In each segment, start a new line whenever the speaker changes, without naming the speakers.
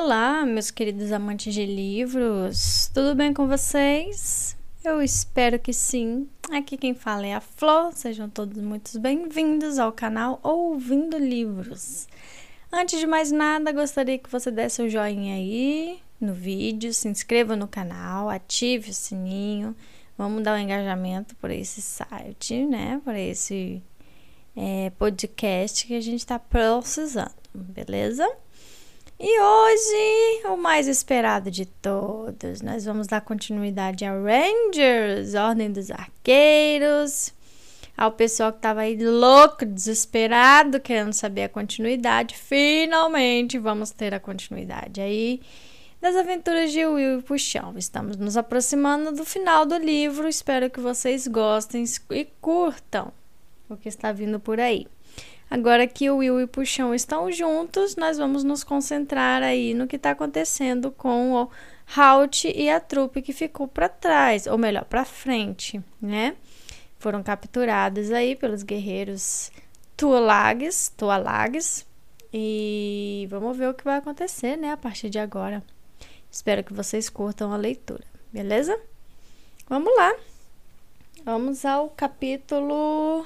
Olá, meus queridos amantes de livros, tudo bem com vocês? Eu espero que sim. Aqui quem fala é a Flor, sejam todos muito bem-vindos ao canal Ouvindo Livros. Antes de mais nada, gostaria que você desse o joinha aí no vídeo, se inscreva no canal, ative o sininho, vamos dar um engajamento por esse site, né? Por esse podcast que a gente está precisando, beleza? E hoje, o mais esperado de todos, nós vamos dar continuidade a Rangers, Ordem dos Arqueiros, ao pessoal que estava aí louco, desesperado, querendo saber a continuidade. Finalmente vamos ter a continuidade aí das aventuras de Will e Puxão. Estamos nos aproximando do final do livro, espero que vocês gostem e curtam o que está vindo por aí. Agora que o Will e o Puxão estão juntos, nós vamos nos concentrar aí no que está acontecendo com o Halt e a trupe que ficou para trás, ou melhor, para frente, né? Foram capturados aí pelos guerreiros Tualags, e vamos ver o que vai acontecer, né, a partir de agora. Espero que vocês curtam a leitura, beleza? Vamos lá. Vamos ao capítulo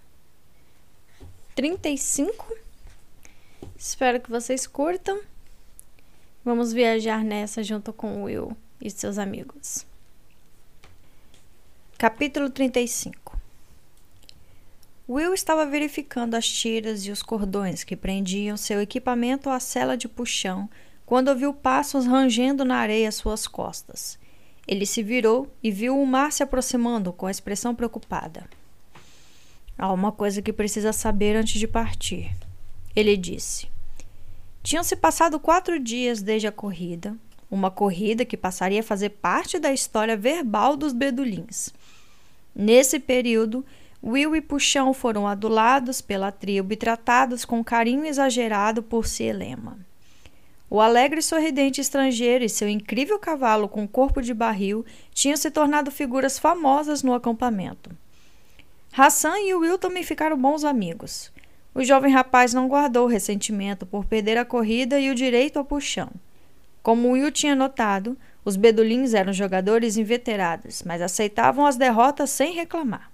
35. Espero que vocês curtam. Vamos viajar nessa junto com o Will e seus amigos. Capítulo 35. Will estava verificando as tiras e os cordões que prendiam seu equipamento à sela de puxão quando ouviu passos rangendo na areia às suas costas. Ele se virou e viu o mar se aproximando com a expressão preocupada. Há uma coisa que precisa saber antes de partir, ele disse. Tinham-se passado 4 dias desde a corrida, uma corrida que passaria a fazer parte da história verbal dos Bedulins. Nesse período, Will e Puxão foram adulados pela tribo e tratados com carinho exagerado por Cielema. O alegre e sorridente estrangeiro e seu incrível cavalo com corpo de barril tinham se tornado figuras famosas no acampamento. Hassan e Will também ficaram bons amigos. O jovem rapaz não guardou ressentimento por perder a corrida e o direito ao puxão. Como Will tinha notado, os Bedulins eram jogadores inveterados, mas aceitavam as derrotas sem reclamar.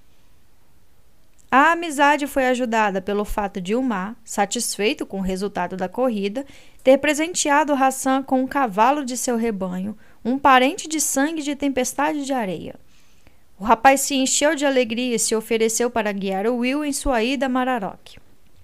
A amizade foi ajudada pelo fato de Umar, satisfeito com o resultado da corrida, ter presenteado Hassan com um cavalo de seu rebanho, um parente de sangue de Tempestade de Areia. O rapaz se encheu de alegria e se ofereceu para guiar o Will em sua ida a Mararok.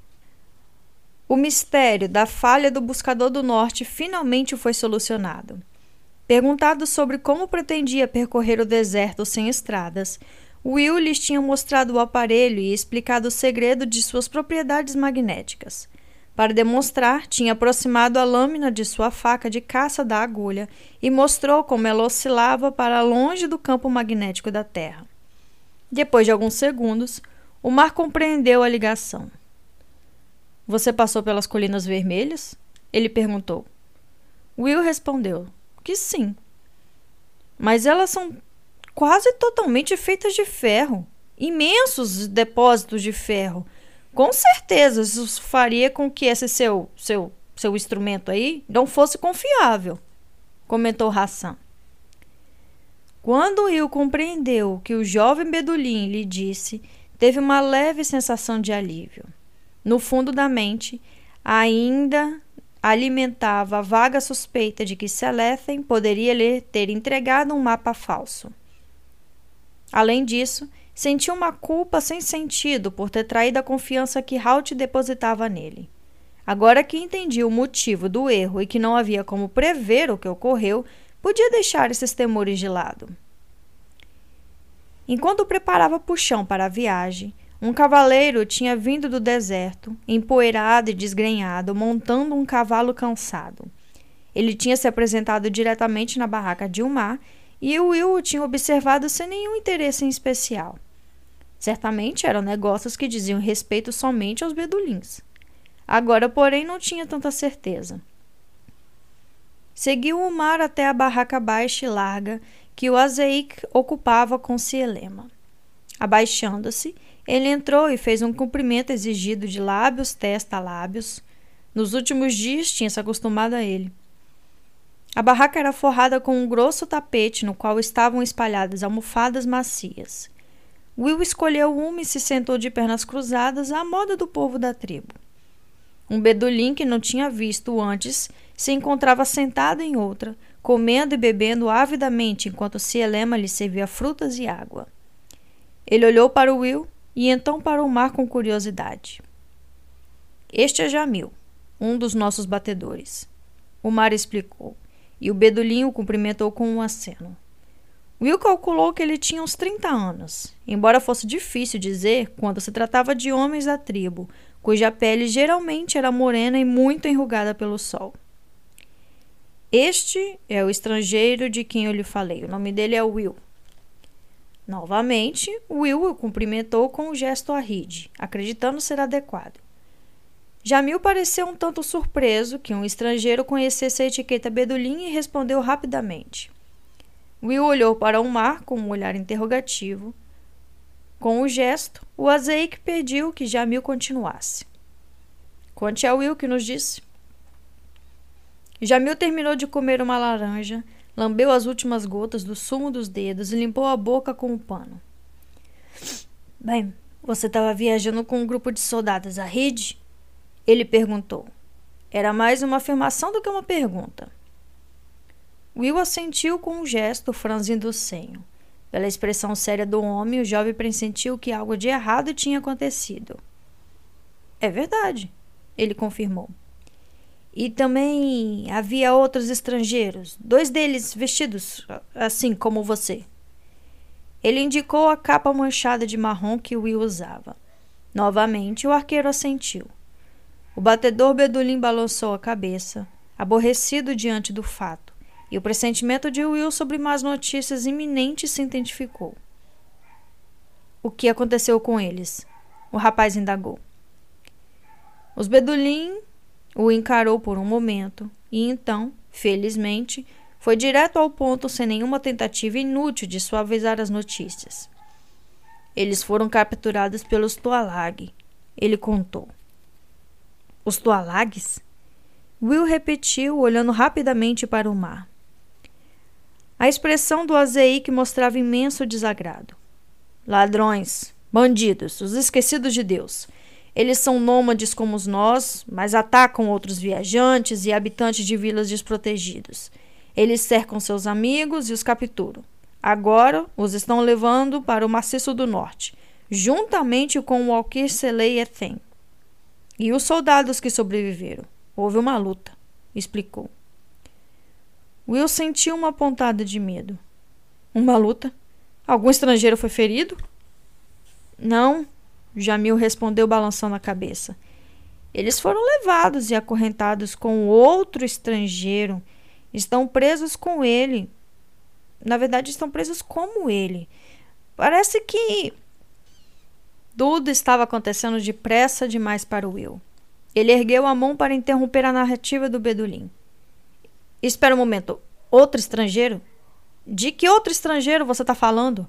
O mistério da falha do Buscador do Norte finalmente foi solucionado. Perguntado sobre como pretendia percorrer o deserto sem estradas, Will lhes tinha mostrado o aparelho e explicado o segredo de suas propriedades magnéticas. Para demonstrar, tinha aproximado a lâmina de sua faca de caça da agulha e mostrou como ela oscilava para longe do campo magnético da Terra. Depois de alguns segundos, o mar compreendeu a ligação. — Você passou pelas Colinas Vermelhas? Ele perguntou. Will respondeu que sim. Mas elas são quase totalmente feitas de ferro. Imensos depósitos de ferro. Com certeza, isso faria com que esse seu instrumento aí não fosse confiável, comentou Hassan. Quando Will compreendeu o que o jovem Bedulin lhe disse, teve uma leve sensação de alívio. No fundo da mente, ainda alimentava a vaga suspeita de que Selethen poderia lhe ter entregado um mapa falso. Além disso, sentiu uma culpa sem sentido por ter traído a confiança que Halt depositava nele. Agora que entendia o motivo do erro e que não havia como prever o que ocorreu, podia deixar esses temores de lado. Enquanto preparava puxão para a viagem, um cavaleiro tinha vindo do deserto, empoeirado e desgrenhado, montando um cavalo cansado. Ele tinha se apresentado diretamente na barraca de Umar e Will o tinha observado sem nenhum interesse em especial. Certamente eram negócios que diziam respeito somente aos Bedulins. Agora, porém, não tinha tanta certeza. Seguiu o mar até a barraca baixa e larga que o Azeik ocupava com Cielema. Abaixando-se, ele entrou e fez um cumprimento exigido de lábios, testa a lábios. Nos últimos dias tinha se acostumado a ele. A barraca era forrada com um grosso tapete no qual estavam espalhadas almofadas macias. Will escolheu uma e se sentou de pernas cruzadas à moda do povo da tribo. Um bedulim que não tinha visto antes se encontrava sentado em outra, comendo e bebendo avidamente enquanto Cielema lhe servia frutas e água. Ele olhou para Will e então para o mar com curiosidade. Este é Jamil, um dos nossos batedores. O mar explicou, e o bedulim o cumprimentou com um aceno. Will calculou que ele tinha uns 30 anos, embora fosse difícil dizer quando se tratava de homens da tribo, cuja pele geralmente era morena e muito enrugada pelo sol. Este é o estrangeiro de quem eu lhe falei. O nome dele é Will. Novamente, Will o cumprimentou com um gesto arride, acreditando ser adequado. Jamil pareceu um tanto surpreso que um estrangeiro conhecesse a etiqueta bedulim e respondeu rapidamente. Will olhou para o mar com um olhar interrogativo. Com o gesto, o Azaik pediu que Jamil continuasse. Conte a Will o que nos disse. Jamil terminou de comer uma laranja, lambeu as últimas gotas do sumo dos dedos e limpou a boca com um pano. Bem, você estava viajando com um grupo de soldados a Reed? Ele perguntou. Era mais uma afirmação do que uma pergunta. Will assentiu com um gesto, franzindo o senho. Pela expressão séria do homem, o jovem pressentiu que algo de errado tinha acontecido. É verdade, ele confirmou. E também havia outros estrangeiros, 2 deles vestidos assim como você. Ele indicou a capa manchada de marrom que Will usava. Novamente, o arqueiro assentiu. O batedor bedulim balançou a cabeça, aborrecido diante do fato, e o pressentimento de Will sobre más notícias iminentes se intensificou. O que aconteceu com eles? O rapaz indagou. Os bedulim o encarou por um momento e então, felizmente, foi direto ao ponto sem nenhuma tentativa inútil de suavizar as notícias. Eles foram capturados pelos Tualag, ele contou. Os Tualags? Will repetiu, olhando rapidamente para o mar. A expressão do Azaik mostrava imenso desagrado. Ladrões, bandidos, os esquecidos de Deus. Eles são nômades como nós, mas atacam outros viajantes e habitantes de vilas desprotegidos. Eles cercam seus amigos e os capturam. Agora os estão levando para o maciço do norte, juntamente com o Alquir Selei Ethem. E os soldados que sobreviveram. Houve uma luta, explicou. Will sentiu uma pontada de medo. Uma luta? Algum estrangeiro foi ferido? Não, Jamil respondeu balançando a cabeça. Eles foram levados e acorrentados com outro estrangeiro. Estão presos com ele. Na verdade, estão presos como ele. Parece que tudo estava acontecendo depressa demais para Will. Ele ergueu a mão para interromper a narrativa do bedulim. Espera um momento. Outro estrangeiro? De que outro estrangeiro você está falando?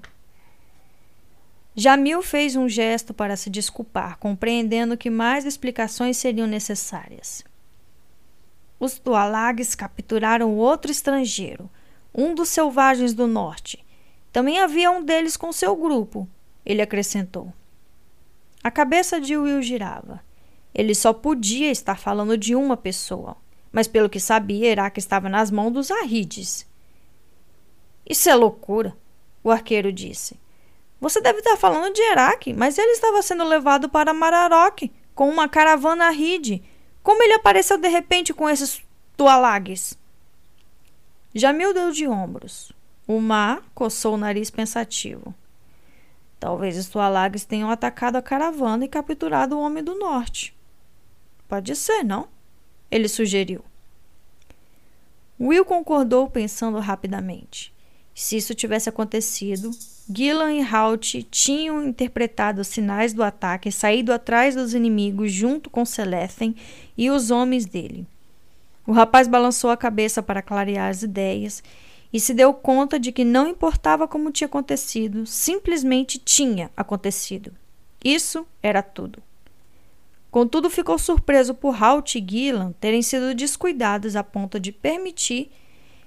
Jamil fez um gesto para se desculpar, compreendendo que mais explicações seriam necessárias. Os Tualags capturaram outro estrangeiro, um dos selvagens do norte. Também havia um deles com seu grupo, ele acrescentou. A cabeça de Will girava. Ele só podia estar falando de uma pessoa, mas pelo que sabia, Iraque estava nas mãos dos Arrides. Isso é loucura, o arqueiro disse. Você deve estar falando de Iraque, mas ele estava sendo levado para Mararok com uma caravana Arride. Como ele apareceu de repente com esses Tualags? Jamil deu de ombros. O mar coçou o nariz pensativo. Talvez os Tualags tenham atacado a caravana e capturado o homem do norte. Pode ser, não? Ele sugeriu. Will concordou pensando rapidamente. Se isso tivesse acontecido, Gillan e Halt tinham interpretado os sinais do ataque e saído atrás dos inimigos junto com Selethen e os homens dele. O rapaz balançou a cabeça para clarear as ideias e se deu conta de que não importava como tinha acontecido, simplesmente tinha acontecido. Isso era tudo. Contudo, ficou surpreso por Halt e Gillan terem sido descuidados a ponto de permitir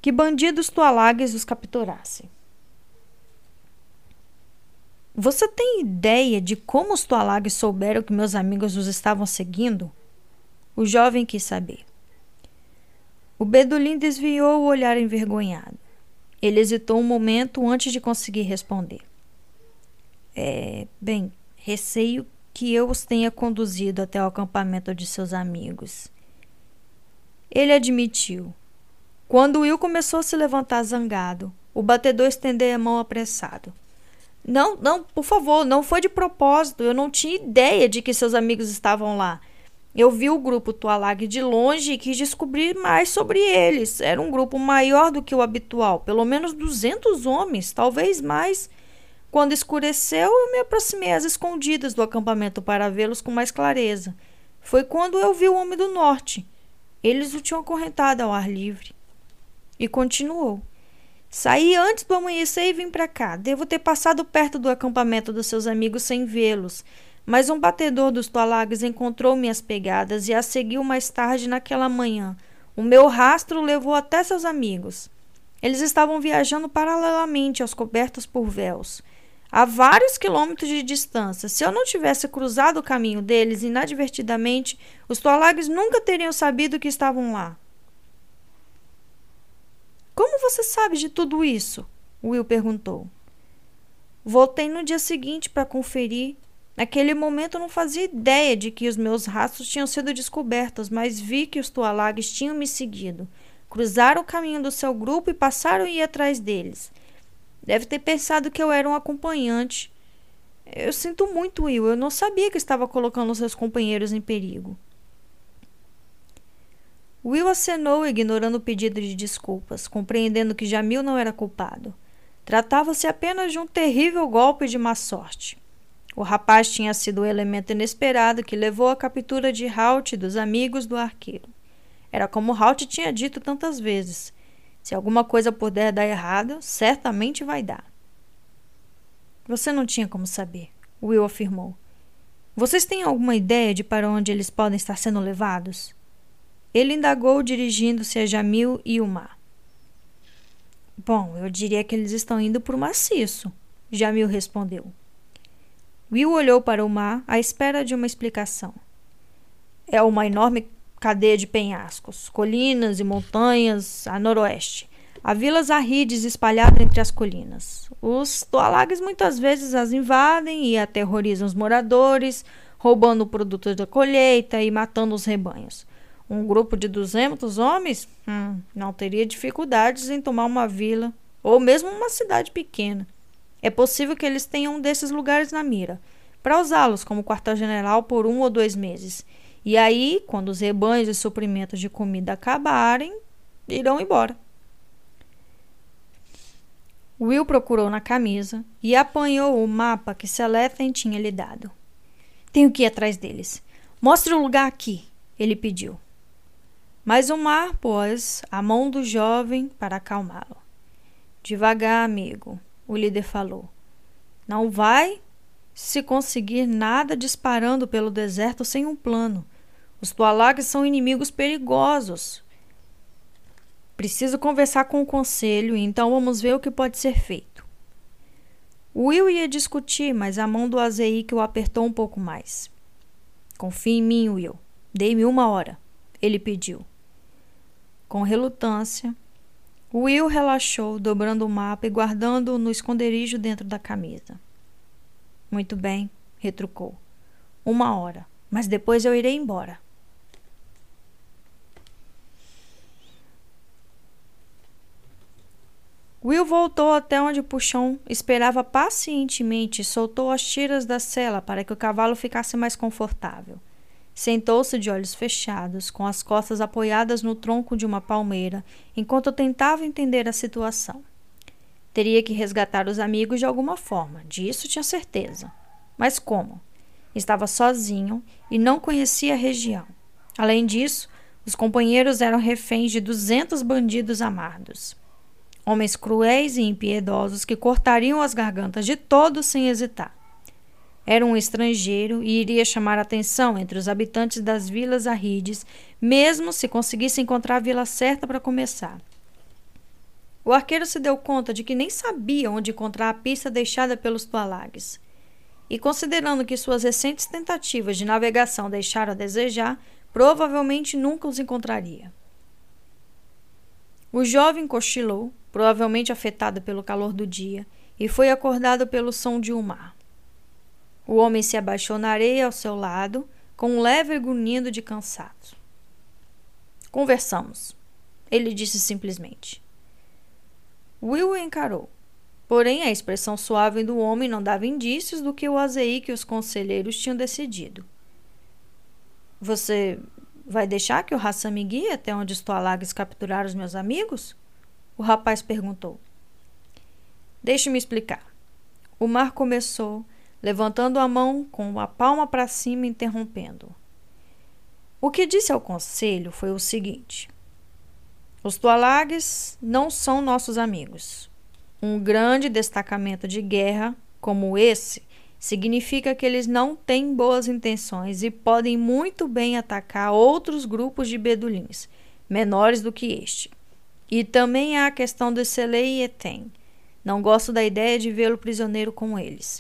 que bandidos tualagues os capturassem. Você tem ideia de como os tualagues souberam que meus amigos os estavam seguindo? O jovem quis saber. O bedulim desviou o olhar envergonhado. Ele hesitou um momento antes de conseguir responder. Bem, receio que eu os tenha conduzido até o acampamento de seus amigos. Ele admitiu. Quando Will começou a se levantar zangado, o batedor estendeu a mão apressado. Não, por favor, não foi de propósito. Eu não tinha ideia de que seus amigos estavam lá. Eu vi o grupo Tualag de longe e quis descobrir mais sobre eles. Era um grupo maior do que o habitual, pelo menos 200 homens, talvez mais. Quando escureceu, eu me aproximei às escondidas do acampamento para vê-los com mais clareza. Foi quando eu vi o homem do norte. Eles o tinham acorrentado ao ar livre. E continuou. Saí antes do amanhecer e vim para cá. Devo ter passado perto do acampamento dos seus amigos sem vê-los. Mas um batedor dos Tualags encontrou minhas pegadas e as seguiu mais tarde naquela manhã. O meu rastro o levou até seus amigos. Eles estavam viajando paralelamente aos cobertos por véus, a vários quilômetros de distância. Se eu não tivesse cruzado o caminho deles inadvertidamente, os Tualags nunca teriam sabido que estavam lá. Como você sabe de tudo isso? Will perguntou. Voltei no dia seguinte para conferir. Naquele momento eu não fazia ideia de que os meus rastros tinham sido descobertos, mas vi que os Tualags tinham me seguido. Cruzaram o caminho do seu grupo e passaram a ir atrás deles. Deve ter pensado que eu era um acompanhante. Eu sinto muito, Will. Eu não sabia que estava colocando seus companheiros em perigo. Will acenou, ignorando o pedido de desculpas, compreendendo que Jamil não era culpado. Tratava-se apenas de um terrível golpe de má sorte. O rapaz tinha sido o elemento inesperado que levou à captura de Halt e dos amigos do arqueiro. Era como Halt tinha dito tantas vezes. Se alguma coisa puder dar errado, certamente vai dar. Você não tinha como saber, Will afirmou. Vocês têm alguma ideia de para onde eles podem estar sendo levados? Ele indagou, dirigindo-se a Jamil e Umar. Bom, eu diria que eles estão indo para o maciço, Jamil respondeu. Will olhou para Umar à espera de uma explicação. É uma enorme cadeia de penhascos, colinas e montanhas a noroeste. Há vilas arrídeas espalhadas entre as colinas. Os Tualags muitas vezes as invadem e aterrorizam os moradores, roubando produtos da colheita e matando os rebanhos. Um grupo de 200 homens não teria dificuldades em tomar uma vila ou mesmo uma cidade pequena. É possível que eles tenham um desses lugares na mira, para usá-los como quartel-general por 1 ou 2 meses. E aí, quando os rebanhos e suprimentos de comida acabarem, irão embora. Will procurou na camisa e apanhou o mapa que Selefen tinha lhe dado. Tenho que ir atrás deles. Mostre o lugar aqui, ele pediu. Mas Umar pôs a mão do jovem para acalmá-lo. Devagar, amigo, o líder falou. Não vai se conseguir nada disparando pelo deserto sem um plano. Os Tualags são inimigos perigosos. Preciso conversar com o conselho, então vamos ver o que pode ser feito. Will ia discutir, mas a mão do Azeik o apertou um pouco mais. Confie em mim, Will. Dê-me 1 hora, ele pediu. Com relutância, Will relaxou, dobrando o mapa e guardando-o no esconderijo dentro da camisa. Muito bem, retrucou. 1 hora, mas depois eu irei embora. Will voltou até onde Puxão esperava pacientemente e soltou as tiras da sela para que o cavalo ficasse mais confortável. Sentou-se de olhos fechados, com as costas apoiadas no tronco de uma palmeira, enquanto tentava entender a situação. Teria que resgatar os amigos de alguma forma, disso tinha certeza. Mas como? Estava sozinho e não conhecia a região. Além disso, os companheiros eram reféns de 200 bandidos amardos. Homens cruéis e impiedosos que cortariam as gargantas de todos sem hesitar. Era um estrangeiro e iria chamar atenção entre os habitantes das vilas arrídeas, mesmo se conseguisse encontrar a vila certa para começar. O arqueiro se deu conta de que nem sabia onde encontrar a pista deixada pelos tualagues. E considerando que suas recentes tentativas de navegação deixaram a desejar, provavelmente nunca os encontraria. O jovem cochilou, provavelmente afetado pelo calor do dia, e foi acordado pelo som de um mar. O homem se abaixou na areia ao seu lado, com um leve grunhido de cansaço. Conversamos, ele disse simplesmente. Will o encarou, porém a expressão suave do homem não dava indícios do que o Azeik e os conselheiros tinham decidido. Você vai deixar que o Hassan me guie até onde os tualagues capturaram os meus amigos? O rapaz perguntou. Deixe-me explicar. O mar começou, levantando a mão com a palma para cima, interrompendo. O que disse ao conselho foi o seguinte. Os tualagues não são nossos amigos. Um grande destacamento de guerra como esse significa que eles não têm boas intenções e podem muito bem atacar outros grupos de bedulins, menores do que este. E também há a questão de Selei e Etem. Não gosto da ideia de vê-lo prisioneiro com eles.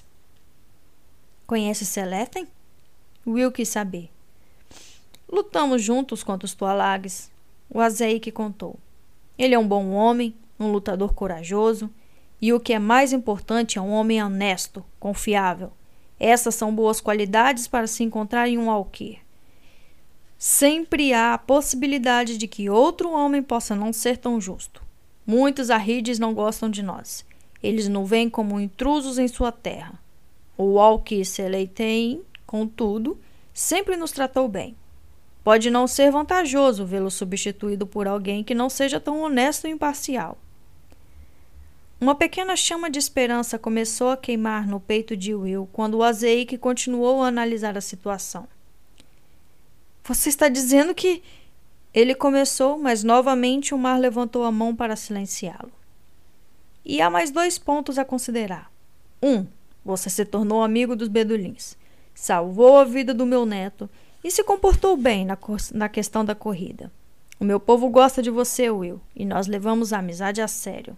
Conhece Seletem? Will quis saber. Lutamos juntos contra os tualagues. O Azeik contou. Ele é um bom homem, um lutador corajoso e, o que é mais importante, é um homem honesto, confiável. Essas são boas qualidades para se encontrar em um alqueire. Sempre há a possibilidade de que outro homem possa não ser tão justo. Muitos Arides não gostam de nós. Eles nos veem como intrusos em sua terra. O Alquir Seletem, contudo, sempre nos tratou bem. Pode não ser vantajoso vê-lo substituído por alguém que não seja tão honesto e imparcial. Uma pequena chama de esperança começou a queimar no peito de Will quando o Azeik continuou a analisar a situação. Você está dizendo que... Ele começou, mas novamente o mar levantou a mão para silenciá-lo. E há mais 2 pontos a considerar. 1. Você se tornou amigo dos bedulins, salvou a vida do meu neto e se comportou bem na questão da corrida. O meu povo gosta de você, Will, e nós levamos a amizade a sério.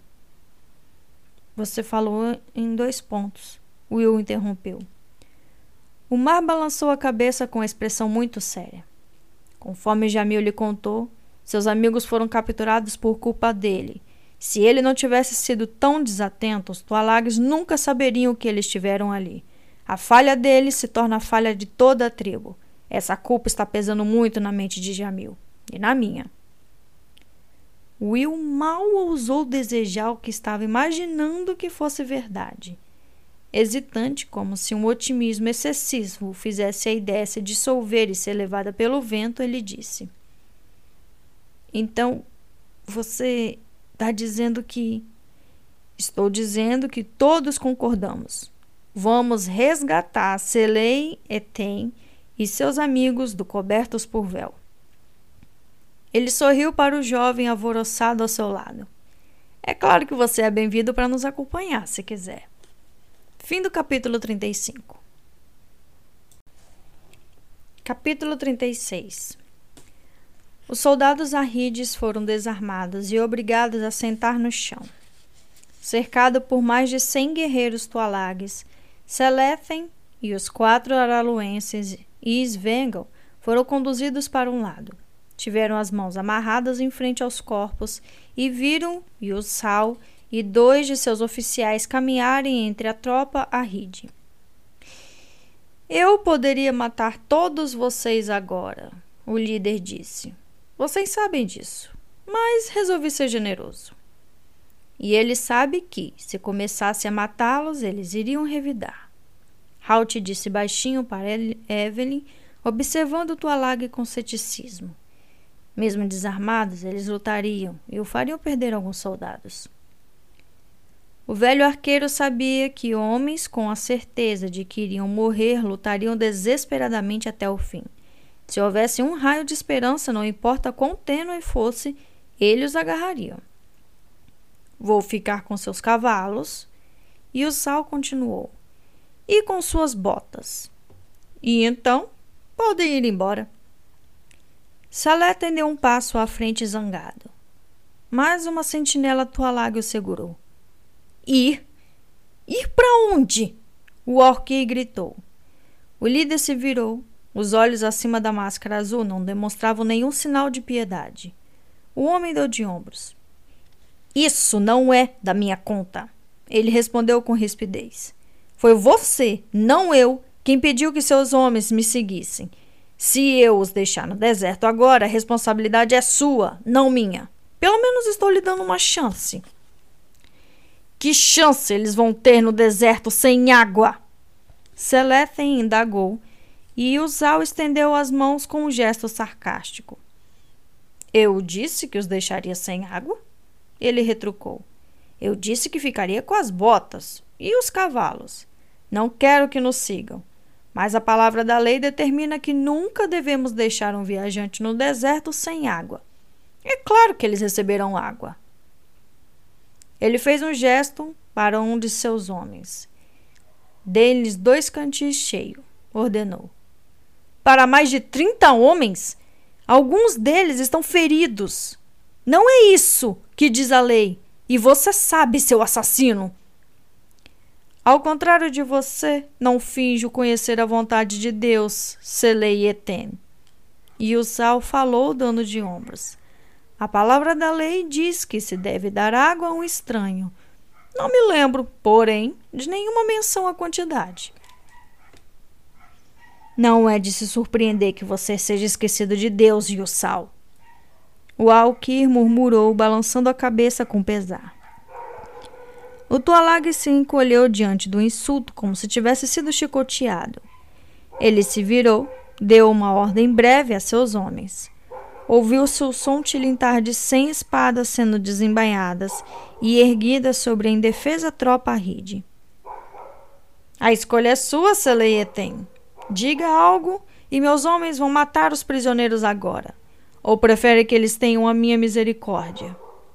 Você falou em 2 pontos, Will interrompeu. O mar balançou a cabeça com uma expressão muito séria. Conforme Jamil lhe contou, seus amigos foram capturados por culpa dele. Se ele não tivesse sido tão desatento, os tualagues nunca saberiam que eles estiveram ali. A falha dele se torna a falha de toda a tribo. Essa culpa está pesando muito na mente de Jamil e na minha. Will mal ousou desejar o que estava imaginando que fosse verdade. Hesitante, como se um otimismo excessivo fizesse a ideia se dissolver e ser levada pelo vento, ele disse. Então, você está dizendo que... Estou dizendo que todos concordamos. Vamos resgatar Selei, Etem e seus amigos do cobertos por véu. Ele sorriu para o jovem alvoroçado ao seu lado. É claro que você é bem-vindo para nos acompanhar, se quiser. Fim do capítulo 35. Capítulo 36. Os soldados Arides foram desarmados e obrigados a sentar no chão. Cercado por mais de 100 guerreiros tualagues, Seletem e os 4 araluenses e Svengal foram conduzidos para um lado. Tiveram as mãos amarradas em frente aos corpos e viram Yusal e 2 de seus oficiais caminharem entre a tropa Aride. Eu poderia matar todos vocês agora, o líder disse. Vocês sabem disso, mas resolvi ser generoso. E ele sabe que, se começasse a matá-los, eles iriam revidar. Halt disse baixinho para Evelyn, observando o tualague com ceticismo. Mesmo desarmados, eles lutariam e o fariam perder alguns soldados. O velho arqueiro sabia que homens com a certeza de que iriam morrer lutariam desesperadamente até o fim. Se houvesse um raio de esperança, não importa quão tênue fosse, ele os agarraria. Vou ficar com seus cavalos. E o Sal continuou. E com suas botas. E então, podem ir embora. Seletem deu um passo à frente zangado. mas uma sentinela Tualag o segurou. Ir? Ir para onde? O Orc gritou. O líder se virou. Os olhos acima da máscara azul não demonstravam nenhum sinal de piedade. O homem deu de ombros. Isso não é da minha conta, ele respondeu com rispidez. Foi você, não eu, quem pediu que seus homens me seguissem. Se eu os deixar no deserto agora, a responsabilidade é sua, não minha. Pelo menos estou lhe dando uma chance. Que chance eles vão ter no deserto sem água? Selethen indagou e Uzal estendeu as mãos com um gesto sarcástico. Eu disse que os deixaria sem água? Ele retrucou. Eu disse que ficaria com as botas e os cavalos. Não quero que nos sigam, mas a palavra da lei determina que nunca devemos deixar um viajante no deserto sem água. É claro que eles receberão água. Ele fez um gesto para um de seus homens. Dê-lhes 2 cantis cheios, ordenou. Para mais de 30 homens? Alguns deles estão feridos. Não é isso que diz a lei. E você sabe, seu assassino. Ao contrário de você, não finjo conhecer a vontade de Deus, Seleieten. E Uzal falou dando de ombros. A palavra da lei diz que se deve dar água a um estranho. Não me lembro, porém, de nenhuma menção à quantidade. Não é de se surpreender que você seja esquecido de Deus, Yussal. O Alquir murmurou, balançando a cabeça com pesar. O Tualag se encolheu diante do insulto, como se tivesse sido chicoteado. Ele se virou, deu uma ordem breve a seus homens. Ouviu-se o som tilintar de 100 espadas sendo desembainhadas e erguidas sobre a indefesa tropa Aride. A escolha é sua, Seleieten. Diga algo e meus homens vão matar os prisioneiros agora. Ou prefere que eles tenham a minha misericórdia?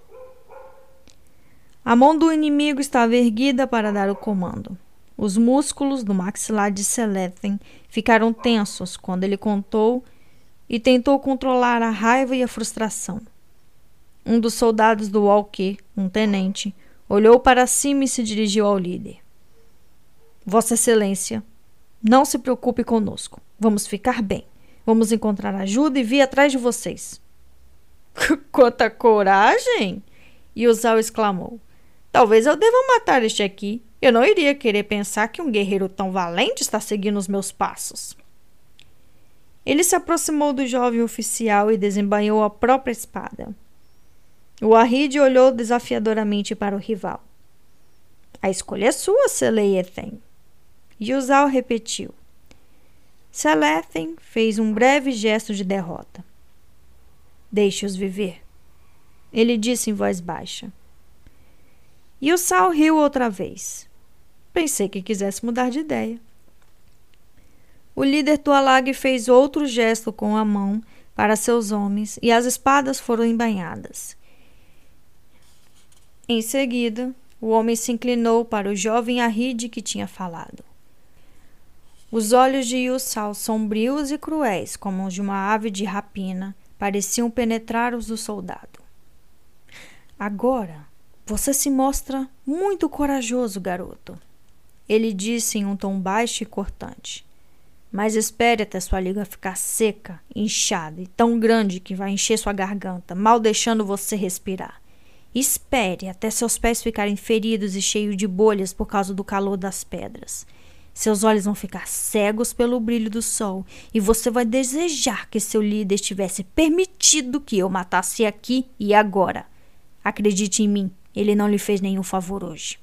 A mão do inimigo estava erguida para dar o comando. Os músculos do maxilar de Selethen ficaram tensos quando ele contou e tentou controlar a raiva e a frustração. Um dos soldados do Walker, um tenente, olhou para cima e se dirigiu ao líder. Vossa Excelência, não se preocupe conosco. Vamos ficar bem. Vamos encontrar ajuda e vir atrás de vocês. Quanta coragem! Uzal exclamou. Talvez eu deva matar este aqui. Eu não iria querer pensar que um guerreiro tão valente está seguindo os meus passos. Ele se aproximou do jovem oficial e desembainhou a própria espada. O Aride olhou desafiadoramente para o rival. A escolha é sua, Seleieten. Uzal repetiu. Selethen fez um breve gesto de derrota. Deixe-os viver, ele disse em voz baixa. Uzal riu outra vez. Pensei que quisesse mudar de ideia. O líder Tualag fez outro gesto com a mão para seus homens e as espadas foram embainhadas. Em seguida, o homem se inclinou para o jovem Aride que tinha falado. Os olhos de Uzal, sombrios e cruéis, como os de uma ave de rapina, pareciam penetrar os do soldado. Agora, você se mostra muito corajoso, garoto. Ele disse em um tom baixo e cortante. Mas espere até sua língua ficar seca, inchada e tão grande que vai encher sua garganta, mal deixando você respirar. Espere até seus pés ficarem feridos e cheios de bolhas por causa do calor das pedras. Seus olhos vão ficar cegos pelo brilho do sol e você vai desejar que seu líder tivesse permitido que eu matasse aqui e agora. Acredite em mim, ele não lhe fez nenhum favor hoje.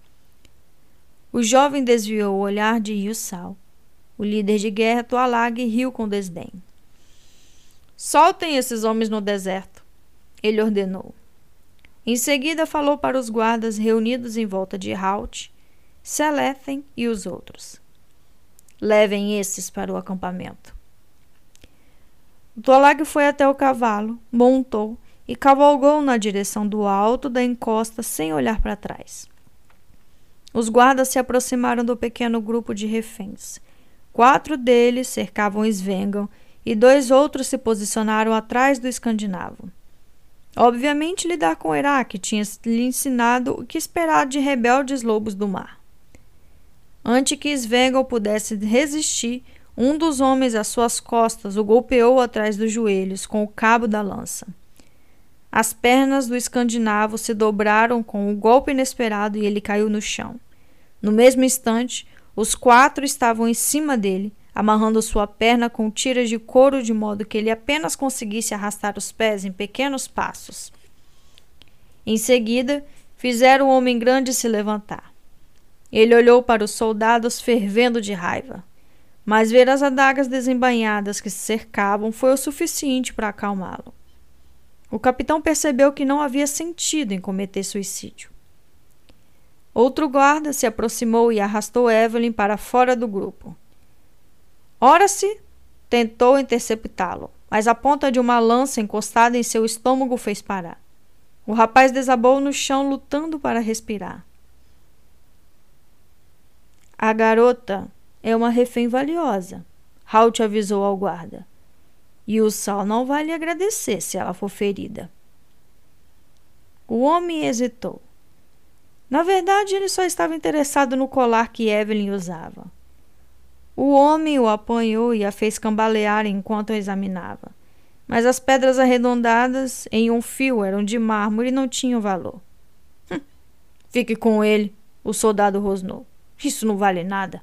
O jovem desviou o olhar de Uzal. O líder de guerra Tualag riu com desdém. Soltem esses homens no deserto, ele ordenou. Em seguida falou para os guardas reunidos em volta de Halt, Selethen e os outros. Levem esses para o acampamento. O Tualag foi até o cavalo, montou e cavalgou na direção do alto da encosta sem olhar para trás. Os guardas se aproximaram do pequeno grupo de reféns. 4 deles cercavam Svengal e 2 outros se posicionaram atrás do escandinavo. Obviamente, lidar com Herak tinha lhe ensinado o que esperar de rebeldes lobos do mar. Antes que Svengal pudesse resistir, um dos homens às suas costas o golpeou atrás dos joelhos com o cabo da lança. As pernas do escandinavo se dobraram com um golpe inesperado e ele caiu no chão. No mesmo instante, os 4 estavam em cima dele, amarrando sua perna com tiras de couro de modo que ele apenas conseguisse arrastar os pés em pequenos passos. Em seguida, fizeram o homem grande se levantar. Ele olhou para os soldados fervendo de raiva, mas ver as adagas desembainhadas que se cercavam foi o suficiente para acalmá-lo. O capitão percebeu que não havia sentido em cometer suicídio. Outro guarda se aproximou e arrastou Evelyn para fora do grupo. Horace tentou interceptá-lo, mas a ponta de uma lança encostada em seu estômago fez parar. O rapaz desabou no chão lutando para respirar. A garota é uma refém valiosa, Halt avisou ao guarda. E o Sal não vai lhe agradecer se ela for ferida. O homem hesitou. Na verdade, ele só estava interessado no colar que Evelyn usava. O homem o apanhou e a fez cambalear enquanto a examinava. Mas as pedras arredondadas em um fio eram de mármore e não tinham valor. Fique com ele, o soldado rosnou. Isso não vale nada.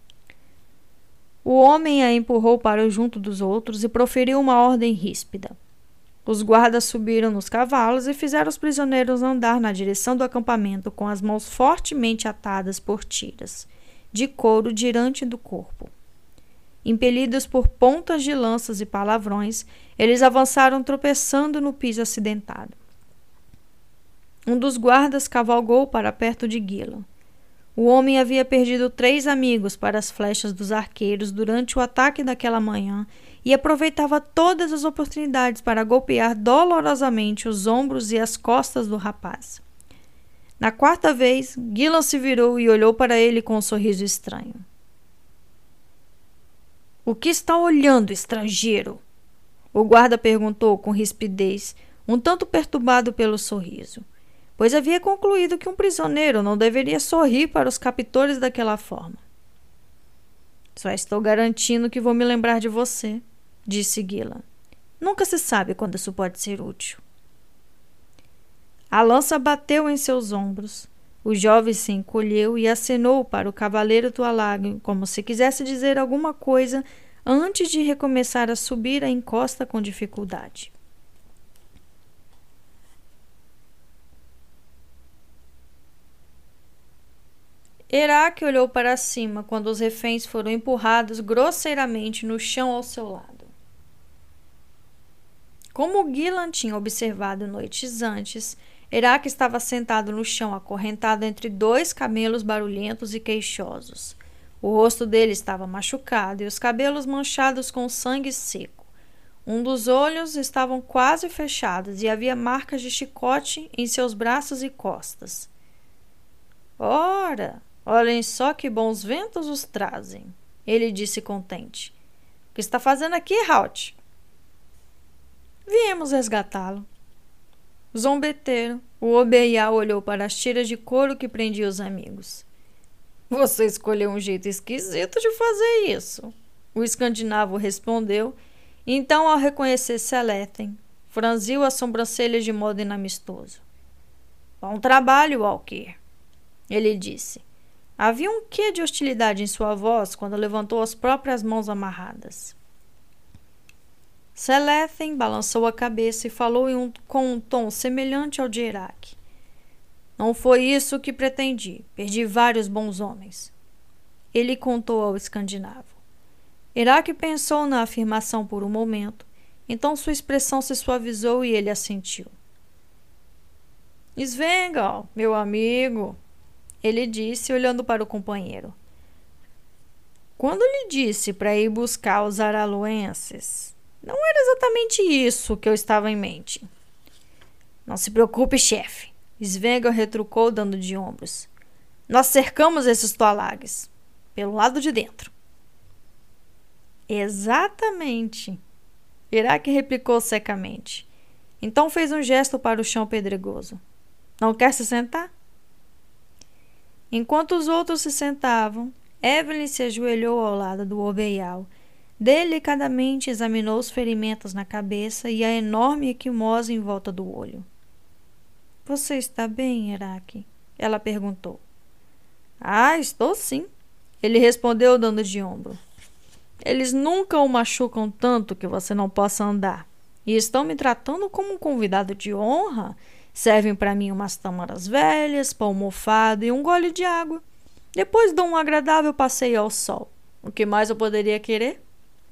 O homem a empurrou para junto dos outros e proferiu uma ordem ríspida. Os guardas subiram nos cavalos e fizeram os prisioneiros andar na direção do acampamento com as mãos fortemente atadas por tiras de couro diante do corpo. Impelidos por pontas de lanças e palavrões, eles avançaram tropeçando no piso acidentado. Um dos guardas cavalgou para perto de Gillan. O homem havia perdido 3 amigos para as flechas dos arqueiros durante o ataque daquela manhã e aproveitava todas as oportunidades para golpear dolorosamente os ombros e as costas do rapaz. Na 4ª vez, Gillan se virou e olhou para ele com um sorriso estranho. — O que está olhando, estrangeiro? O guarda perguntou com rispidez, um tanto perturbado pelo sorriso, pois havia concluído que um prisioneiro não deveria sorrir para os captores daquela forma. — Só estou garantindo que vou me lembrar de você, disse Gillan. Nunca se sabe quando isso pode ser útil. A lança bateu em seus ombros. O jovem se encolheu e acenou para o cavaleiro Tualag, como se quisesse dizer alguma coisa antes de recomeçar a subir a encosta com dificuldade. Herak olhou para cima quando os reféns foram empurrados grosseiramente no chão ao seu lado. Como Gillan tinha observado noites antes, Herak estava sentado no chão, acorrentado entre 2 camelos barulhentos e queixosos. O rosto dele estava machucado e os cabelos manchados com sangue seco. Um dos olhos estavam quase fechados e havia marcas de chicote em seus braços e costas. Ora, olhem só que bons ventos os trazem, ele disse contente. O que está fazendo aqui, Halt? Viemos resgatá-lo. Zombeteiro, o Obeiá olhou para as tiras de couro que prendiam os amigos. Você escolheu um jeito esquisito de fazer isso, o escandinavo respondeu. Então, ao reconhecer Selethen, franziu as sobrancelhas de modo inamistoso. Bom trabalho, Alkir, ele disse. Havia um quê de hostilidade em sua voz quando levantou as próprias mãos amarradas. Selethen balançou a cabeça e falou com um tom semelhante ao de Herak. Não foi isso que pretendi. Perdi vários bons homens. Ele contou ao escandinavo. Herak pensou na afirmação por um momento, então sua expressão se suavizou e ele assentiu. Svengal, meu amigo, ele disse, olhando para o companheiro. Quando lhe disse para ir buscar os araloenses, não era exatamente isso que eu estava em mente. Não se preocupe, chefe, Svengal retrucou, dando de ombros. Nós cercamos esses Tualags, pelo lado de dentro. Exatamente, Herak replicou secamente. Então fez um gesto para o chão pedregoso. Não quer se sentar? Enquanto os outros se sentavam, Evelyn se ajoelhou ao lado do Obeial. Delicadamente examinou os ferimentos na cabeça e a enorme equimose em volta do olho. — Você está bem, Eraque? Ela perguntou. — Ah, estou sim, ele respondeu dando de ombro. Eles nunca o machucam tanto que você não possa andar. E estão me tratando como um convidado de honra. Servem para mim umas tâmaras velhas, pão mofado e um gole de água. Depois dão um agradável passeio ao sol. O que mais eu poderia querer?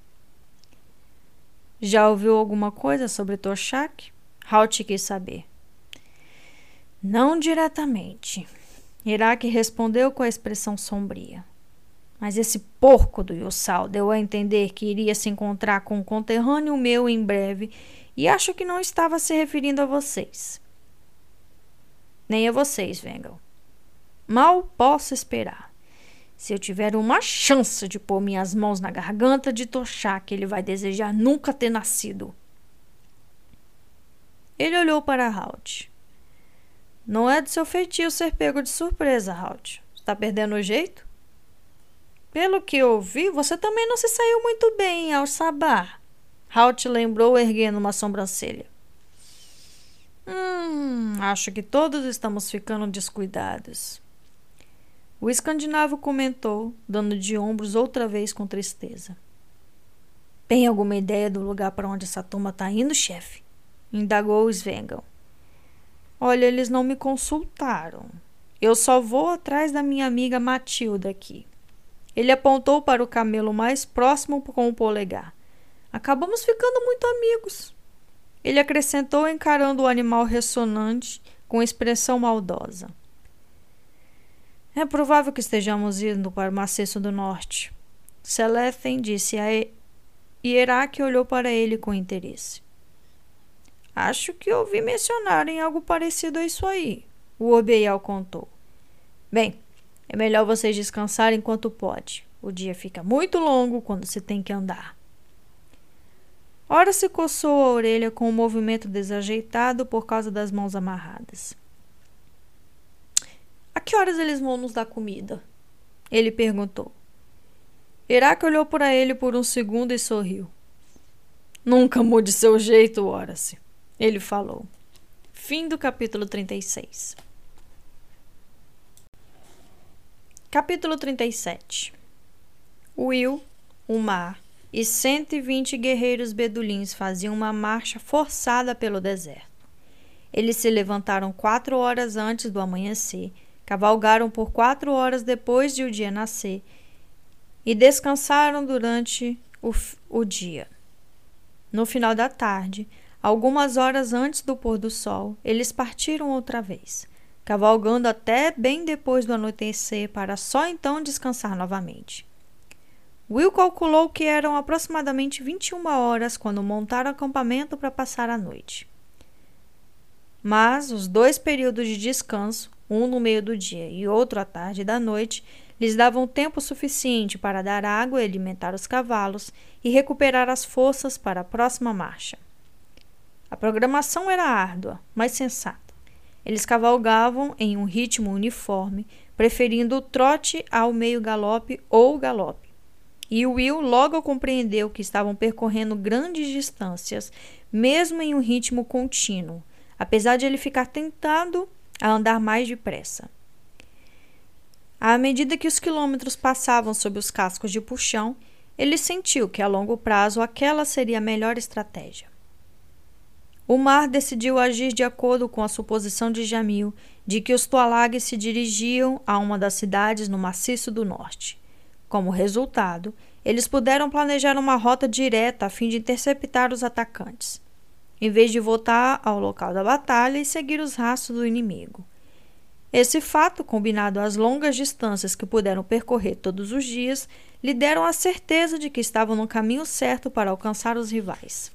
Já ouviu alguma coisa sobre Torchak? Halt quis saber. Não diretamente. Eraque respondeu com a expressão sombria. Mas esse porco do Yussal deu a entender que iria se encontrar com um conterrâneo meu em breve e acho que não estava se referindo a vocês. Nem a vocês, Vengal. Mal posso esperar. Se eu tiver uma chance de pôr minhas mãos na garganta de Torchak, ele vai desejar nunca ter nascido. Ele olhou para Halt. Não é do seu feitio ser pego de surpresa, Halt. Está perdendo o jeito? Pelo que ouvi, você também não se saiu muito bem ao Sabá. Halt lembrou, erguendo uma sobrancelha. Acho que todos estamos ficando descuidados. O escandinavo comentou, dando de ombros outra vez com tristeza. Tem alguma ideia do lugar para onde essa turma está indo, chefe? Indagou Svengal. Olha, eles não me consultaram. Eu só vou atrás da minha amiga Matilda aqui. Ele apontou para o camelo mais próximo com o polegar. Acabamos ficando muito amigos. Ele acrescentou, encarando o animal ressonante com expressão maldosa. É provável que estejamos indo para o maciço do norte. Selethen disse e Eraque olhou para ele com interesse. Acho que ouvi mencionarem algo parecido a isso aí, o Obeial contou. Bem, é melhor vocês descansarem enquanto pode. O dia fica muito longo quando se tem que andar. Ora se coçou a orelha com um movimento desajeitado por causa das mãos amarradas. A que horas eles vão nos dar comida? Ele perguntou. Eraque olhou para ele por um segundo e sorriu. Nunca mude seu jeito, Horace, ele falou. Fim do capítulo 36. Capítulo 37. Will, Umar e 120 guerreiros bedulins faziam uma marcha forçada pelo deserto. Eles se levantaram 4 horas antes do amanhecer, cavalgaram por 4 horas depois de o dia nascer e descansaram durante o dia. No final da tarde, algumas horas antes do pôr do sol, eles partiram outra vez, cavalgando até bem depois do anoitecer para só então descansar novamente. Will calculou que eram aproximadamente 21 horas quando montaram acampamento para passar a noite. Mas os 2 períodos de descanso, um no meio do dia e outro à tarde e da noite, lhes davam tempo suficiente para dar água e alimentar os cavalos e recuperar as forças para a próxima marcha. A programação era árdua, mas sensata. Eles cavalgavam em um ritmo uniforme, preferindo o trote ao meio galope ou galope. E Will logo compreendeu que estavam percorrendo grandes distâncias, mesmo em um ritmo contínuo, apesar de ele ficar tentado a andar mais depressa. À medida que os quilômetros passavam sob os cascos de puxão, ele sentiu que a longo prazo aquela seria a melhor estratégia. Umar decidiu agir de acordo com a suposição de Jamil de que os Tualagues se dirigiam a uma das cidades no maciço do norte. Como resultado, eles puderam planejar uma rota direta a fim de interceptar os atacantes, em vez de voltar ao local da batalha e seguir os rastros do inimigo. Esse fato, combinado às longas distâncias que puderam percorrer todos os dias, lhe deram a certeza de que estavam no caminho certo para alcançar os rivais.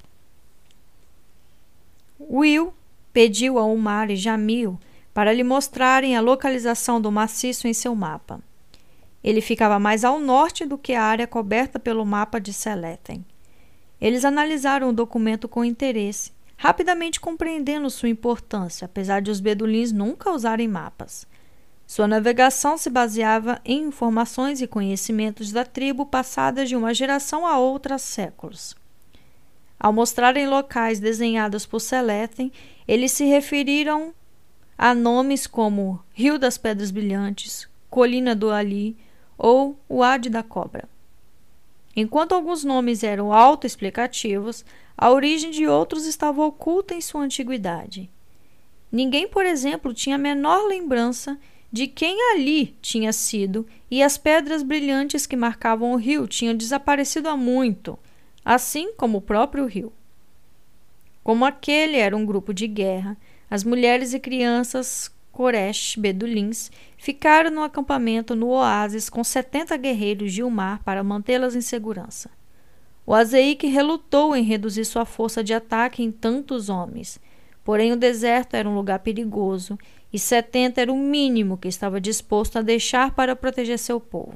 Will pediu a Umar e Jamil para lhe mostrarem a localização do maciço em seu mapa. Ele ficava mais ao norte do que a área coberta pelo mapa de Selethen. Eles analisaram o documento com interesse, rapidamente compreendendo sua importância, apesar de os bedouins nunca usarem mapas. Sua navegação se baseava em informações e conhecimentos da tribo passadas de uma geração a outra há séculos. Ao mostrarem locais desenhados por Selethen, eles se referiram a nomes como Rio das Pedras Brilhantes, Colina do Ali ou Wadi da Cobra. Enquanto alguns nomes eram autoexplicativos, a origem de outros estava oculta em sua antiguidade. Ninguém, por exemplo, tinha a menor lembrança de quem ali tinha sido, e as pedras brilhantes que marcavam o rio tinham desaparecido há muito, assim como o próprio rio. Como aquele era um grupo de guerra, as mulheres e crianças Koresh Bedouins ficaram no acampamento no oásis com 70 guerreiros de Umar para mantê-las em segurança. O Azeik relutou em reduzir sua força de ataque em tantos homens, porém o deserto era um lugar perigoso e 70 era o mínimo que estava disposto a deixar para proteger seu povo.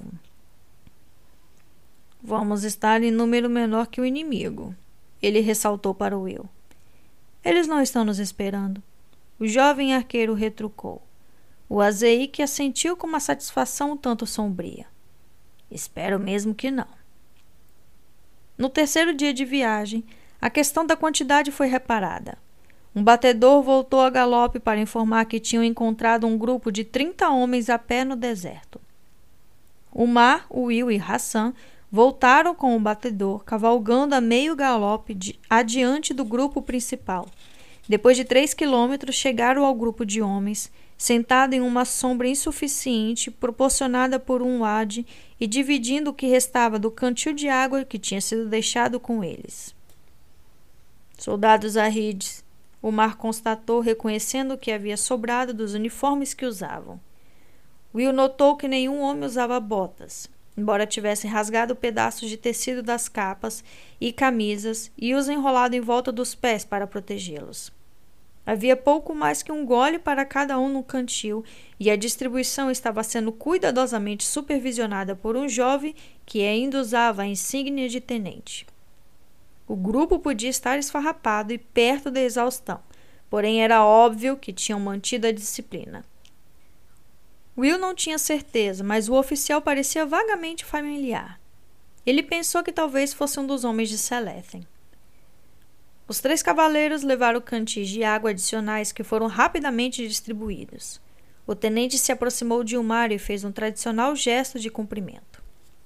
Vamos estar em número menor que o inimigo, ele ressaltou para Will. Eles não estão nos esperando. O jovem arqueiro retrucou. O Azeik assentiu com uma satisfação um tanto sombria. Espero mesmo que não. No terceiro dia de viagem, a questão da quantidade foi reparada. Um batedor voltou a galope para informar que tinham encontrado um grupo de 30 homens a pé no deserto. Umar, Will e Hassan voltaram com o batedor, cavalgando a meio galope adiante do grupo principal. Depois de 3 quilômetros, chegaram ao grupo de homens, sentado em uma sombra insuficiente, proporcionada por um wadi e dividindo o que restava do cantil de água que tinha sido deixado com eles. Soldados arrides, Umar constatou, reconhecendo o que havia sobrado dos uniformes que usavam. Will notou que nenhum homem usava botas, embora tivessem rasgado pedaços de tecido das capas e camisas e os enrolado em volta dos pés para protegê-los. Havia pouco mais que um gole para cada um no cantil e a distribuição estava sendo cuidadosamente supervisionada por um jovem que ainda usava a insígnia de tenente. O grupo podia estar esfarrapado e perto da exaustão, porém era óbvio que tinham mantido a disciplina. Will não tinha certeza, mas o oficial parecia vagamente familiar. Ele pensou que talvez fosse um dos homens de Selethen. Os 3 cavaleiros levaram cantis de água adicionais que foram rapidamente distribuídos. O tenente se aproximou de Umar e fez um tradicional gesto de cumprimento.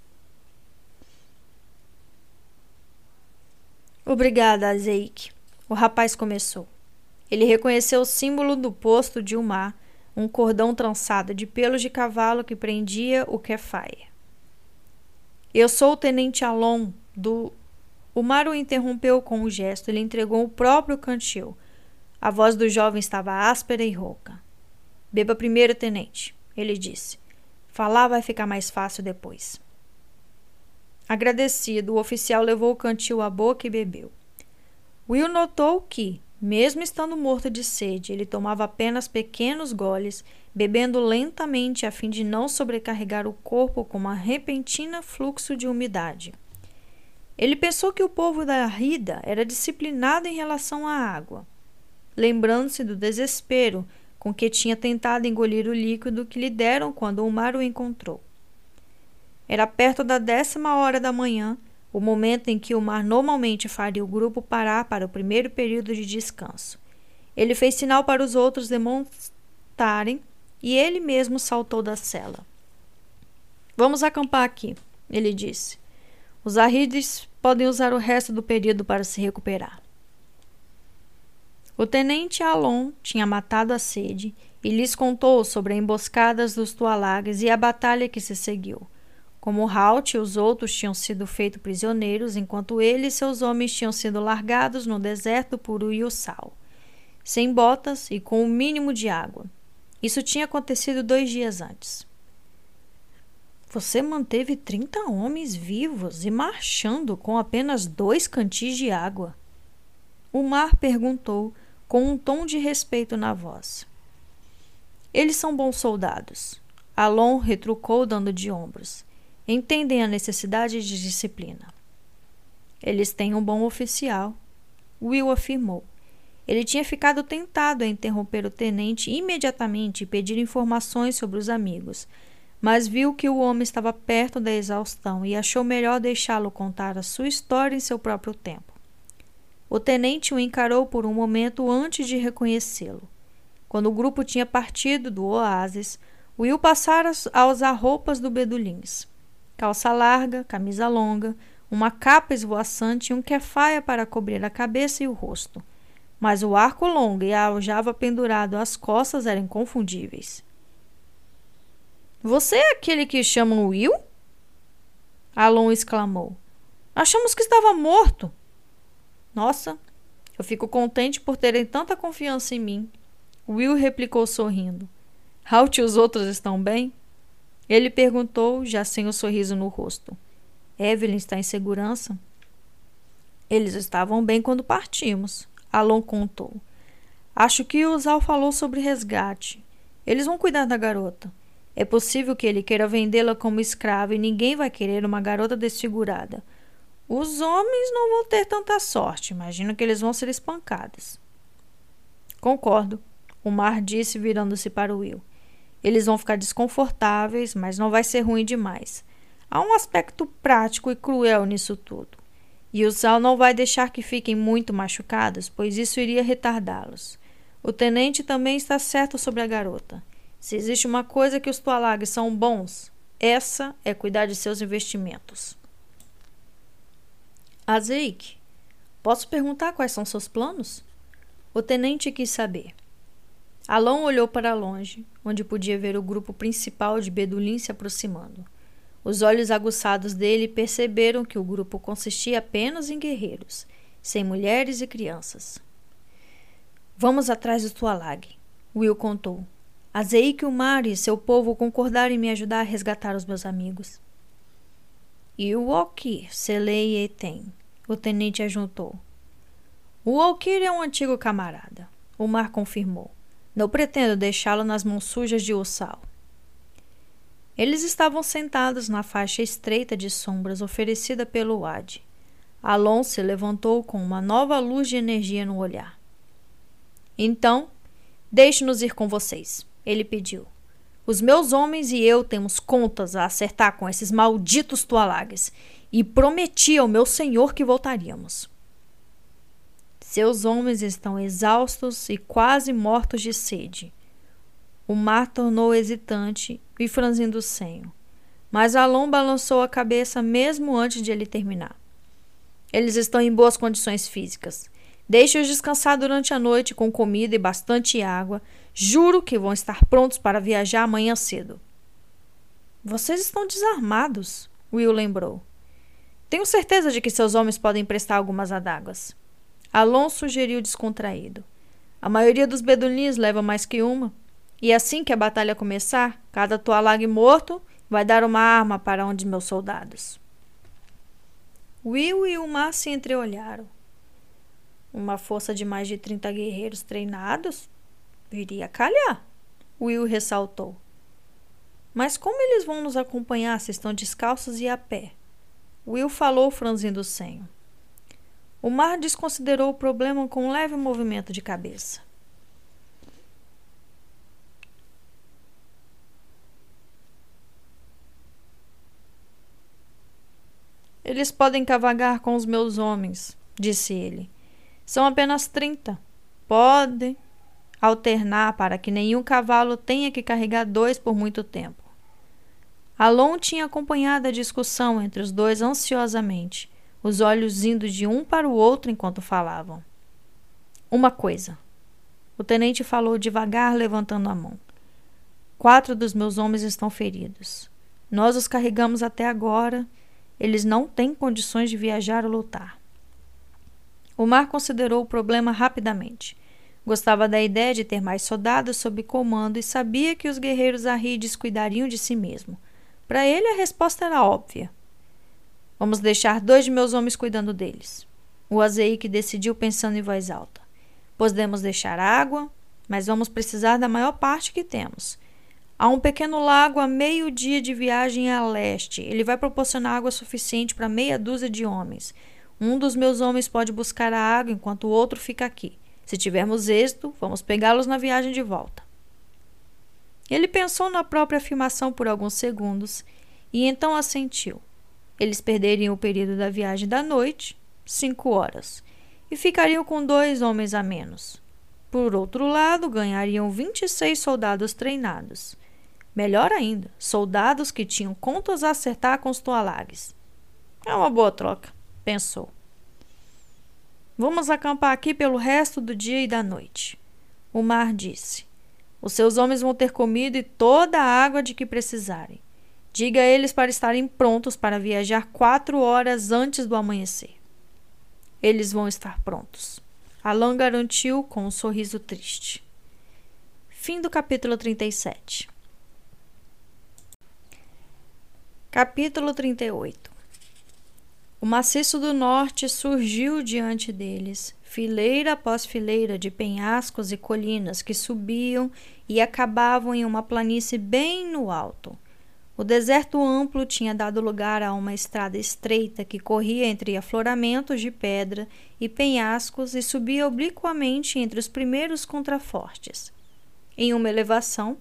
Obrigada, Azeik. O rapaz começou. Ele reconheceu o símbolo do posto de Umar, um cordão trançado de pelos de cavalo que prendia o kefai. Eu sou o tenente Alon do... Umar o interrompeu com um gesto e lhe entregou o próprio cantil. A voz do jovem estava áspera e rouca. Beba primeiro, tenente, ele disse. Falar vai ficar mais fácil depois. Agradecido, o oficial levou o cantil à boca e bebeu. Will notou que, mesmo estando morto de sede, ele tomava apenas pequenos goles, bebendo lentamente a fim de não sobrecarregar o corpo com um repentino fluxo de umidade. Ele pensou que o povo da Rida era disciplinado em relação à água, lembrando-se do desespero com que tinha tentado engolir o líquido que lhe deram quando Umar o encontrou. Era perto da 10ª hora da manhã, o momento em que Umar normalmente faria o grupo parar para o primeiro período de descanso. Ele fez sinal para os outros demonstrarem e ele mesmo saltou da cela. Vamos acampar aqui, ele disse. Os arrides podem usar o resto do período para se recuperar. O tenente Alon tinha matado a sede e lhes contou sobre as emboscadas dos tualagues e a batalha que se seguiu. Como Halt e os outros tinham sido feitos prisioneiros, enquanto ele e seus homens tinham sido largados no deserto por Uyusal, sem botas e com o mínimo de água. Isso tinha acontecido 2 dias antes. Você manteve 30 homens vivos e marchando com apenas 2 cantis de água? Umar perguntou com um tom de respeito na voz. Eles são bons soldados. Alon retrucou dando de ombros. Entendem a necessidade de disciplina. Eles têm um bom oficial, Will afirmou. Ele tinha ficado tentado a interromper o tenente imediatamente e pedir informações sobre os amigos, mas viu que o homem estava perto da exaustão e achou melhor deixá-lo contar a sua história em seu próprio tempo. O tenente o encarou por um momento antes de reconhecê-lo. Quando o grupo tinha partido do oásis, Will passara a usar roupas do Bedouins. Calça larga, camisa longa, uma capa esvoaçante e um kefaia para cobrir a cabeça e o rosto. Mas o arco longo e a aljava pendurado às costas eram inconfundíveis. "Você é aquele que chamam Will?" Alon exclamou. "Achamos que estava morto." "Nossa, eu fico contente por terem tanta confiança em mim." Will replicou sorrindo. "Halt e os outros estão bem?" Ele perguntou, já sem o sorriso no rosto. "Evelyn está em segurança?" "Eles estavam bem quando partimos," Alon contou. "Acho que o Zal falou sobre resgate. Eles vão cuidar da garota. É possível que ele queira vendê-la como escrava e ninguém vai querer uma garota desfigurada. Os homens não vão ter tanta sorte. Imagino que eles vão ser espancados." "Concordo," o Mar disse virando-se para Will. "Eles vão ficar desconfortáveis, mas não vai ser ruim demais. Há um aspecto prático e cruel nisso tudo. E o Zal não vai deixar que fiquem muito machucados, pois isso iria retardá-los. O tenente também está certo sobre a garota. Se existe uma coisa que os Tualagues são bons, essa é cuidar de seus investimentos." "Azeik, posso perguntar quais são seus planos?" O tenente quis saber. Alon olhou para longe, onde podia ver o grupo principal de Bedouins se aproximando. Os olhos aguçados dele perceberam que o grupo consistia apenas em guerreiros, sem mulheres e crianças. "Vamos atrás do Tualag," Will contou. "Azeik Umar e seu povo concordaram em me ajudar a resgatar os meus amigos." "E o Walkir, Selei e Etem," o tenente ajuntou. "O Walkir é um antigo camarada," Umar confirmou. "Não pretendo deixá-lo nas mãos sujas de Ussal." Eles estavam sentados na faixa estreita de sombras oferecida pelo Wadi. Alon se levantou com uma nova luz de energia no olhar. "Então, deixe-nos ir com vocês," ele pediu. "Os meus homens e eu temos contas a acertar com esses malditos Tualagues e prometi ao meu senhor que voltaríamos." "Seus homens estão exaustos e quase mortos de sede." O Mar tornou hesitante e franzindo o senho, mas Alon balançou a cabeça mesmo antes de ele terminar. "Eles estão em boas condições físicas. Deixe-os descansar durante a noite com comida e bastante água. Juro que vão estar prontos para viajar amanhã cedo." "Vocês estão desarmados," Will lembrou. "Tenho certeza de que seus homens podem emprestar algumas adagas." Alon sugeriu descontraído. "A maioria dos Bedouins leva mais que uma. E assim que a batalha começar, cada Tualag morto vai dar uma arma para um de meus soldados." Will e Umar se entreolharam. Uma força de mais de 30 guerreiros treinados? Viria a calhar, Will ressaltou. "Mas como eles vão nos acompanhar se estão descalços e a pé?" Will falou franzindo o senho. Umar desconsiderou o problema com um leve movimento de cabeça. "Eles podem cavalgar com os meus homens," disse ele. "São apenas 30. Podem alternar para que nenhum cavalo tenha que carregar 2 por muito tempo." Alon tinha acompanhado a discussão entre os dois ansiosamente, os olhos indo de um para o outro enquanto falavam. "Uma coisa." O tenente falou devagar, levantando a mão. 4 dos meus homens estão feridos. Nós os carregamos até agora. Eles não têm condições de viajar ou lutar." O Mar considerou o problema rapidamente. Gostava da ideia de ter mais soldados sob comando e sabia que os guerreiros Arrides cuidariam de si mesmo. Para ele, a resposta era óbvia. "Vamos deixar 2 de meus homens cuidando deles." O Azeik decidiu pensando em voz alta. "Podemos deixar água, mas vamos precisar da maior parte que temos. Há um pequeno lago a meio dia de viagem a leste. Ele vai proporcionar água suficiente para meia dúzia de homens. Um dos meus homens pode buscar a água enquanto o outro fica aqui. Se tivermos êxito, vamos pegá-los na viagem de volta. Ele pensou na própria afirmação por alguns segundos e então assentiu. Eles perderiam o período da viagem da noite, 5 horas, e ficariam com 2 homens a menos. Por outro lado, ganhariam 26 soldados treinados. Melhor ainda, soldados que tinham contas a acertar com os Tualagues. É uma boa troca, pensou. Vamos acampar aqui pelo resto do dia e da noite. O mar disse. Os seus homens vão ter comida e toda a água de que precisarem. Diga a eles para estarem prontos para viajar 4 horas antes do amanhecer. Eles vão estar prontos. Alan garantiu com um sorriso triste. Fim do capítulo 37. Capítulo 38. O maciço do norte surgiu diante deles, fileira após fileira de penhascos e colinas que subiam e acabavam em uma planície bem no alto. O deserto amplo tinha dado lugar a uma estrada estreita que corria entre afloramentos de pedra e penhascos e subia obliquamente entre os primeiros contrafortes. Em uma elevação,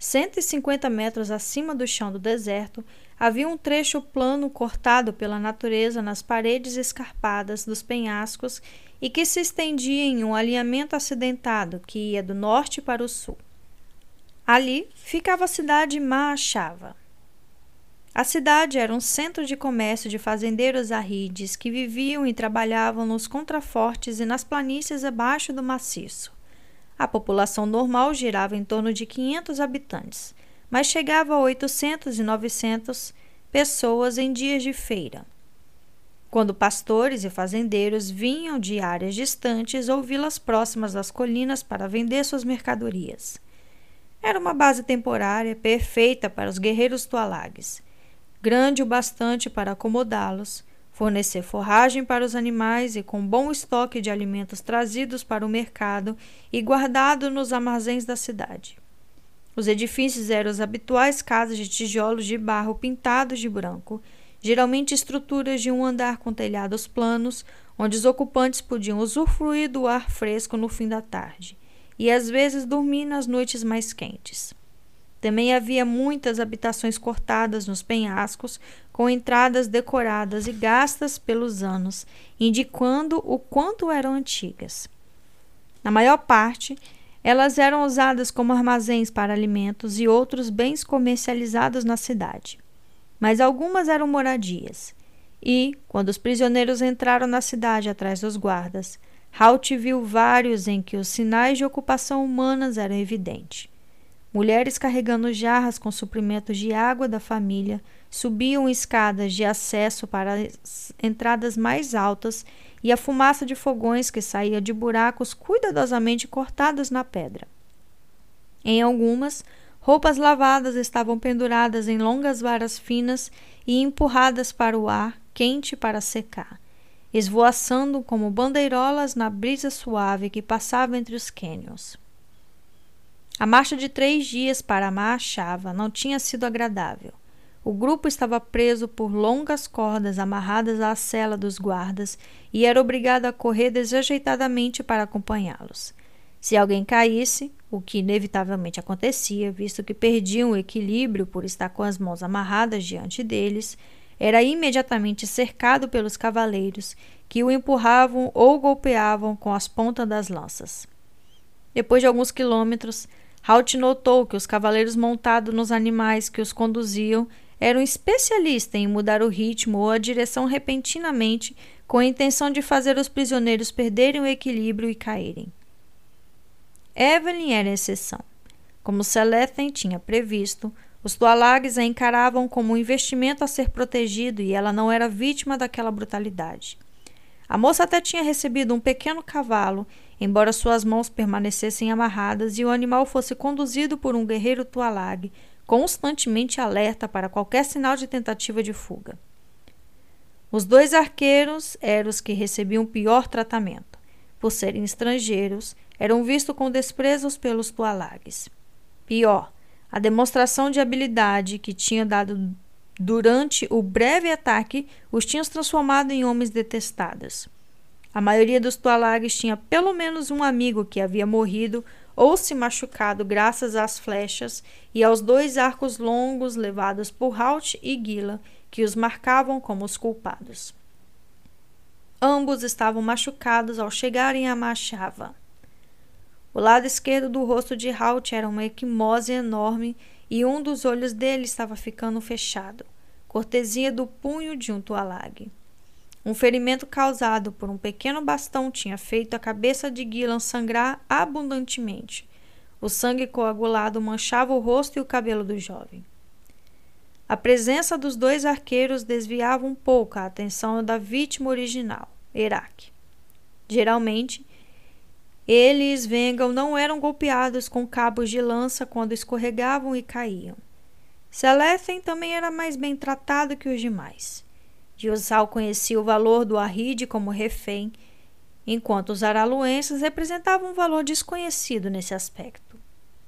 150 metros acima do chão do deserto, havia um trecho plano cortado pela natureza nas paredes escarpadas dos penhascos e que se estendia em um alinhamento acidentado que ia do norte para o sul. Ali ficava a cidade de Maachava. A cidade era um centro de comércio de fazendeiros arrides que viviam e trabalhavam nos contrafortes e nas planícies abaixo do maciço. A população normal girava em torno de 500 habitantes, mas chegava a 800 e 900 pessoas em dias de feira, quando pastores e fazendeiros vinham de áreas distantes ou vilas próximas das colinas para vender suas mercadorias. Era uma base temporária perfeita para os guerreiros Tualagues, grande o bastante para acomodá-los, fornecer forragem para os animais e com bom estoque de alimentos trazidos para o mercado e guardado nos armazéns da cidade. Os edifícios eram as habituais casas de tijolos de barro pintados de branco, geralmente estruturas de um andar com telhados planos, onde os ocupantes podiam usufruir do ar fresco no fim da tarde, e às vezes dormir nas noites mais quentes. Também havia muitas habitações cortadas nos penhascos, com entradas decoradas e gastas pelos anos, indicando o quanto eram antigas. Na maior parte, elas eram usadas como armazéns para alimentos e outros bens comercializados na cidade. Mas algumas eram moradias. E, quando os prisioneiros entraram na cidade atrás dos guardas, Halt viu vários em que os sinais de ocupação humanas eram evidentes. Mulheres carregando jarras com suprimentos de água da família subiam escadas de acesso para as entradas mais altas e a fumaça de fogões que saía de buracos cuidadosamente cortados na pedra. Em algumas, roupas lavadas estavam penduradas em longas varas finas e empurradas para o ar quente para secar, esvoaçando como bandeirolas na brisa suave que passava entre os cânions. A marcha de 3 dias para Maachava não tinha sido agradável. O grupo estava preso por longas cordas amarradas à sela dos guardas e era obrigado a correr desajeitadamente para acompanhá-los. Se alguém caísse, o que inevitavelmente acontecia, visto que perdiam o equilíbrio por estar com as mãos amarradas diante deles, era imediatamente cercado pelos cavaleiros, que o empurravam ou golpeavam com as pontas das lanças. Depois de alguns quilômetros, Halt notou que os cavaleiros montados nos animais que os conduziam eram especialistas em mudar o ritmo ou a direção repentinamente, com a intenção de fazer os prisioneiros perderem o equilíbrio e caírem. Evelyn era a exceção. Como Selethen tinha previsto, os Tualagues a encaravam como um investimento a ser protegido e ela não era vítima daquela brutalidade. A moça até tinha recebido um pequeno cavalo, embora suas mãos permanecessem amarradas e o animal fosse conduzido por um guerreiro Tualague, constantemente alerta para qualquer sinal de tentativa de fuga. Os 2 arqueiros eram os que recebiam o pior tratamento. Por serem estrangeiros, eram vistos com desprezo pelos Tualagues. Pior, a demonstração de habilidade que tinha dado durante o breve ataque os tinha transformado em homens detestados. A maioria dos Tualagues tinha pelo menos um amigo que havia morrido ou se machucado graças às flechas e aos 2 arcos longos levados por Halt e Gila, que os marcavam como os culpados. Ambos estavam machucados ao chegarem a Machava. O lado esquerdo do rosto de Halt era uma equimose enorme e um dos olhos dele estava ficando fechado, cortesia do punho de um Tualag. Um ferimento causado por um pequeno bastão tinha feito a cabeça de Gillan sangrar abundantemente. O sangue coagulado manchava o rosto e o cabelo do jovem. A presença dos 2 arqueiros desviava um pouco a atenção da vítima original, Erak. Geralmente, ele e Svengal não eram golpeados com cabos de lança quando escorregavam e caíam. Selethen também era mais bem tratado que os demais. Diosal conhecia o valor do Arrid como refém, enquanto os araluenses representavam um valor desconhecido nesse aspecto.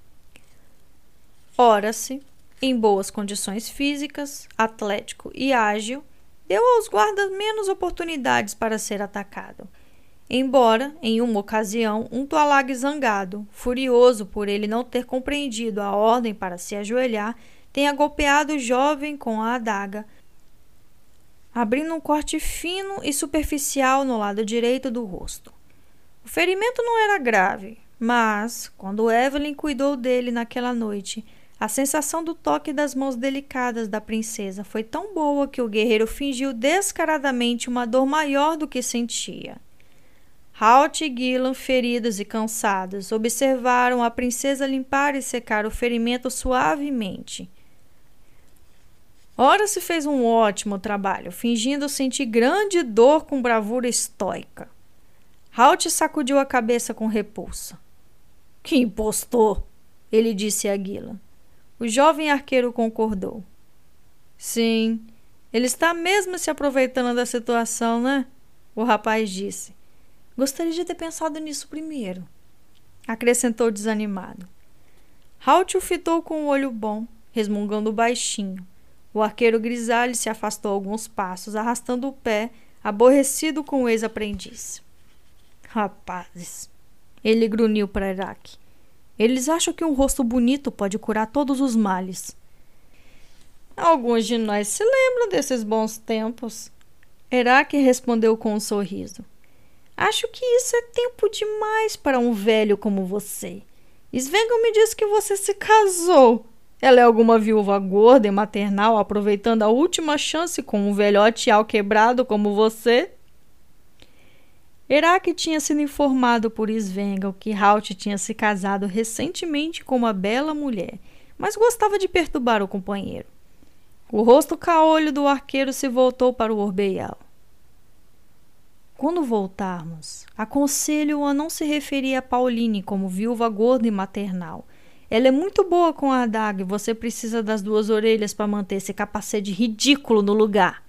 Horace, em boas condições físicas, atlético e ágil, deu aos guardas menos oportunidades para ser atacado, embora, em uma ocasião, um Tualag zangado, furioso por ele não ter compreendido a ordem para se ajoelhar, tenha golpeado o jovem com a adaga, abrindo um corte fino e superficial no lado direito do rosto. O ferimento não era grave, mas, quando Evelyn cuidou dele naquela noite, a sensação do toque das mãos delicadas da princesa foi tão boa que o guerreiro fingiu descaradamente uma dor maior do que sentia. Halt e Gillan, feridos e cansados, observaram a princesa limpar e secar o ferimento suavemente. Horace fez um ótimo trabalho, fingindo sentir grande dor com bravura estoica. Halt sacudiu a cabeça com repulsa. — Que impostor! Ele disse a Gillan. O jovem arqueiro concordou. — Sim, ele está mesmo se aproveitando da situação, né? O rapaz disse. — Gostaria de ter pensado nisso primeiro, acrescentou desanimado. Halt o fitou com um olho bom, resmungando baixinho. O arqueiro grisalho se afastou alguns passos, arrastando o pé, aborrecido com o ex-aprendiz. — Rapazes! Ele grunhiu para Erak. Eles acham que um rosto bonito pode curar todos os males. Alguns de nós se lembram desses bons tempos. Erak respondeu com um sorriso. Acho que isso é tempo demais para um velho como você. Svengal me disse que você se casou. Ela é alguma viúva gorda e maternal aproveitando a última chance com um velhote alquebrado como você? Erak tinha sido informado por Svengal que Halt tinha se casado recentemente com uma bela mulher, mas gostava de perturbar o companheiro. O rosto caolho do arqueiro se voltou para o Orbeial. Quando voltarmos, aconselho-o a não se referir a Pauline como viúva gorda e maternal. Ela é muito boa com a adaga e você precisa das 2 orelhas para manter esse capacete ridículo no lugar.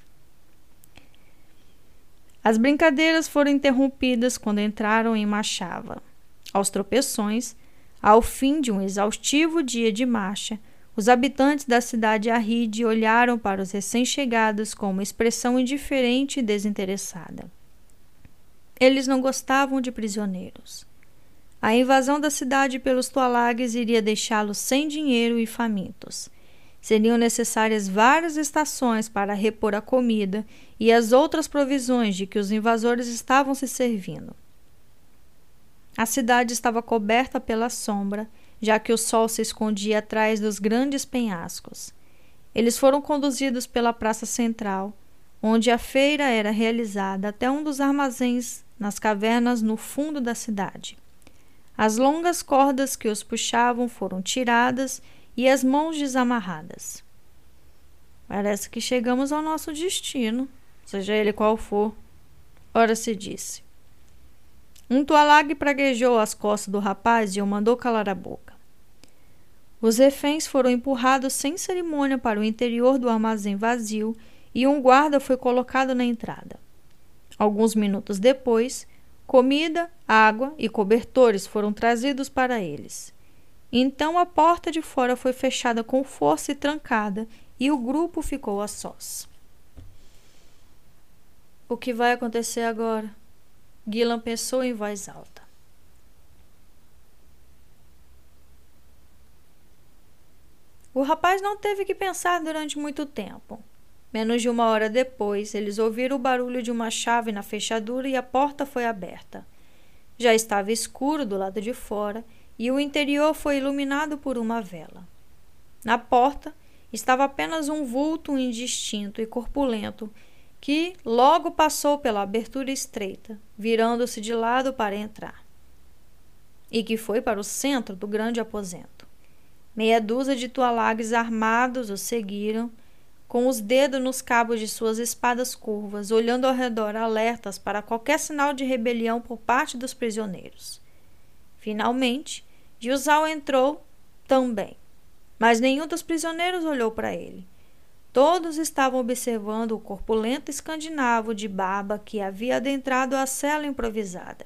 As brincadeiras foram interrompidas quando entraram em Machava. Aos tropeções, ao fim de um exaustivo dia de marcha, os habitantes da cidade Arrid olharam para os recém-chegados com uma expressão indiferente e desinteressada. Eles não gostavam de prisioneiros. A invasão da cidade pelos Tualagues iria deixá-los sem dinheiro e famintos. Seriam necessárias várias estações para repor a comida e as outras provisões de que os invasores estavam se servindo. A cidade estava coberta pela sombra, já que o sol se escondia atrás dos grandes penhascos. Eles foram conduzidos pela praça central, onde a feira era realizada, até um dos armazéns nas cavernas no fundo da cidade. As longas cordas que os puxavam foram tiradas e as mãos desamarradas. Parece que chegamos ao nosso destino, seja ele qual for. Horace disse. Um Tualag praguejou as costas do rapaz e o mandou calar a boca. Os reféns foram empurrados sem cerimônia para o interior do armazém vazio e um guarda foi colocado na entrada. Alguns minutos depois, comida, água e cobertores foram trazidos para eles. Então a porta de fora foi fechada com força e trancada, e o grupo ficou a sós. — O que vai acontecer agora? Gillan pensou em voz alta. O rapaz não teve que pensar durante muito tempo. Menos de 1 hora depois, eles ouviram o barulho de uma chave na fechadura e a porta foi aberta. Já estava escuro do lado de fora e o interior foi iluminado por uma vela. Na porta estava apenas um vulto indistinto e corpulento que logo passou pela abertura estreita, virando-se de lado para entrar, e que foi para o centro do grande aposento. Meia dúzia de tualagues armados o seguiram, com os dedos nos cabos de suas espadas curvas, olhando ao redor alertas para qualquer sinal de rebelião por parte dos prisioneiros. Finalmente, Yuzao entrou também, mas nenhum dos prisioneiros olhou para ele. Todos estavam observando o corpulento escandinavo de barba que havia adentrado a cela improvisada.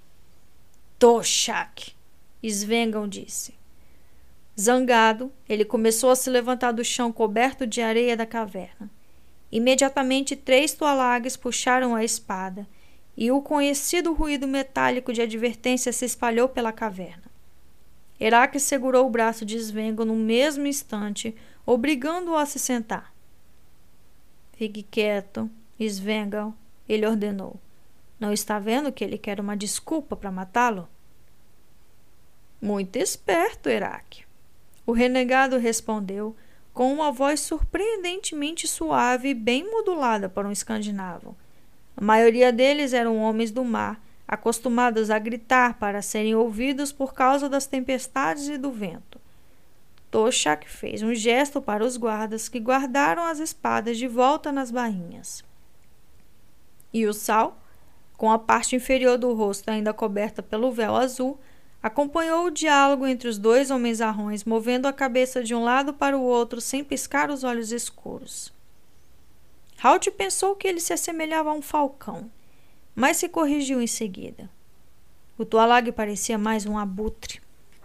Toshak, Svengon disse. Zangado, ele começou a se levantar do chão coberto de areia da caverna. Imediatamente 3 tualagues puxaram a espada e o conhecido ruído metálico de advertência se espalhou pela caverna. Herak segurou o braço de Svengon no mesmo instante, obrigando-o a se sentar. Fique quieto, Svengon, ele ordenou. Não está vendo que ele quer uma desculpa para matá-lo? Muito esperto, Herak. O renegado respondeu com uma voz surpreendentemente suave e bem modulada para um escandinavo. A maioria deles eram homens do mar, acostumados a gritar para serem ouvidos por causa das tempestades e do vento. Toshak fez um gesto para os guardas, que guardaram as espadas de volta nas bainhas. Yuzao, com a parte inferior do rosto ainda coberta pelo véu azul, acompanhou o diálogo entre os 2 homens arrões, movendo a cabeça de um lado para o outro sem piscar os olhos escuros. Halt pensou que ele se assemelhava a um falcão, mas se corrigiu em seguida. O tualague parecia mais um abutre.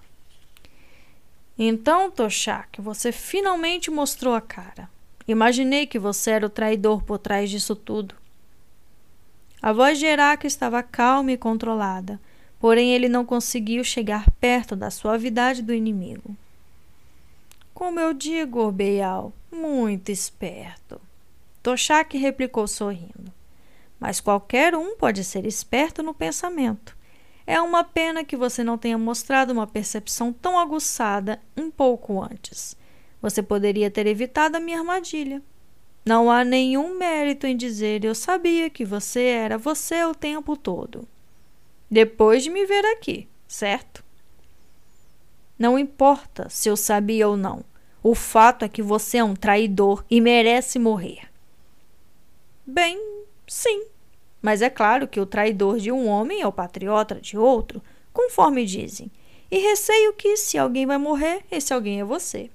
Então, Toshak, você finalmente mostrou a cara. Imaginei que você era o traidor por trás disso tudo. A voz de Herak estava calma e controlada, porém ele não conseguiu chegar perto da suavidade do inimigo. Como eu digo, Orbeial, muito esperto. Toshak replicou sorrindo. Mas qualquer um pode ser esperto no pensamento. É uma pena que você não tenha mostrado uma percepção tão aguçada um pouco antes. Você poderia ter evitado a minha armadilha. Não há nenhum mérito em dizer eu sabia que você era você o tempo todo. Depois de me ver aqui, certo? Não importa se eu sabia ou não. O fato é que você é um traidor e merece morrer. Bem, sim. Mas é claro que o traidor de um homem é o patriota de outro, conforme dizem. E receio que, se alguém vai morrer, esse alguém é você.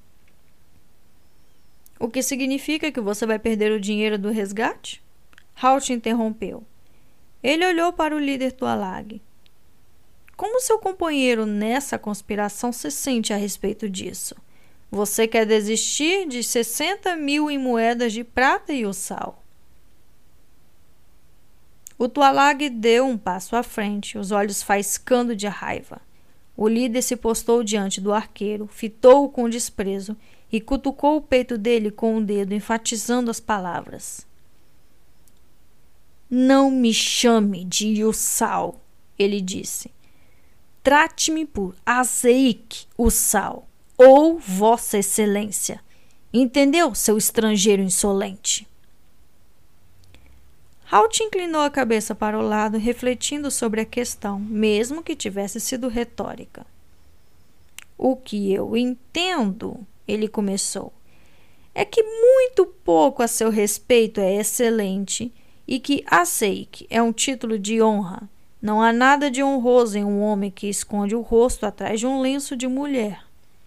O que significa que você vai perder o dinheiro do resgate? Halt interrompeu. Ele olhou para o líder tualague. Como seu companheiro nessa conspiração se sente a respeito disso? Você quer desistir de 60.000 em moedas de prata e o sal? O tualague deu um passo à frente, os olhos faiscando de raiva. O líder se postou diante do arqueiro, fitou-o com desprezo e cutucou o peito dele com um dedo, enfatizando as palavras. Não me chame de Yuzao, ele disse. Trate-me por Azeik Usal, ou Vossa Excelência. Entendeu, seu estrangeiro insolente? Halt inclinou a cabeça para o lado, refletindo sobre a questão, mesmo que tivesse sido retórica. O que eu entendo, ele começou, é que muito pouco a seu respeito é excelente e que Azeik é um título de honra. Não há nada de honroso em um homem que esconde o rosto atrás de um lenço de mulher.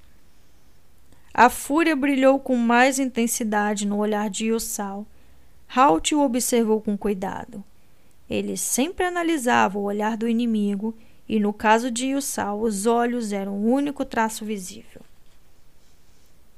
A fúria brilhou com mais intensidade no olhar de Yuzao. Halt o observou com cuidado. Ele sempre analisava o olhar do inimigo e, no caso de Yuzao, os olhos eram o único traço visível.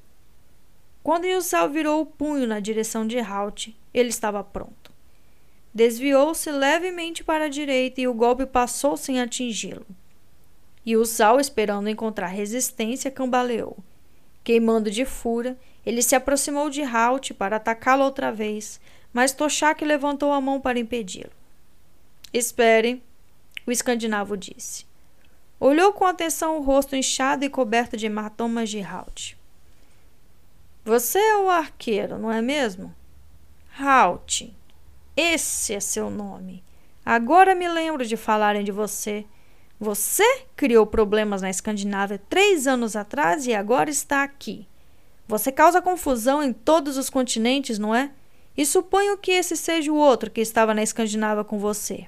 Quando Yuzao virou o punho na direção de Halt, ele estava pronto. desviou-se levemente para a direita e o golpe passou sem atingi-lo. Yusal, esperando encontrar resistência, cambaleou. Queimando de fúria, ele se aproximou de Halt para atacá-lo outra vez, mas Toshak levantou a mão para impedi-lo. Espere, o escandinavo disse. Olhou com atenção o rosto inchado e coberto de hematomas de Halt. Você é o arqueiro, não é mesmo? Halt, esse é seu nome. Agora me lembro de falarem de você. Você criou problemas na Escandinávia 3 anos atrás e agora está aqui. Você causa confusão em todos os continentes, não é? E suponho que esse seja o outro que estava na Escandinávia com você.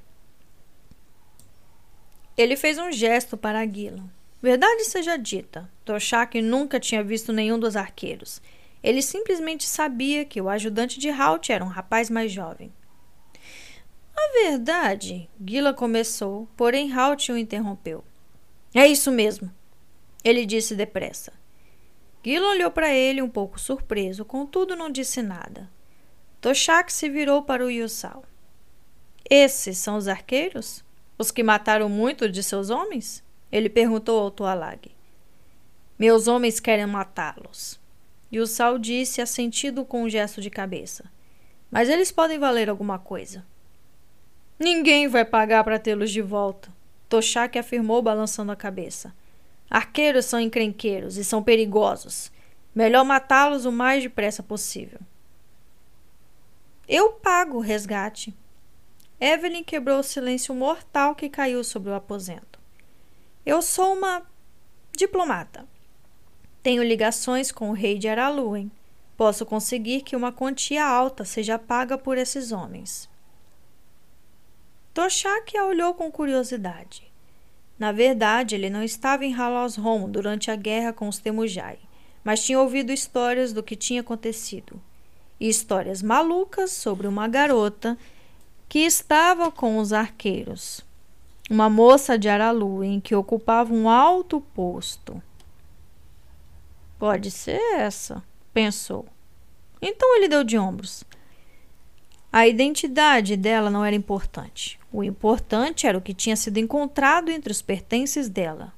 Ele fez um gesto para Gillan. Verdade seja dita, Toshak nunca tinha visto nenhum dos arqueiros. Ele simplesmente sabia que o ajudante de Halt era um rapaz mais jovem. A verdade, Gillan começou, porém Halt o interrompeu. É isso mesmo, ele disse depressa. Gillan olhou para ele um pouco surpreso, contudo não disse nada. Toshak se virou para o Yusal. Esses são os arqueiros? Os que mataram muitos de seus homens? Ele perguntou ao Tualag. Meus homens querem matá-los. Yusal disse, assentindo com um gesto de cabeça. Mas eles podem valer alguma coisa. Ninguém vai pagar para tê-los de volta, Toshak afirmou, balançando a cabeça. Arqueiros são encrenqueiros e são perigosos. Melhor matá-los o mais depressa possível. Eu pago o resgate. Evelyn quebrou o silêncio mortal que caiu sobre o aposento. Eu sou uma diplomata. Tenho ligações com o rei de Araluen. Posso conseguir que uma quantia alta seja paga por esses homens. Toshak a olhou com curiosidade. Na verdade, ele não estava em Haloshom durante a guerra com os Temujai, mas tinha ouvido histórias do que tinha acontecido. E histórias malucas sobre uma garota que estava com os arqueiros. Uma moça de Araluen que ocupava um alto posto. Pode ser essa, pensou. Então ele deu de ombros. A identidade dela não era importante. O importante era o que tinha sido encontrado entre os pertences dela.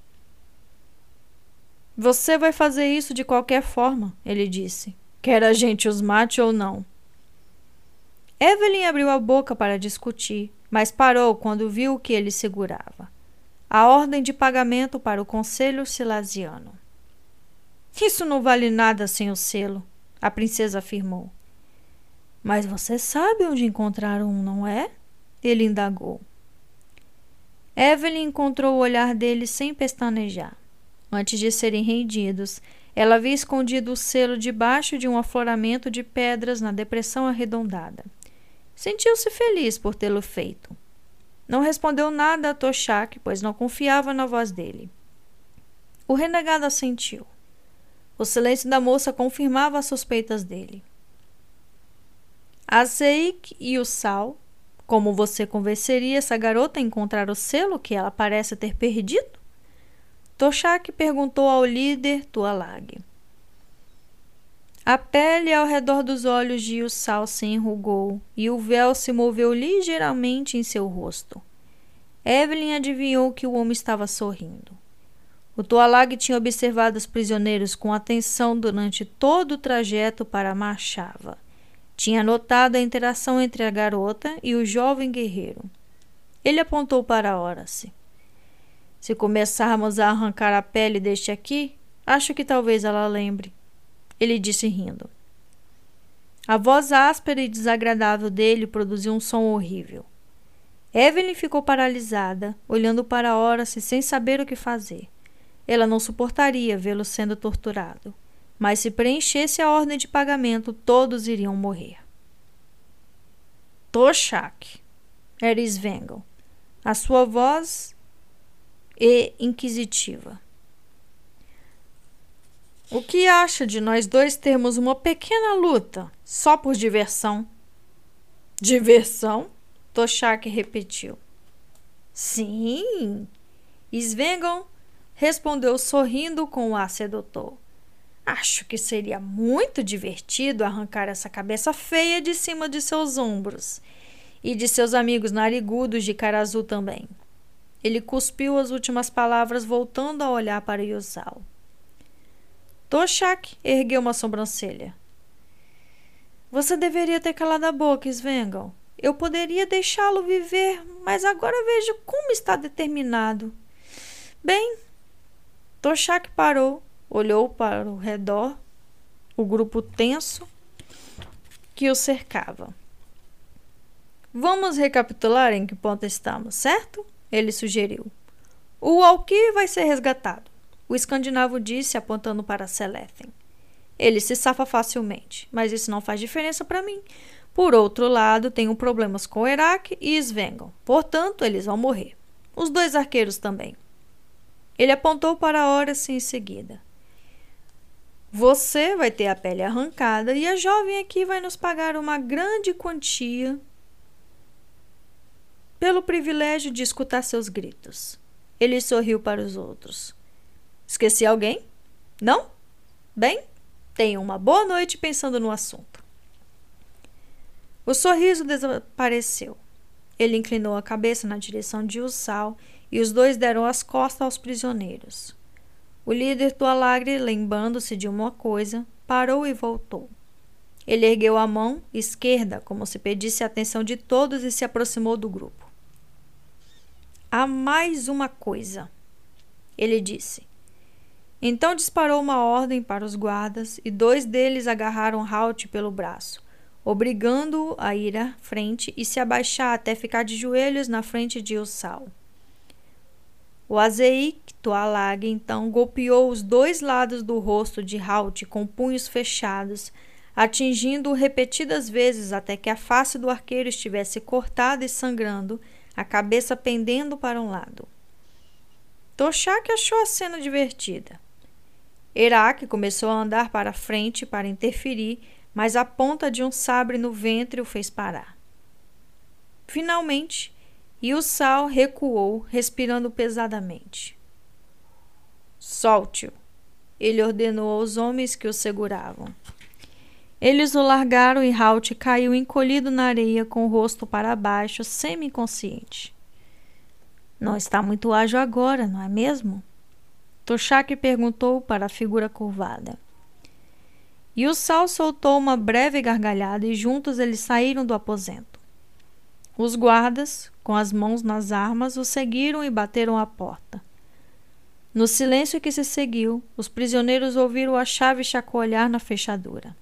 Você vai fazer isso de qualquer forma, ele disse. Quer a gente os mate ou não. Evelyn abriu a boca para discutir, mas parou quando viu o que ele segurava. A ordem de pagamento para o Conselho Silasiano. Isso não vale nada sem o selo, a princesa afirmou. Mas você sabe onde encontrar um, não é? Ele indagou. Evelyn encontrou o olhar dele sem pestanejar. Antes de serem rendidos, ela havia escondido o selo debaixo de um afloramento de pedras na depressão arredondada. Sentiu-se feliz por tê-lo feito. Não respondeu nada a Toshak, pois não confiava na voz dele. O renegado assentiu. O silêncio da moça confirmava as suspeitas dele. Azeik e o Sal, como você convenceria essa garota a encontrar o selo que ela parece ter perdido? Toshak perguntou ao líder Tualag. A pele ao redor dos olhos de Yusal se enrugou e o véu se moveu ligeiramente em seu rosto. Evelyn adivinhou que o homem estava sorrindo. O Tualag tinha observado os prisioneiros com atenção durante todo o trajeto para Machava. Tinha notado a interação entre a garota e o jovem guerreiro. Ele apontou para Horace. Se começarmos a arrancar a pele deste aqui, acho que talvez ela lembre. Ele disse rindo. A voz áspera e desagradável dele produziu um som horrível. Evelyn ficou paralisada, olhando para Horace sem saber o que fazer. Ela não suportaria vê-lo sendo torturado. Mas se preenchesse a ordem de pagamento, todos iriam morrer. Toshak, era Svengal. A sua voz é inquisitiva. O que acha de nós dois termos uma pequena luta, só por diversão? Diversão? Toshak repetiu. Sim, Svengal respondeu sorrindo com o ar sedutor. Acho que seria muito divertido arrancar essa cabeça feia de cima de seus ombros. E de seus amigos narigudos de cara azul também. Ele cuspiu as últimas palavras, voltando a olhar para Yusal. Toshak ergueu uma sobrancelha. Você deveria ter calado a boca, Svengal. Eu poderia deixá-lo viver, mas agora vejo como está determinado. Bem, Toshak parou, olhou para o redor, o grupo tenso que o cercava. Vamos recapitular em que ponto estamos, certo? Ele sugeriu. O Valkyr vai ser resgatado, o escandinavo disse, apontando para Selethen. Ele se safa facilmente, mas isso não faz diferença para mim. Por outro lado, tenho problemas com Erak e Svengal, portanto, eles vão morrer. Os 2 arqueiros também. Ele apontou para Horace em seguida. Você vai ter a pele arrancada e a jovem aqui vai nos pagar uma grande quantia pelo privilégio de escutar seus gritos. Ele sorriu para os outros. Esqueci alguém? Não? Bem, tenha uma boa noite pensando no assunto. O sorriso desapareceu. Ele inclinou a cabeça na direção de Yusal e os 2 deram as costas aos prisioneiros. O líder Tualagre, lembrando-se de uma coisa, parou e voltou. Ele ergueu a mão esquerda como se pedisse a atenção de todos e se aproximou do grupo. Há mais uma coisa, ele disse. Então disparou uma ordem para os guardas e 2 deles agarraram Halt pelo braço, obrigando-o a ir à frente e se abaixar até ficar de joelhos na frente de Yusal. O Azeik Tualag então golpeou os 2 lados do rosto de Halt com punhos fechados, atingindo-o repetidas vezes até que a face do arqueiro estivesse cortada e sangrando, a cabeça pendendo para um lado. Toshak achou a cena divertida. Erak começou a andar para frente para interferir, mas a ponta de um sabre no ventre o fez parar. Finalmente, Yusal recuou, respirando pesadamente. Solte-o, ele ordenou aos homens que o seguravam. Eles o largaram e Halt caiu encolhido na areia com o rosto para baixo, semi-inconsciente. Não está muito ágil agora, não é mesmo? Toshak perguntou para a figura curvada. Yusal soltou uma breve gargalhada e juntos eles saíram do aposento. Os guardas, com as mãos nas armas, o seguiram e bateram à porta. No silêncio que se seguiu, os prisioneiros ouviram a chave chacoalhar na fechadura.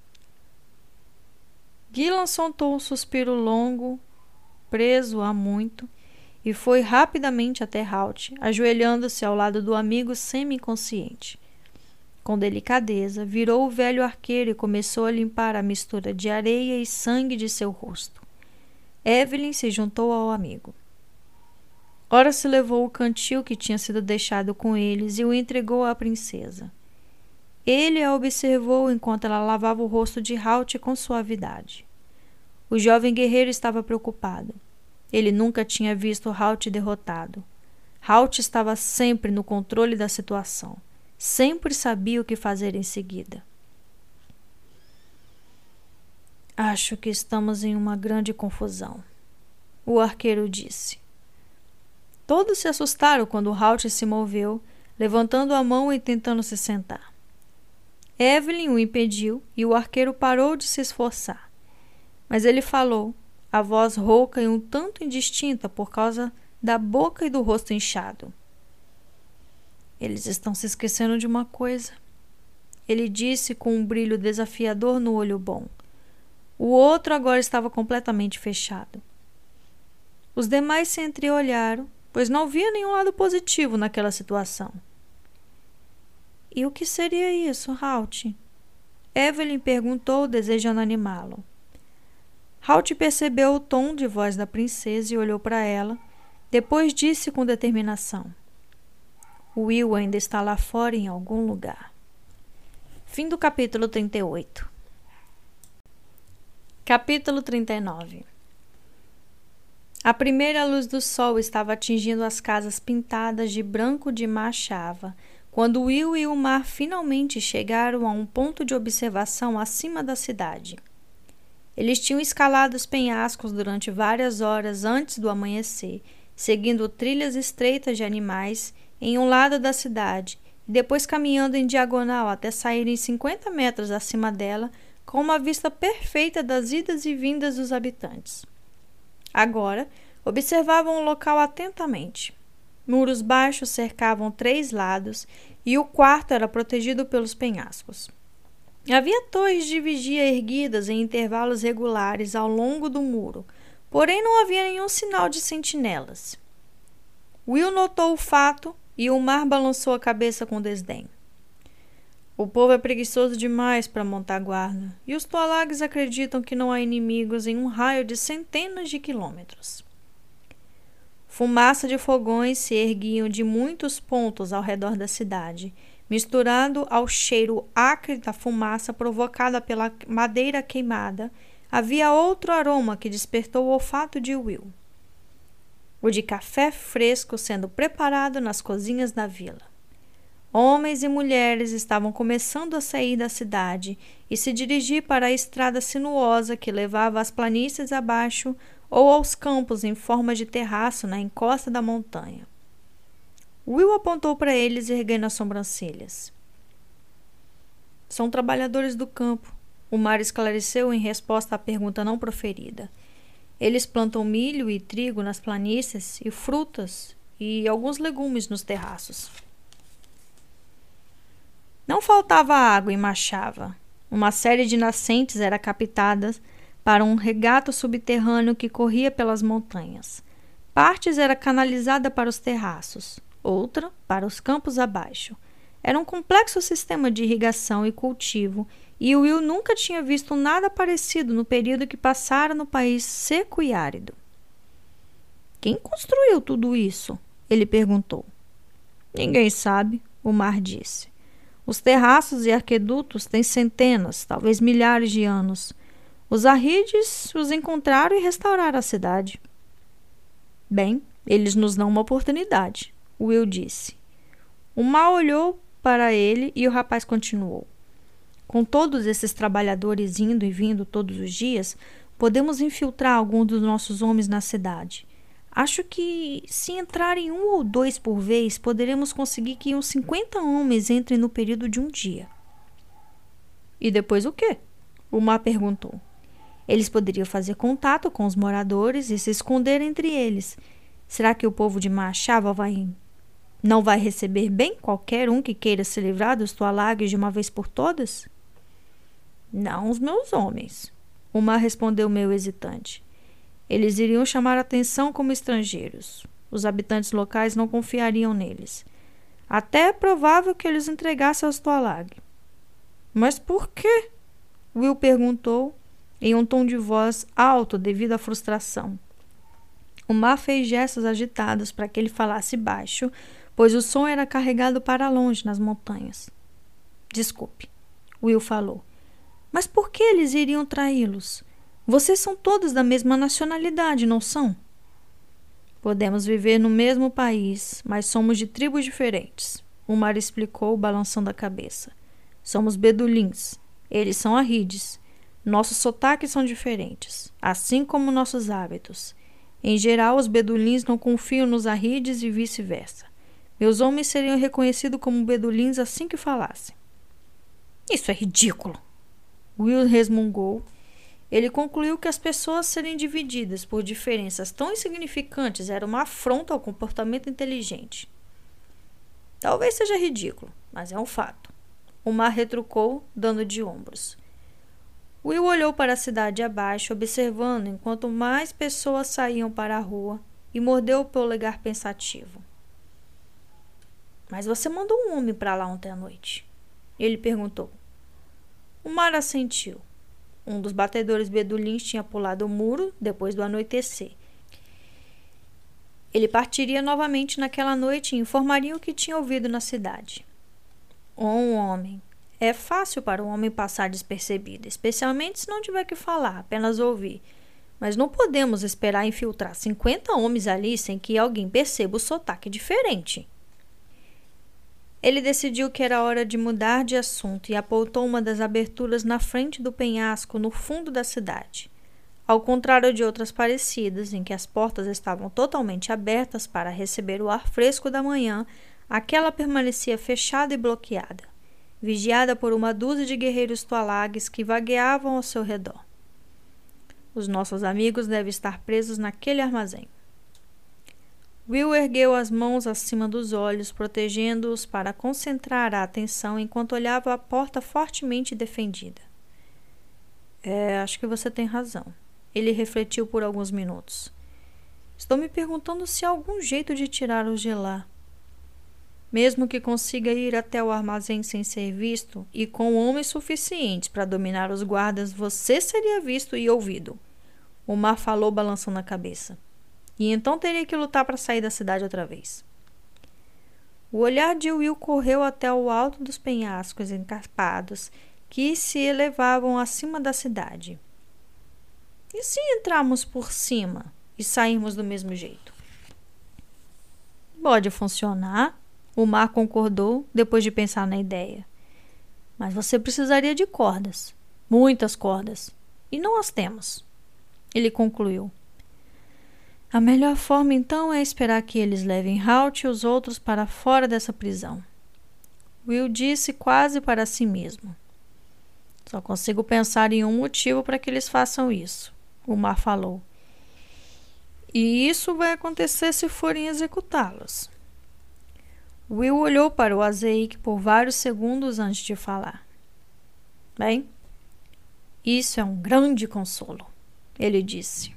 Gillan soltou um suspiro longo, preso há muito, e foi rapidamente até Halt, ajoelhando-se ao lado do amigo semi-inconsciente. Com delicadeza, virou o velho arqueiro e começou a limpar a mistura de areia e sangue de seu rosto. Evelyn se juntou ao amigo. Horace levou o cantil que tinha sido deixado com eles e o entregou à princesa. Ele a observou enquanto ela lavava o rosto de Halt com suavidade. O jovem guerreiro estava preocupado. Ele nunca tinha visto Halt derrotado. Halt estava sempre no controle da situação. Sempre sabia o que fazer em seguida. Acho que estamos em uma grande confusão, o arqueiro disse. Todos se assustaram quando Halt se moveu, levantando a mão e tentando se sentar. Evelyn o impediu e o arqueiro parou de se esforçar. Mas ele falou, a voz rouca e um tanto indistinta por causa da boca e do rosto inchado. Eles estão se esquecendo de uma coisa. Ele disse com um brilho desafiador no olho bom. O outro agora estava completamente fechado. Os demais se entreolharam, pois não via nenhum lado positivo naquela situação. E o que seria isso, Halt? Evelyn perguntou, desejando animá-lo. Halt percebeu o tom de voz da princesa e olhou para ela. Depois disse com determinação. Will ainda está lá fora em algum lugar. Fim do capítulo 38. Capítulo 39. A primeira luz do sol estava atingindo as casas pintadas de branco de Machava, quando Will e o mar finalmente chegaram a um ponto de observação acima da cidade. Eles tinham escalado os penhascos durante várias horas antes do amanhecer, seguindo trilhas estreitas de animais em um lado da cidade e depois caminhando em diagonal até saírem 50 metros acima dela, com uma vista perfeita das idas e vindas dos habitantes. Agora, observavam o local atentamente. Muros baixos cercavam 3 lados e o quarto era protegido pelos penhascos. Havia torres de vigia erguidas em intervalos regulares ao longo do muro, porém não havia nenhum sinal de sentinelas. Will notou o fato e Umar balançou a cabeça com desdém. O povo é preguiçoso demais para montar guarda, e os Tualagues acreditam que não há inimigos em um raio de centenas de quilômetros. Fumaça de fogões se erguiam de muitos pontos ao redor da cidade, misturado ao cheiro acre da fumaça provocada pela madeira queimada. Havia outro aroma que despertou o olfato de Will: o de café fresco sendo preparado nas cozinhas da vila. Homens e mulheres estavam começando a sair da cidade e se dirigir para a estrada sinuosa que levava às planícies abaixo ou aos campos em forma de terraço na encosta da montanha. Will apontou para eles, erguendo as sobrancelhas. São trabalhadores do campo, Umar esclareceu em resposta à pergunta não proferida. Eles plantam milho e trigo nas planícies e frutas e alguns legumes nos terraços. Não faltava água em Machava. Uma série de nascentes era captada para um regato subterrâneo que corria pelas montanhas. Partes era canalizada para os terraços, outra para os campos abaixo. Era um complexo sistema de irrigação e cultivo, e Will nunca tinha visto nada parecido no período que passara no país seco e árido. Quem construiu tudo isso? Ele perguntou. Ninguém sabe, Umar disse. Os terraços e arquedutos têm centenas, talvez milhares de anos. Os Arrides os encontraram e restauraram a cidade. Bem, eles nos dão uma oportunidade, Will disse. Umar olhou para ele e o rapaz continuou. Com todos esses trabalhadores indo e vindo todos os dias, podemos infiltrar algum dos nossos homens na cidade. Acho que, se entrarem 1 ou 2 por vez, poderemos conseguir que uns 50 homens entrem no período de um dia. E depois o quê? Umar perguntou. Eles poderiam fazer contato com os moradores e se esconder entre eles. Será que o povo de Machava não vai receber bem qualquer um que queira se livrar dos Tualagues de uma vez por todas? Não os meus homens, Umar respondeu meio hesitante. Eles iriam chamar a atenção como estrangeiros. Os habitantes locais não confiariam neles. Até é provável que eles entregassem aos Tualag. Mas por quê? Will perguntou em um tom de voz alto devido à frustração. Umar fez gestos agitados para que ele falasse baixo, pois o som era carregado para longe nas montanhas. Desculpe, Will falou. Mas por que eles iriam traí-los? Vocês são todos da mesma nacionalidade, não são? Podemos viver no mesmo país, mas somos de tribos diferentes, Umar explicou, balançando a cabeça. Somos bedulins, eles são arrides. Nossos sotaques são diferentes, assim como nossos hábitos. Em geral, os bedulins não confiam nos arrides e vice-versa. Meus homens seriam reconhecidos como bedulins assim que falassem. Isso é ridículo, Will resmungou. Ele concluiu que as pessoas serem divididas por diferenças tão insignificantes era uma afronta ao comportamento inteligente. Talvez seja ridículo, mas é um fato. Umar retrucou, dando de ombros. Will olhou para a cidade abaixo, observando enquanto mais pessoas saíam para a rua, e mordeu o polegar pensativo. Mas você mandou um homem para lá ontem à noite? Ele perguntou. Umar assentiu. Um dos batedores bedulins tinha pulado o muro depois do anoitecer. Ele partiria novamente naquela noite e informaria o que tinha ouvido na cidade. Um homem. É fácil para um homem passar despercebido, especialmente se não tiver que falar, apenas ouvir. Mas não podemos esperar infiltrar 50 homens ali sem que alguém perceba o sotaque diferente. Ele decidiu que era hora de mudar de assunto e apontou uma das aberturas na frente do penhasco no fundo da cidade. Ao contrário de outras parecidas, em que as portas estavam totalmente abertas para receber o ar fresco da manhã, aquela permanecia fechada e bloqueada, vigiada por uma dúzia de guerreiros tualagues que vagueavam ao seu redor. Os nossos amigos devem estar presos naquele armazém. Will ergueu as mãos acima dos olhos, protegendo-os para concentrar a atenção enquanto olhava a porta fortemente defendida. Acho que você tem razão. Ele refletiu por alguns minutos. Estou me perguntando se há algum jeito de tirá-los de lá. Mesmo que consiga ir até o armazém sem ser visto e com homens suficientes para dominar os guardas, você seria visto e ouvido. Umar falou, balançando a cabeça. E então teria que lutar para sair da cidade outra vez. O olhar de Will correu até o alto dos penhascos encarpados que se elevavam acima da cidade. E se entrarmos por cima e sairmos do mesmo jeito? Pode funcionar, Umar concordou depois de pensar na ideia. Mas você precisaria de cordas, muitas cordas, e não as temos. Ele concluiu. A melhor forma então é esperar que eles levem Halt e os outros para fora dessa prisão. Will disse quase para si mesmo. Só consigo pensar em um motivo para que eles façam isso. Umar falou. E isso vai acontecer se forem executá-los. Will olhou para o Azaik por vários segundos antes de falar. Bem, isso é um grande consolo, ele disse.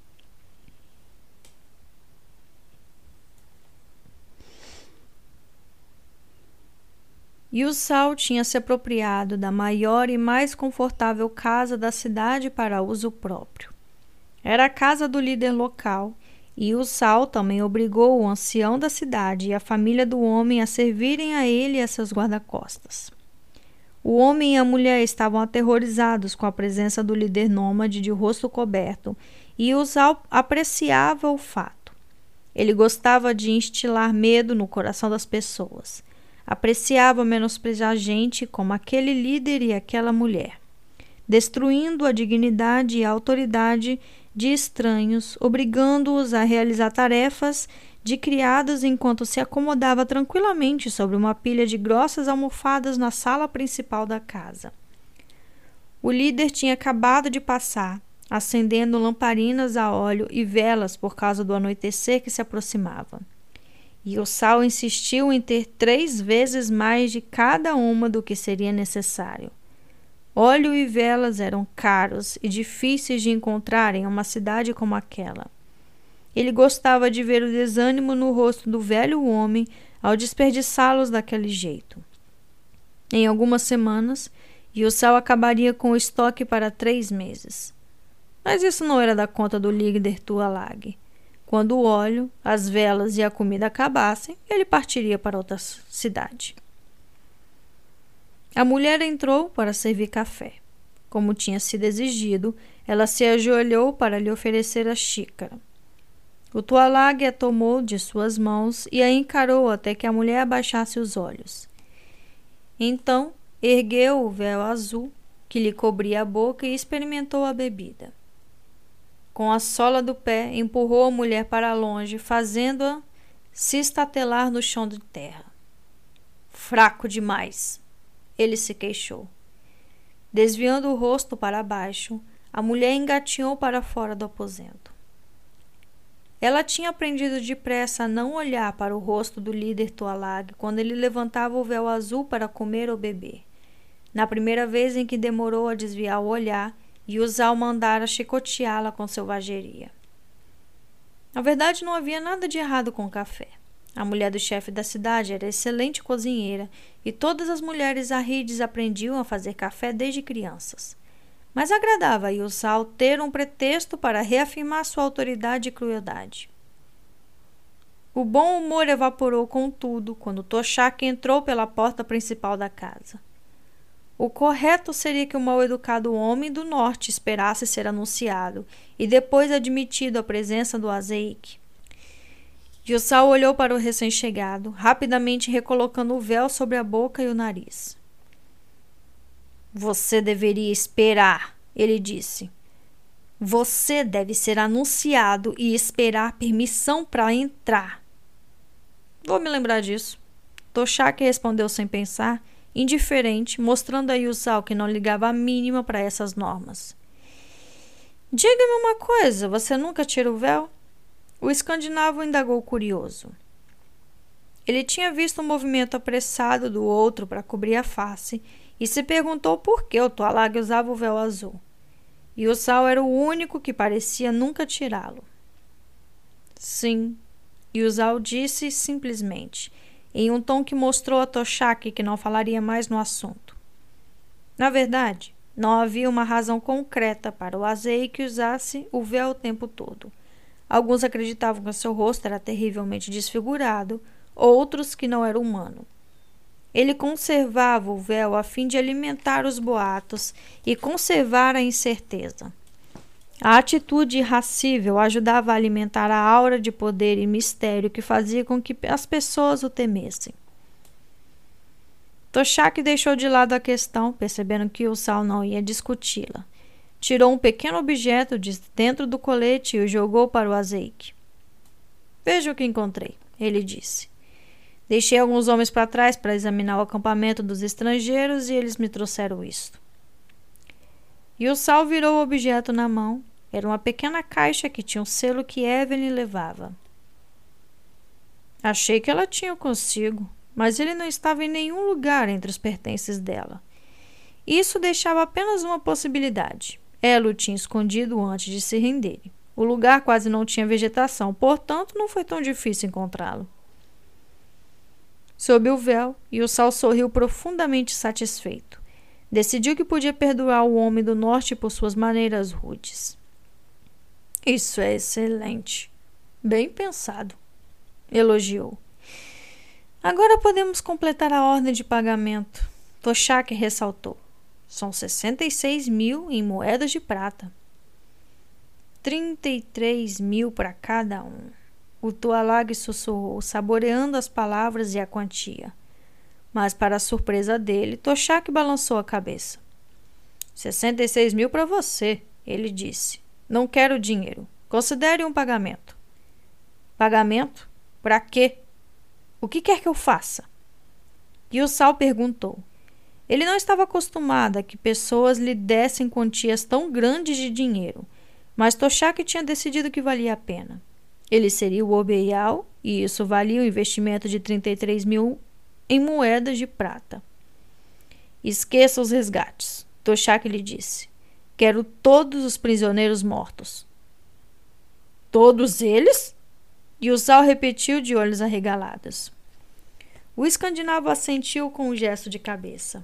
Yusal tinha se apropriado da maior e mais confortável casa da cidade para uso próprio. Era a casa do líder local, e Yusal também obrigou o ancião da cidade e a família do homem a servirem a ele e a seus guarda-costas. O homem e a mulher estavam aterrorizados com a presença do líder nômade de rosto coberto, e Yusal apreciava o fato. Ele gostava de instilar medo no coração das pessoas. Apreciava menosprezar gente como aquele líder e aquela mulher, destruindo a dignidade e a autoridade de estranhos, obrigando-os a realizar tarefas de criados enquanto se acomodava tranquilamente sobre uma pilha de grossas almofadas na sala principal da casa. O líder tinha acabado de passar, acendendo lamparinas a óleo e velas por causa do anoitecer que se aproximava. E o Sal insistiu em ter 3 vezes mais de cada uma do que seria necessário. Óleo e velas eram caros e difíceis de encontrar em uma cidade como aquela. Ele gostava de ver o desânimo no rosto do velho homem ao desperdiçá-los daquele jeito. Em algumas semanas, Yusal acabaria com o estoque para 3 meses. Mas isso não era da conta do líder Tualag. Quando o óleo, as velas e a comida acabassem, ele partiria para outra cidade. A mulher entrou para servir café. Como tinha sido exigido, ela se ajoelhou para lhe oferecer a xícara. O Tualag a tomou de suas mãos e a encarou até que a mulher abaixasse os olhos. Então, ergueu o véu azul que lhe cobria a boca e experimentou a bebida. Com a sola do pé, empurrou a mulher para longe, fazendo-a se estatelar no chão de terra. Fraco demais, ele se queixou. Desviando o rosto para baixo, a mulher engatinhou para fora do aposento. Ela tinha aprendido depressa a não olhar para o rosto do líder Tualag quando ele levantava o véu azul para comer ou beber. Na primeira vez em que demorou a desviar o olhar, Yusal mandara chicoteá-la com selvageria. Na verdade, não havia nada de errado com o café. A mulher do chefe da cidade era excelente cozinheira e todas as mulheres arrides aprendiam a fazer café desde crianças. Mas agradava a Yusal ter um pretexto para reafirmar sua autoridade e crueldade. O bom humor evaporou contudo quando Toshak entrou pela porta principal da casa. O correto seria que o mal-educado homem do norte esperasse ser anunciado e depois admitido à presença do Azaik. Yussal olhou para o recém-chegado, rapidamente recolocando o véu sobre a boca e o nariz. Você deveria esperar, ele disse. Você deve ser anunciado e esperar permissão para entrar. Vou me lembrar disso. Toshak respondeu sem pensar, indiferente, mostrando a Yussal que não ligava a mínima para essas normas. Diga-me uma coisa, você nunca tira o véu? O escandinavo indagou curioso. Ele tinha visto um movimento apressado do outro para cobrir a face e se perguntou por que o Tualag usava o véu azul. Yussal era o único que parecia nunca tirá-lo. Sim, Yussal disse simplesmente, em um tom que mostrou a Toshak que não falaria mais no assunto. Na verdade, não havia uma razão concreta para o Azei que usasse o véu o tempo todo. Alguns acreditavam que seu rosto era terrivelmente desfigurado, outros que não era humano. Ele conservava o véu a fim de alimentar os boatos e conservar a incerteza. A atitude irracível ajudava a alimentar a aura de poder e mistério que fazia com que as pessoas o temessem. Toshak deixou de lado a questão, percebendo que Yussal não ia discuti-la. Tirou um pequeno objeto de dentro do colete e o jogou para o Azeik. Veja o que encontrei, ele disse. Deixei alguns homens para trás para examinar o acampamento dos estrangeiros e eles me trouxeram isto. Yussal virou o objeto na mão. Era uma pequena caixa que tinha um selo que Evelyn levava. Achei que ela tinha consigo, mas ele não estava em nenhum lugar entre os pertences dela. Isso deixava apenas uma possibilidade. Ela o tinha escondido antes de se render. O lugar quase não tinha vegetação, portanto não foi tão difícil encontrá-lo. Sob o véu, Yussal sorriu profundamente satisfeito. Decidiu que podia perdoar o homem do norte por suas maneiras rudes. Isso é excelente. Bem pensado, elogiou. Agora podemos completar a ordem de pagamento. Toshak ressaltou. São 66.000 em moedas de prata. 33.000 para cada um. O Tualag sussurrou, saboreando as palavras e a quantia. Mas, para a surpresa dele, Toshak balançou a cabeça. 66.000 para você, ele disse. Não quero dinheiro. Considere um pagamento. Pagamento? Para quê? O que quer que eu faça? Yussal perguntou. Ele não estava acostumado a que pessoas lhe dessem quantias tão grandes de dinheiro, mas Toshak tinha decidido que valia a pena. Ele seria o Obeyal, e isso valia um investimento de 33.000 em moedas de prata. Esqueça os resgates, Toshak lhe disse. Quero todos os prisioneiros mortos. Todos eles? Yussal repetiu de olhos arregalados. O escandinavo assentiu com um gesto de cabeça.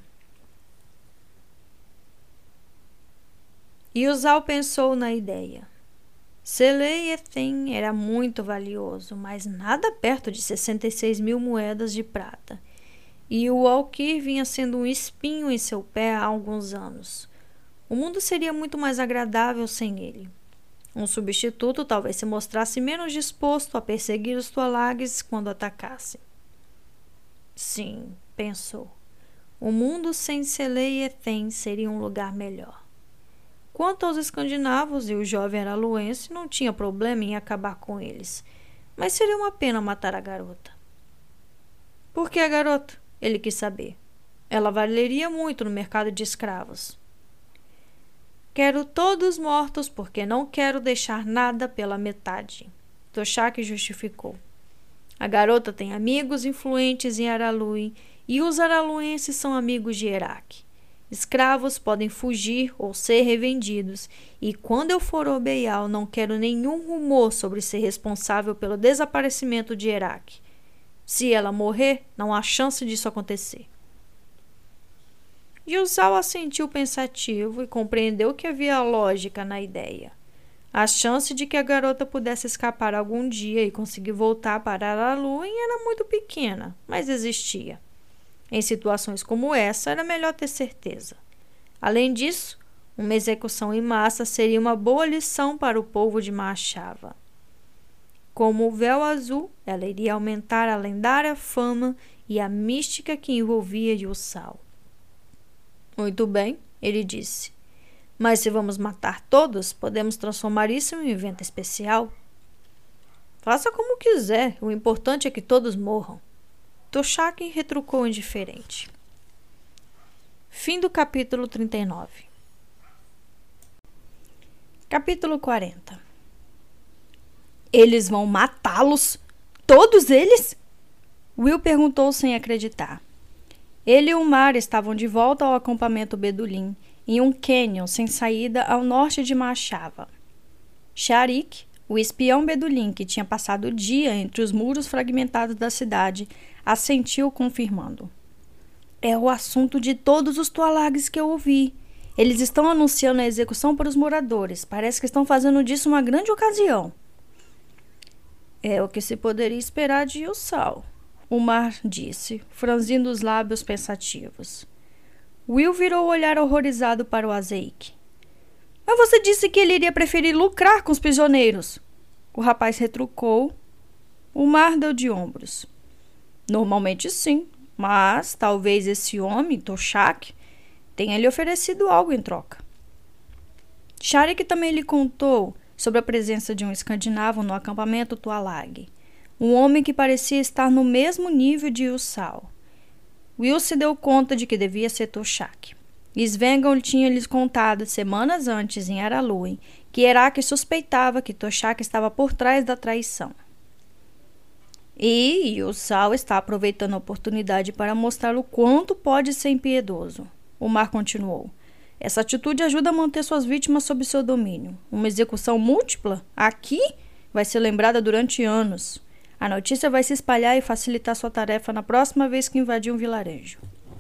Yussal pensou na ideia. Seleithen era muito valioso, mas nada perto de 66.000 moedas de prata. E o Alquir vinha sendo um espinho em seu pé há alguns anos. O mundo seria muito mais agradável sem ele. Um substituto talvez se mostrasse menos disposto a perseguir os Tualags quando atacassem. Sim, pensou. O mundo sem Seleithen seria um lugar melhor. Quanto aos escandinavos e o jovem araluense, não tinha problema em acabar com eles, mas seria uma pena matar a garota. Por que a garota? Ele quis saber. Ela valeria muito no mercado de escravos. Quero todos mortos porque não quero deixar nada pela metade, Toshak justificou. A garota tem amigos influentes em Araluen e os araluenses são amigos de Herak. Escravos podem fugir ou ser revendidos, e quando eu for Obeyal, não quero nenhum rumor sobre ser responsável pelo desaparecimento de Herak. Se ela morrer, não há chance disso acontecer. Yussal assentiu pensativo e compreendeu que havia lógica na ideia. A chance de que a garota pudesse escapar algum dia e conseguir voltar para Araluen era muito pequena, mas existia. Em situações como essa, era melhor ter certeza. Além disso, uma execução em massa seria uma boa lição para o povo de Machava. Como o véu azul, ela iria aumentar a lendária fama e a mística que envolvia Yusal. Muito bem, ele disse. Mas se vamos matar todos, podemos transformar isso em um evento especial. Faça como quiser, o importante é que todos morram. Toshak retrucou indiferente. Fim do capítulo 39. Capítulo 40. Eles vão matá-los? Todos eles? Will perguntou sem acreditar. Ele e Umar estavam de volta ao acampamento Bedulim, em um cânion sem saída ao norte de Machava. Sharik, o espião Bedulim que tinha passado o dia entre os muros fragmentados da cidade, assentiu confirmando. É o assunto de todos os tualagues que eu ouvi. Eles estão anunciando a execução para os moradores. Parece que estão fazendo disso uma grande ocasião. É o que se poderia esperar de Yusal, Umar disse, franzindo os lábios pensativos. Will virou o olhar horrorizado para o Azeik. Mas você disse que ele iria preferir lucrar com os prisioneiros. O rapaz retrucou. Umar deu de ombros. Normalmente sim, mas talvez esse homem, Toshak, tenha lhe oferecido algo em troca. Sharik também lhe contou sobre a presença de um escandinavo no acampamento Tualag, um homem que parecia estar no mesmo nível de Yusal. Will se deu conta de que devia ser Toshak. Svengon tinha lhes contado semanas antes em Araluen que Herak suspeitava que Toshak estava por trás da traição. E Yusal está aproveitando a oportunidade para mostrar o quanto pode ser impiedoso. Umar continuou. Essa atitude ajuda a manter suas vítimas sob seu domínio. Uma execução múltipla, aqui, vai ser lembrada durante anos. A notícia vai se espalhar e facilitar sua tarefa na próxima vez que invadir um vilarejo.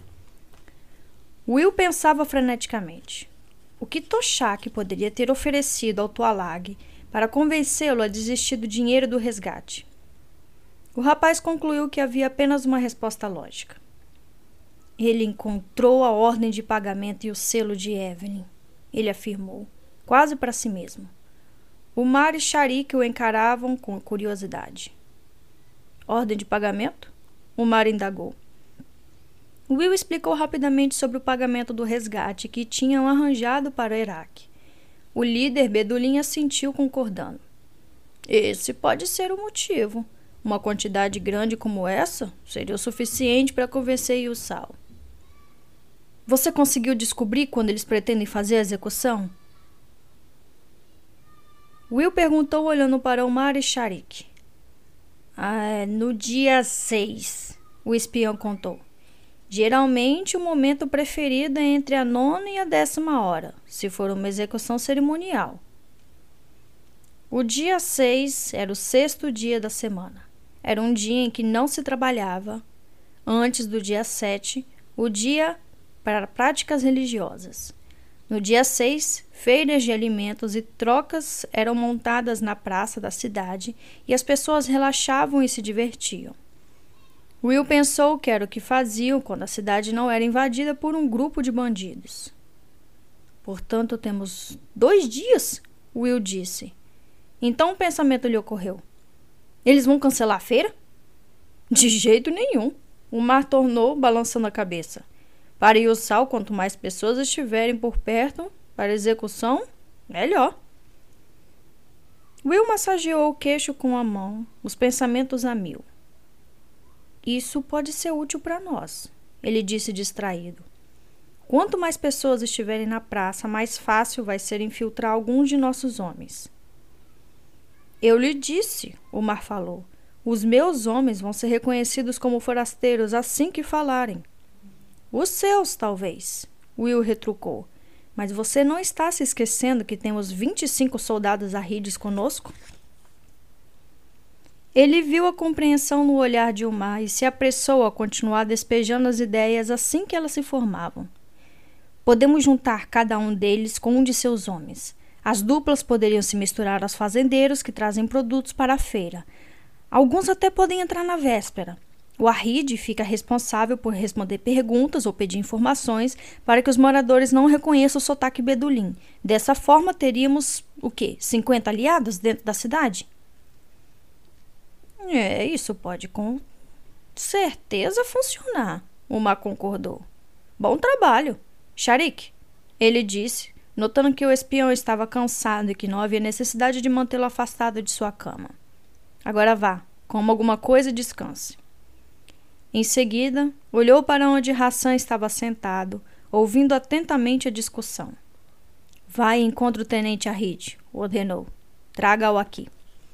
Will pensava freneticamente. O que Toshak poderia ter oferecido ao Tualag para convencê-lo a desistir do dinheiro do resgate? O rapaz concluiu que havia apenas uma resposta lógica. Ele encontrou a ordem de pagamento e o selo de Evelyn, ele afirmou, quase para si mesmo. Umar e Sharik o encaravam com curiosidade. Ordem de pagamento? Umar indagou. Will explicou rapidamente sobre o pagamento do resgate que tinham arranjado para Herak. O líder Bedulim assentiu concordando. Esse pode ser o motivo. Uma quantidade grande como essa seria o suficiente para convencer Yusal. Você conseguiu descobrir quando eles pretendem fazer a execução? Will perguntou olhando para Umar e Sharik. No dia 6, o espião contou. Geralmente o momento preferido é entre a 9ª e a 10ª hora, se for uma execução cerimonial. O dia 6 era o 6º dia da semana. Era um dia em que não se trabalhava. Antes do dia 7, o dia para práticas religiosas. No dia 6, feiras de alimentos e trocas eram montadas na praça da cidade e as pessoas relaxavam e se divertiam. Will pensou que era o que faziam quando a cidade não era invadida por um grupo de bandidos. Portanto, temos 2 dias, Will disse. Então um pensamento lhe ocorreu. Eles vão cancelar a feira? De jeito nenhum, Umar tornou, balançando a cabeça. Para Yusal, quanto mais pessoas estiverem por perto para execução, melhor. Will massageou o queixo com a mão, os pensamentos a mil. Isso pode ser útil para nós, ele disse distraído. Quanto mais pessoas estiverem na praça, mais fácil vai ser infiltrar alguns de nossos homens. Eu lhe disse, Umar falou. Os meus homens vão ser reconhecidos como forasteiros assim que falarem. Os seus, talvez, Will retrucou. Mas você não está se esquecendo que temos 25 soldados arrides conosco? Ele viu a compreensão no olhar de Umar e se apressou a continuar despejando as ideias assim que elas se formavam. Podemos juntar cada um deles com um de seus homens. As duplas poderiam se misturar aos fazendeiros que trazem produtos para a feira. Alguns até podem entrar na véspera. O Arride fica responsável por responder perguntas ou pedir informações para que os moradores não reconheçam o sotaque bedulim. Dessa forma, teríamos, 50 aliados dentro da cidade? Isso pode com certeza funcionar, Umar concordou. Bom trabalho, Sharik, ele disse, notando que o espião estava cansado e que não havia necessidade de mantê-lo afastado de sua cama. Agora vá, coma alguma coisa e descanse. Em seguida, olhou para onde Hassan estava sentado, ouvindo atentamente a discussão. Vá e encontre o tenente Arrid, ordenou. Traga-o aqui.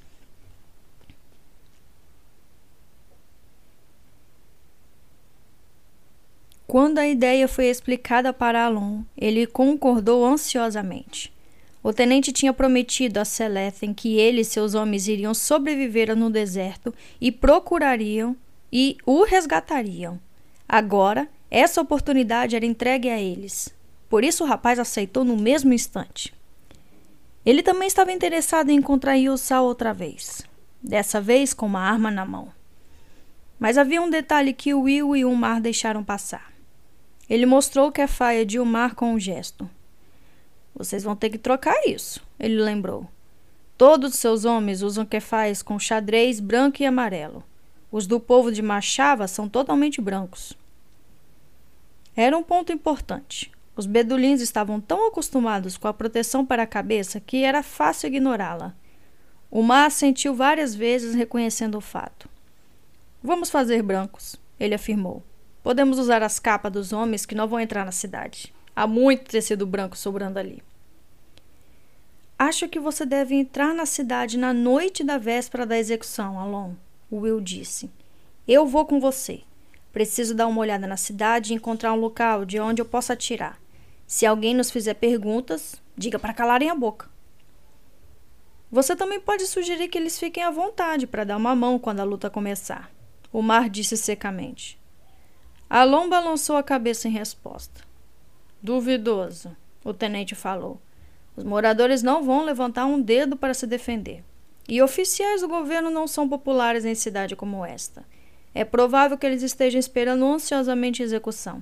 Quando a ideia foi explicada para Alon, ele concordou ansiosamente. O tenente tinha prometido a Selethen que ele e seus homens iriam sobreviver no deserto e procurariam e o resgatariam. Agora, essa oportunidade era entregue a eles. Por isso o rapaz aceitou no mesmo instante. Ele também estava interessado em encontrar Yusal outra vez. Dessa vez com uma arma na mão. Mas havia um detalhe que Will e Umar deixaram passar. Ele mostrou que a faia de Umar com um gesto. Vocês vão ter que trocar isso, ele lembrou. Todos os seus homens usam kefais com xadrez branco e amarelo. Os do povo de Machava são totalmente brancos. Era um ponto importante. Os bedulins estavam tão acostumados com a proteção para a cabeça que era fácil ignorá-la. Umar assentiu várias vezes, reconhecendo o fato. Vamos fazer brancos, ele afirmou. Podemos usar as capas dos homens que não vão entrar na cidade. Há muito tecido branco sobrando ali. Acho que você deve entrar na cidade na noite da véspera da execução, Alon, Will disse. Eu vou com você. Preciso dar uma olhada na cidade e encontrar um local de onde eu possa atirar. Se alguém nos fizer perguntas, diga para calarem a boca. Você também pode sugerir que eles fiquem à vontade para dar uma mão quando a luta começar. Umar disse secamente. Alon balançou a cabeça em resposta. Duvidoso, o tenente falou. Os moradores não vão levantar um dedo para se defender. E oficiais do governo não são populares em cidade como esta. É provável que eles estejam esperando ansiosamente a execução.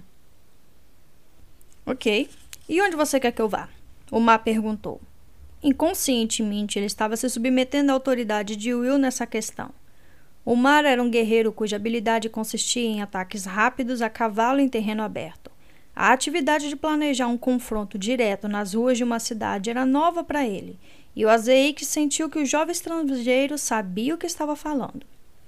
Ok. E onde você quer que eu vá? Umar perguntou. Inconscientemente, ele estava se submetendo à autoridade de Will nessa questão. Umar era um guerreiro cuja habilidade consistia em ataques rápidos a cavalo em terreno aberto. A atividade de planejar um confronto direto nas ruas de uma cidade era nova para ele, e o Azeik sentiu que o jovem estrangeiro sabia o que estava falando.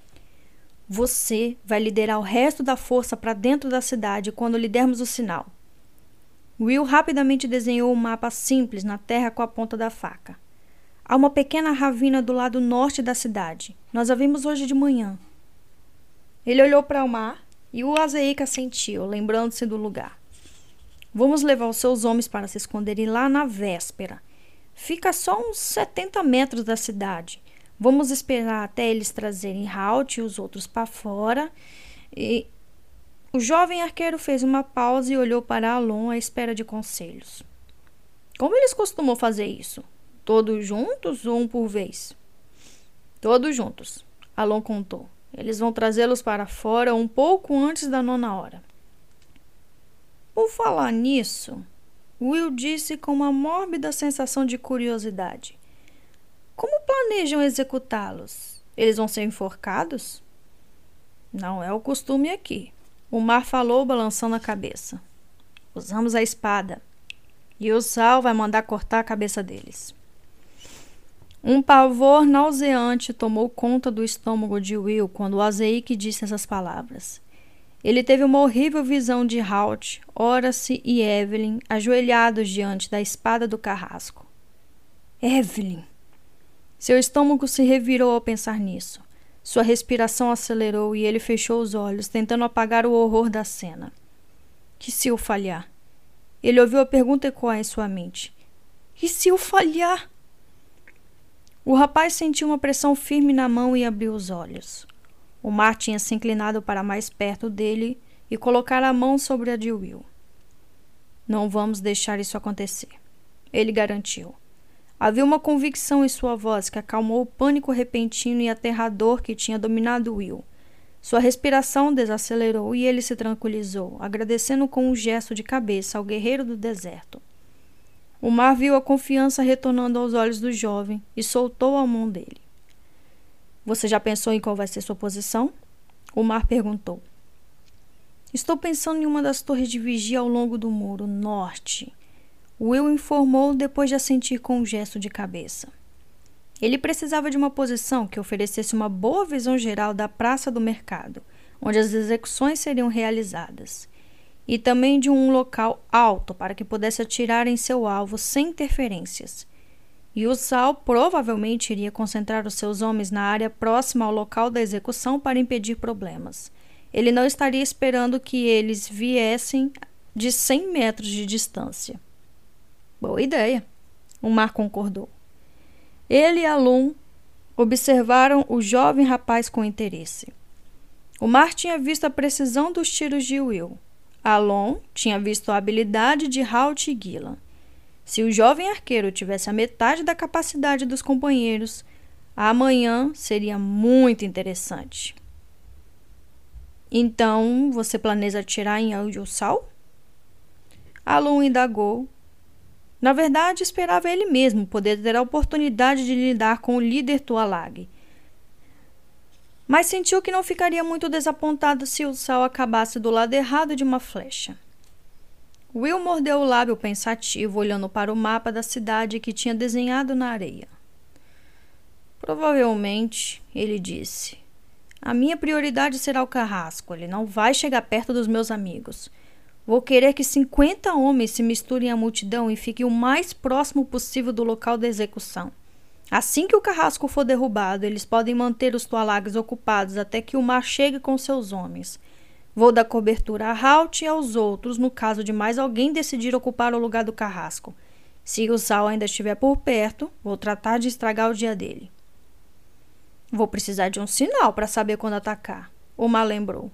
Você vai liderar o resto da força para dentro da cidade quando lhe dermos o sinal. Will rapidamente desenhou um mapa simples na terra com a ponta da faca. Há uma pequena ravina do lado norte da cidade. Nós a vimos hoje de manhã. Ele olhou para o mar e o Azeik assentiu, lembrando-se do lugar. Vamos levar os seus homens para se esconderem lá na véspera. Fica só uns 70 metros da cidade. Vamos esperar até eles trazerem Halt e os outros para fora. E o jovem arqueiro fez uma pausa e olhou para Alon à espera de conselhos. Como eles costumam fazer isso? Todos juntos ou um por vez? Todos juntos, Alon contou. Eles vão trazê-los para fora um pouco antes da 9ª hora. Por falar nisso, Will disse com uma mórbida sensação de curiosidade. Como planejam executá-los? Eles vão ser enforcados? Não é o costume aqui. Umar falou, balançando a cabeça. Usamos a espada. E o Sal vai mandar cortar a cabeça deles. Um pavor nauseante tomou conta do estômago de Will quando o Azeik disse essas palavras. Ele teve uma horrível visão de Halt, Horace e Evelyn ajoelhados diante da espada do carrasco. Evelyn! Seu estômago se revirou ao pensar nisso. Sua respiração acelerou e ele fechou os olhos, tentando apagar o horror da cena. Que se eu falhar? Ele ouviu a pergunta ecoar em sua mente. E se eu falhar? O rapaz sentiu uma pressão firme na mão e abriu os olhos. O mar tinha se inclinado para mais perto dele e colocar a mão sobre a de Will. Não vamos deixar isso acontecer, ele garantiu. Havia uma convicção em sua voz que acalmou o pânico repentino e aterrador que tinha dominado Will. Sua respiração desacelerou e ele se tranquilizou, agradecendo com um gesto de cabeça ao guerreiro do deserto. O mar viu a confiança retornando aos olhos do jovem e soltou a mão dele. Você já pensou em qual vai ser sua posição? O Mar perguntou. Estou pensando em uma das torres de vigia ao longo do muro norte. Will informou depois de assentir com um gesto de cabeça. Ele precisava de uma posição que oferecesse uma boa visão geral da praça do mercado, onde as execuções seriam realizadas, e também de um local alto para que pudesse atirar em seu alvo sem interferências. E o Sal provavelmente iria concentrar os seus homens na área próxima ao local da execução para impedir problemas. Ele não estaria esperando que eles viessem de 100 metros de distância. Boa ideia, o Mar concordou. Ele e Alun observaram o jovem rapaz com interesse. O Mar tinha visto a precisão dos tiros de Will. Alun tinha visto a habilidade de Halt e Gillan. Se o jovem arqueiro tivesse a metade da capacidade dos companheiros, amanhã seria muito interessante. Então, você planeja atirar em Al-Sal? Alun indagou. Na verdade, esperava ele mesmo poder ter a oportunidade de lidar com o líder Tualag. Mas sentiu que não ficaria muito desapontado se o Sal acabasse do lado errado de uma flecha. Will mordeu o lábio pensativo, olhando para o mapa da cidade que tinha desenhado na areia. Provavelmente, ele disse, a minha prioridade será o carrasco. Ele não vai chegar perto dos meus amigos. Vou querer que 50 homens se misturem à multidão e fiquem o mais próximo possível do local da execução. Assim que o carrasco for derrubado, eles podem manter os Tualags ocupados até que o Mar chegue com seus homens. Vou dar cobertura a Halt e aos outros no caso de mais alguém decidir ocupar o lugar do carrasco. Se o Sal ainda estiver por perto, vou tratar de estragar o dia dele. Vou precisar de um sinal para saber quando atacar, o Mar lembrou.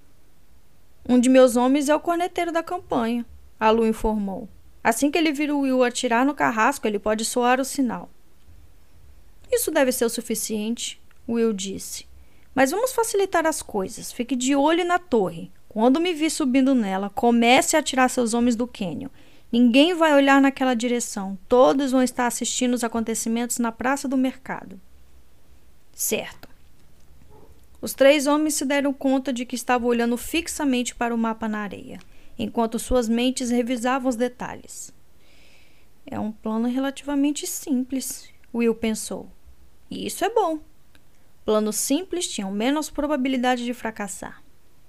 Um de meus homens é o corneteiro da campanha, Alun informou. Assim que ele vir o Will atirar no carrasco, ele pode soar o sinal. Isso deve ser o suficiente, Will disse. Mas vamos facilitar as coisas. Fique de olho na torre. Quando me vir subindo nela, comece a atirar seus homens do cânion. Ninguém vai olhar naquela direção. Todos vão estar assistindo os acontecimentos na praça do mercado. Certo. Os 3 homens se deram conta de que estavam olhando fixamente para o mapa na areia, enquanto suas mentes revisavam os detalhes. É um plano relativamente simples, Will pensou. E isso é bom. Planos simples tinham menos probabilidade de fracassar.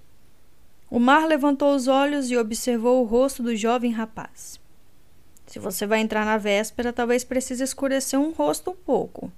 O Mar levantou os olhos e observou o rosto do jovem rapaz. Se você vai entrar na véspera, talvez precise escurecer um rosto um pouco.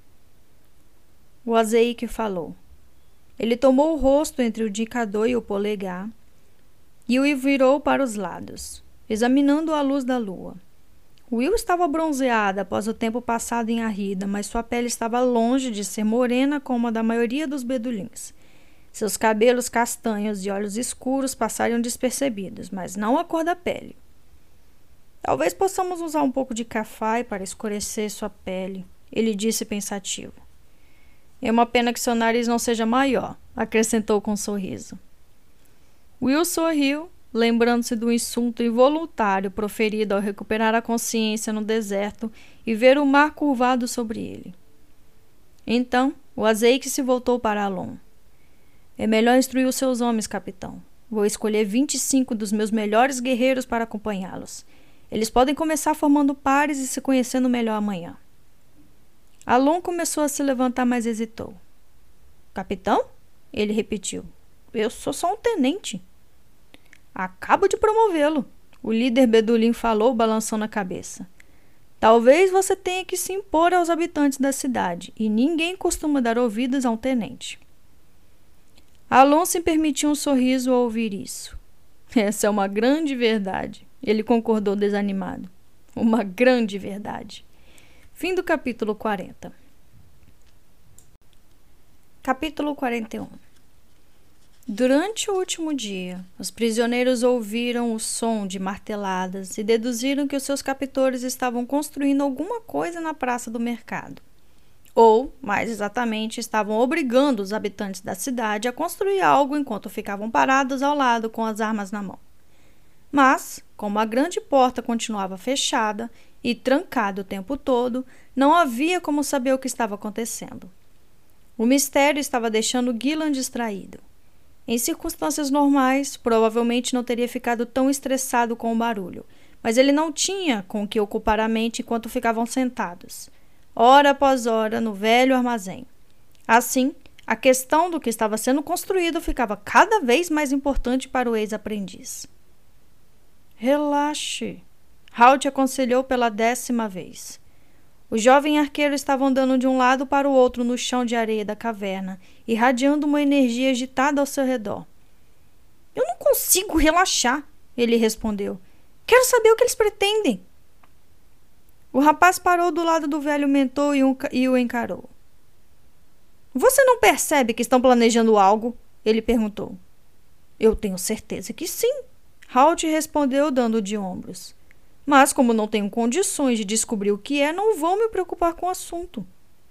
O Azeik falou. Ele tomou o rosto entre o indicador e o polegar e o virou para os lados, examinando a luz da lua. Will estava bronzeada após o tempo passado em Arrida, mas sua pele estava longe de ser morena como a da maioria dos bedulins. Seus cabelos castanhos e olhos escuros passariam despercebidos, mas não a cor da pele. Talvez possamos usar um pouco de café para escurecer sua pele, ele disse pensativo. É uma pena que seu nariz não seja maior, acrescentou com um sorriso. Will sorriu, lembrando-se do insulto involuntário proferido ao recuperar a consciência no deserto e ver o mar curvado sobre ele. Então, o Azeik se voltou para Alun. É melhor instruir os seus homens, capitão. Vou escolher 25 dos meus melhores guerreiros para acompanhá-los. Eles podem começar formando pares e se conhecendo melhor amanhã. Alun começou a se levantar, mas hesitou. Capitão? Ele repetiu. Eu sou só um tenente. Acabo de promovê-lo, o líder Bedulin falou, balançando a cabeça. Talvez você tenha que se impor aos habitantes da cidade, e ninguém costuma dar ouvidos a um tenente. Alun se permitiu um sorriso ao ouvir isso. Essa é uma grande verdade, ele concordou desanimado. Uma grande verdade. Fim do capítulo 40. Capítulo 41. Durante o último dia, os prisioneiros ouviram o som de marteladas e deduziram que os seus captores estavam construindo alguma coisa na praça do mercado. Ou, mais exatamente, estavam obrigando os habitantes da cidade a construir algo enquanto ficavam parados ao lado com as armas na mão. Mas, como a grande porta continuava fechada e trancada o tempo todo, não havia como saber o que estava acontecendo. O mistério estava deixando Gillan distraído. Em circunstâncias normais, provavelmente não teria ficado tão estressado com o barulho, mas ele não tinha com que ocupar a mente enquanto ficavam sentados, hora após hora, no velho armazém. Assim, a questão do que estava sendo construído ficava cada vez mais importante para o ex-aprendiz. Relaxe, Halt aconselhou pela 10ª vez. O jovem arqueiro estava andando de um lado para o outro no chão de areia da caverna, irradiando uma energia agitada ao seu redor. Eu não consigo relaxar, ele respondeu. Quero saber o que eles pretendem. O rapaz parou do lado do velho mentor e o encarou. Você não percebe que estão planejando algo? Ele perguntou. Eu tenho certeza que sim, Halt respondeu dando de ombros. Mas, como não tenho condições de descobrir o que é, não vou me preocupar com o assunto.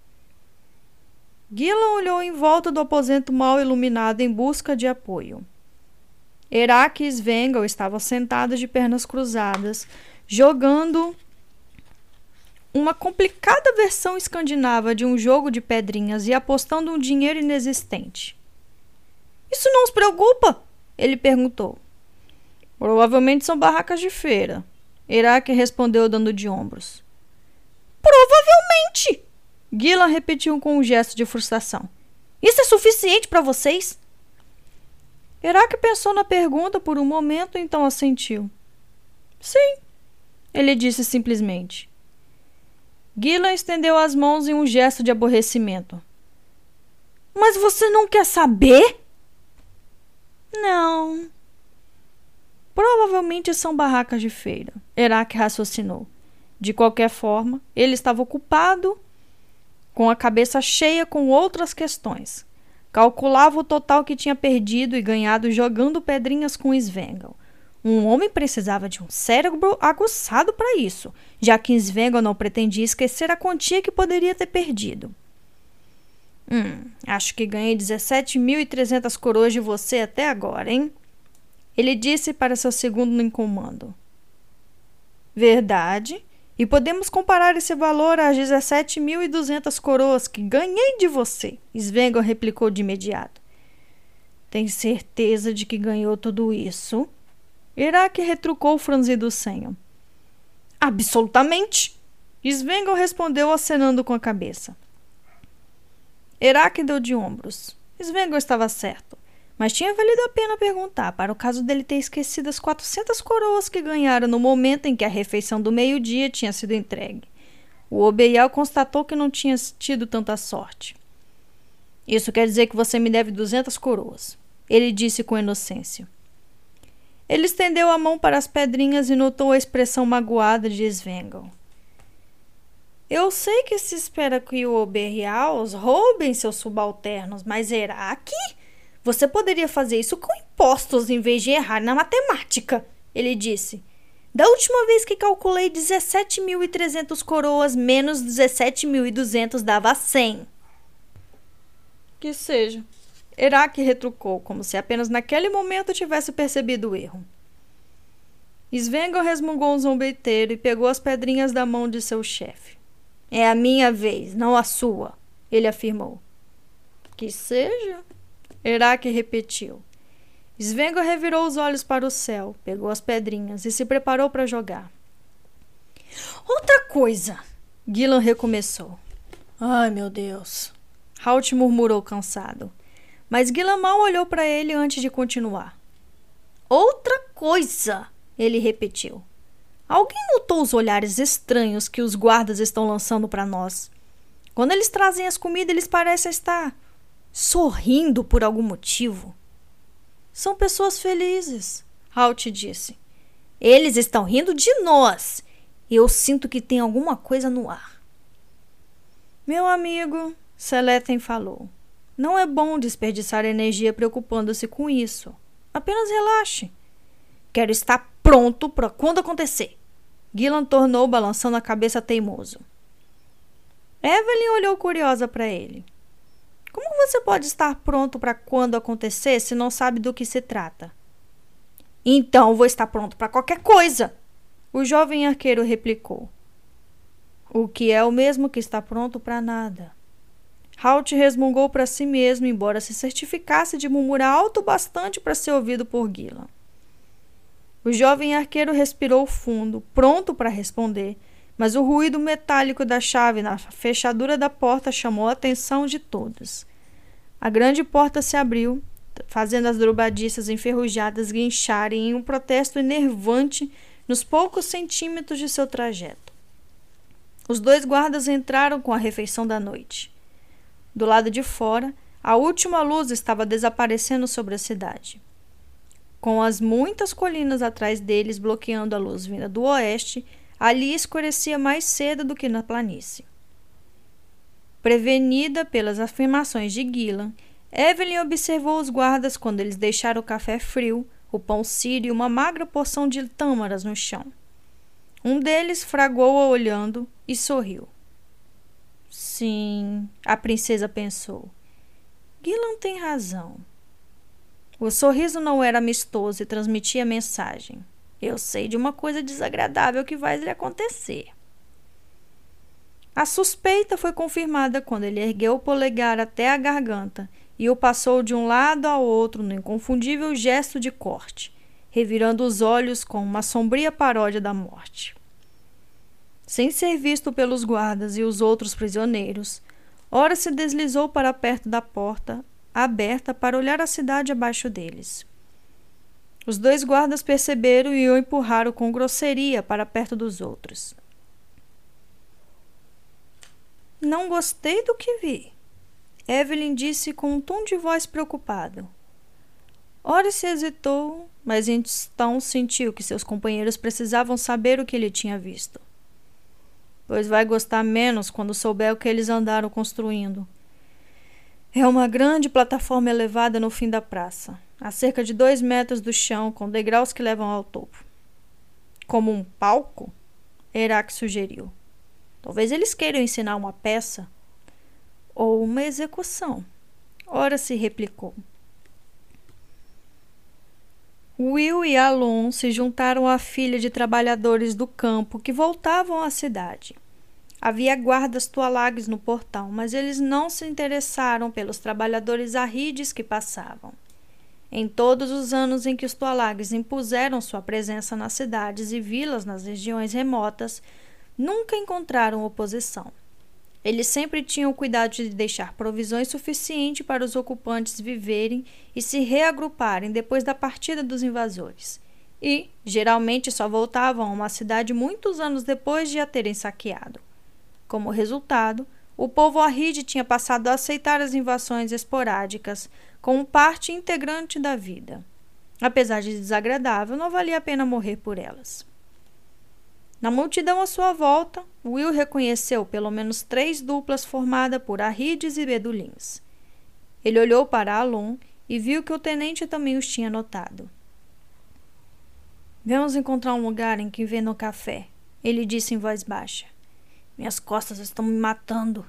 Gillan olhou em volta do aposento mal iluminado em busca de apoio. Erak e Svengal estavam sentados de pernas cruzadas, jogando uma complicada versão escandinava de um jogo de pedrinhas e apostando um dinheiro inexistente. Isso não os preocupa? Ele perguntou. Provavelmente são barracas de feira. Erak respondeu dando de ombros. Provavelmente! Gillan repetiu com um gesto de frustração. Isso é suficiente para vocês? Erak pensou na pergunta por um momento e então assentiu. Sim, ele disse simplesmente. Gillan estendeu as mãos em um gesto de aborrecimento. Mas você não quer saber? Não. Provavelmente são barracas de feira, Erak raciocinou. De qualquer forma, ele estava ocupado com a cabeça cheia com outras questões. Calculava o total que tinha perdido e ganhado jogando pedrinhas com Svengal. Um homem precisava de um cérebro aguçado para isso, já que Svengal não pretendia esquecer a quantia que poderia ter perdido. Acho que ganhei 17.300 coroas de você até agora, hein? Ele disse para seu segundo em comando. Verdade. E podemos comparar esse valor às 17.200 coroas que ganhei de você, Svengal replicou de imediato. Tem certeza de que ganhou tudo isso? Erak retrucou franzindo o senho. Absolutamente! Svengal respondeu acenando com a cabeça. Erak deu de ombros. Svengal estava certo. Mas tinha valido a pena perguntar, para o caso dele ter esquecido as 400 coroas que ganhara no momento em que a refeição do meio-dia tinha sido entregue. O Obeyal constatou que não tinha tido tanta sorte. Isso quer dizer que você me deve 200 coroas, ele disse com inocência. Ele estendeu a mão para as pedrinhas e notou a expressão magoada de Svengal. Eu sei que se espera que o Obeyals roubem seus subalternos, mas Erak... Você poderia fazer isso com impostos em vez de errar na matemática, ele disse. Da última vez que calculei 17.300 coroas menos 17.200 dava 100. Que seja. Erak retrucou, como se apenas naquele momento tivesse percebido o erro. Svengal resmungou um zombeteiro e pegou as pedrinhas da mão de seu chefe. É a minha vez, não a sua, ele afirmou. Que seja. Erak repetiu. Svengal revirou os olhos para o céu, pegou as pedrinhas e se preparou para jogar. Outra coisa! Gillan recomeçou. Ai, meu Deus! Halt murmurou cansado. Mas Gillan mal olhou para ele antes de continuar. Outra coisa! Ele repetiu. Alguém notou os olhares estranhos que os guardas estão lançando para nós? Quando eles trazem as comidas, eles parecem estar... sorrindo por algum motivo. São pessoas felizes, Halt disse. Eles estão rindo de nós. Eu sinto que tem alguma coisa no ar. Meu amigo, Seletem falou, não é bom desperdiçar energia preocupando-se com isso. Apenas relaxe. Quero estar pronto para quando acontecer. Gillan tornou balançando a cabeça teimoso. Evelyn olhou curiosa para ele. Como você pode estar pronto para quando acontecer se não sabe do que se trata? Então vou estar pronto para qualquer coisa, o jovem arqueiro replicou. O que é o mesmo que estar pronto para nada. Halt resmungou para si mesmo, embora se certificasse de murmurar alto bastante para ser ouvido por Gillan. O jovem arqueiro respirou fundo, pronto para responder, mas o ruído metálico da chave na fechadura da porta chamou a atenção de todos. A grande porta se abriu, fazendo as dobradiças enferrujadas guincharem em um protesto enervante nos poucos centímetros de seu trajeto. Os 2 guardas entraram com a refeição da noite. Do lado de fora, a última luz estava desaparecendo sobre a cidade. Com as muitas colinas atrás deles bloqueando a luz vinda do oeste, ali escurecia mais cedo do que na planície. Prevenida pelas afirmações de Gillan, Evelyn observou os guardas quando eles deixaram o café frio, o pão sírio e uma magra porção de tâmaras no chão. Um deles fragou-a olhando e sorriu. Sim, a princesa pensou. Gillan tem razão. O sorriso não era amistoso e transmitia mensagem. Eu sei de uma coisa desagradável que vai lhe acontecer. A suspeita foi confirmada quando ele ergueu o polegar até a garganta e o passou de um lado ao outro no inconfundível gesto de corte, revirando os olhos com uma sombria paródia da morte. Sem ser visto pelos guardas e os outros prisioneiros, ora se deslizou para perto da porta, aberta para olhar a cidade abaixo deles. Os 2 guardas perceberam e o empurraram com grosseria para perto dos outros. Não gostei do que vi, Evelyn disse com um tom de voz preocupado. Ora se hesitou, mas então sentiu que seus companheiros precisavam saber o que ele tinha visto. Pois vai gostar menos quando souber o que eles andaram construindo. É uma grande plataforma elevada no fim da praça, a cerca de 2 metros do chão, com degraus que levam ao topo. Como um palco? Erac sugeriu. Talvez eles queiram ensinar uma peça ou uma execução. Ora se replicou. Will e Alon se juntaram à filha de trabalhadores do campo que voltavam à cidade. Havia guardas tualagues no portão, mas eles não se interessaram pelos trabalhadores arrides que passavam. Em todos os anos em que os tualagues impuseram sua presença nas cidades e vilas nas regiões remotas, nunca encontraram oposição. Eles sempre tinham cuidado de deixar provisões suficientes para os ocupantes viverem e se reagruparem depois da partida dos invasores. E, geralmente, só voltavam a uma cidade muitos anos depois de a terem saqueado. Como resultado, o povo arride tinha passado a aceitar as invasões esporádicas como parte integrante da vida. Apesar de desagradável, não valia a pena morrer por elas. Na multidão à sua volta, Will reconheceu pelo menos 3 duplas formadas por arrides e bedulins. Ele olhou para Alon e viu que o tenente também os tinha notado. Vamos encontrar um lugar em que vendam café, ele disse em voz baixa. Minhas costas estão me matando.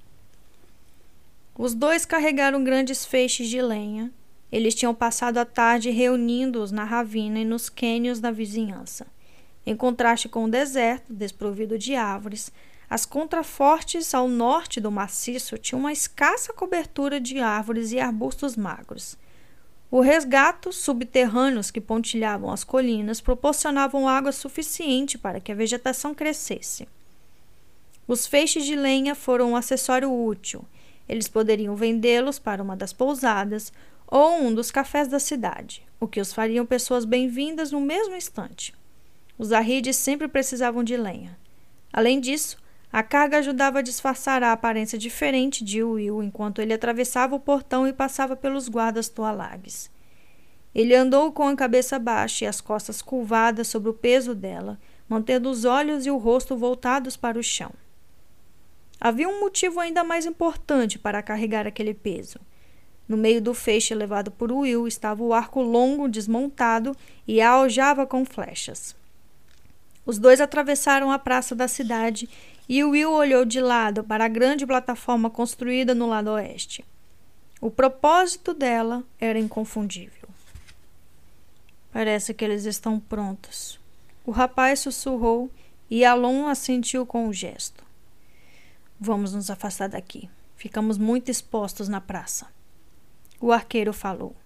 Os 2 carregaram grandes feixes de lenha. Eles tinham passado a tarde reunindo-os na ravina e nos cânions da vizinhança. Em contraste com o deserto, desprovido de árvores, as contrafortes ao norte do maciço tinham uma escassa cobertura de árvores e arbustos magros. Os resgatos subterrâneos que pontilhavam as colinas proporcionavam água suficiente para que a vegetação crescesse. Os feixes de lenha foram um acessório útil. Eles poderiam vendê-los para uma das pousadas ou um dos cafés da cidade, o que os fariam pessoas bem-vindas no mesmo instante. Os arrides sempre precisavam de lenha. Além disso, a carga ajudava a disfarçar a aparência diferente de Will enquanto ele atravessava o portão e passava pelos guardas tualagues. Ele andou com a cabeça baixa e as costas curvadas sobre o peso dela, mantendo os olhos e o rosto voltados para o chão. Havia um motivo ainda mais importante para carregar aquele peso. No meio do feixe levado por Will estava o arco longo desmontado e a aljava com flechas. Os 2 atravessaram a praça da cidade e Will olhou de lado para a grande plataforma construída no lado oeste. O propósito dela era inconfundível. Parece que eles estão prontos. O rapaz sussurrou e Alon assentiu com o gesto. Vamos nos afastar daqui. Ficamos muito expostos na praça. O arqueiro falou.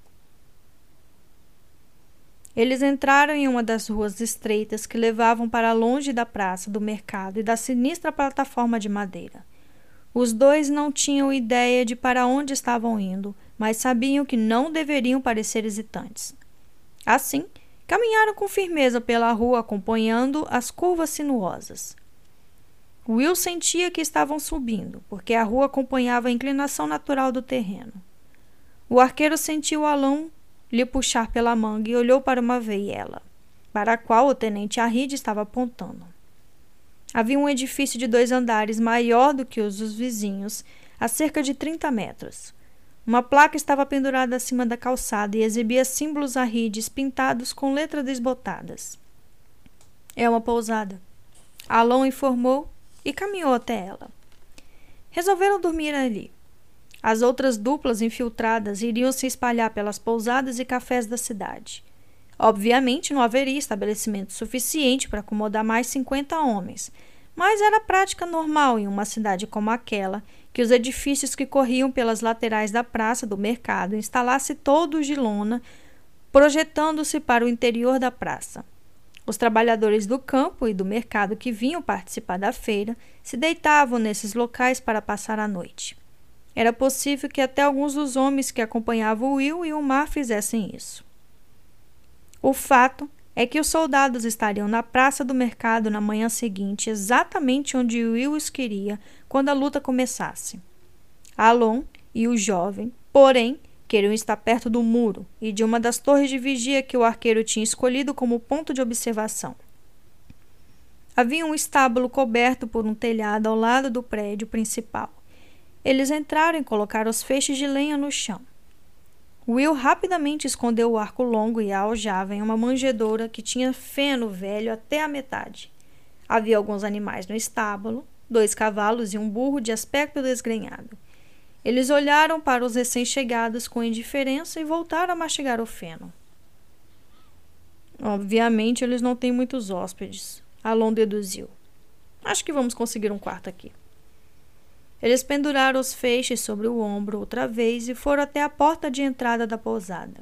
Eles entraram em uma das ruas estreitas que levavam para longe da praça, do mercado e da sinistra plataforma de madeira. Os dois não tinham ideia de para onde estavam indo, mas sabiam que não deveriam parecer hesitantes. Assim, caminharam com firmeza pela rua, acompanhando as curvas sinuosas. Will sentia que estavam subindo, porque a rua acompanhava a inclinação natural do terreno. O arqueiro sentiu Alon lhe puxar pela manga e olhou para uma viela, para a qual o tenente Arrid estava apontando. Havia um edifício de 2 andares maior do que os dos vizinhos, a cerca de 30 metros. Uma placa estava pendurada acima da calçada e exibia símbolos Arrides pintados com letras desbotadas. É uma pousada. Alon informou e caminhou até ela. Resolveram dormir ali. As outras duplas infiltradas iriam se espalhar pelas pousadas e cafés da cidade. Obviamente não haveria estabelecimento suficiente para acomodar mais 50 homens, mas era prática normal em uma cidade como aquela que os edifícios que corriam pelas laterais da praça do mercado instalassem todos de lona, projetando-se para o interior da praça. Os trabalhadores do campo e do mercado que vinham participar da feira se deitavam nesses locais para passar a noite. Era possível que até alguns dos homens que acompanhavam Will e Umar fizessem isso. O fato é que os soldados estariam na praça do mercado na manhã seguinte, exatamente onde Will os queria quando a luta começasse. Alon e o jovem, porém, queriam estar perto do muro e de uma das torres de vigia que o arqueiro tinha escolhido como ponto de observação. Havia um estábulo coberto por um telhado ao lado do prédio principal. Eles entraram e colocaram os feixes de lenha no chão. Will rapidamente escondeu o arco longo e a aljava em uma manjedoura que tinha feno velho até a metade. Havia alguns animais no estábulo, 2 cavalos e um burro de aspecto desgrenhado. Eles olharam para os recém-chegados com indiferença e voltaram a mastigar o feno. Obviamente, eles não têm muitos hóspedes, Alon deduziu. Acho que vamos conseguir um quarto aqui. Eles penduraram os feixes sobre o ombro outra vez e foram até a porta de entrada da pousada.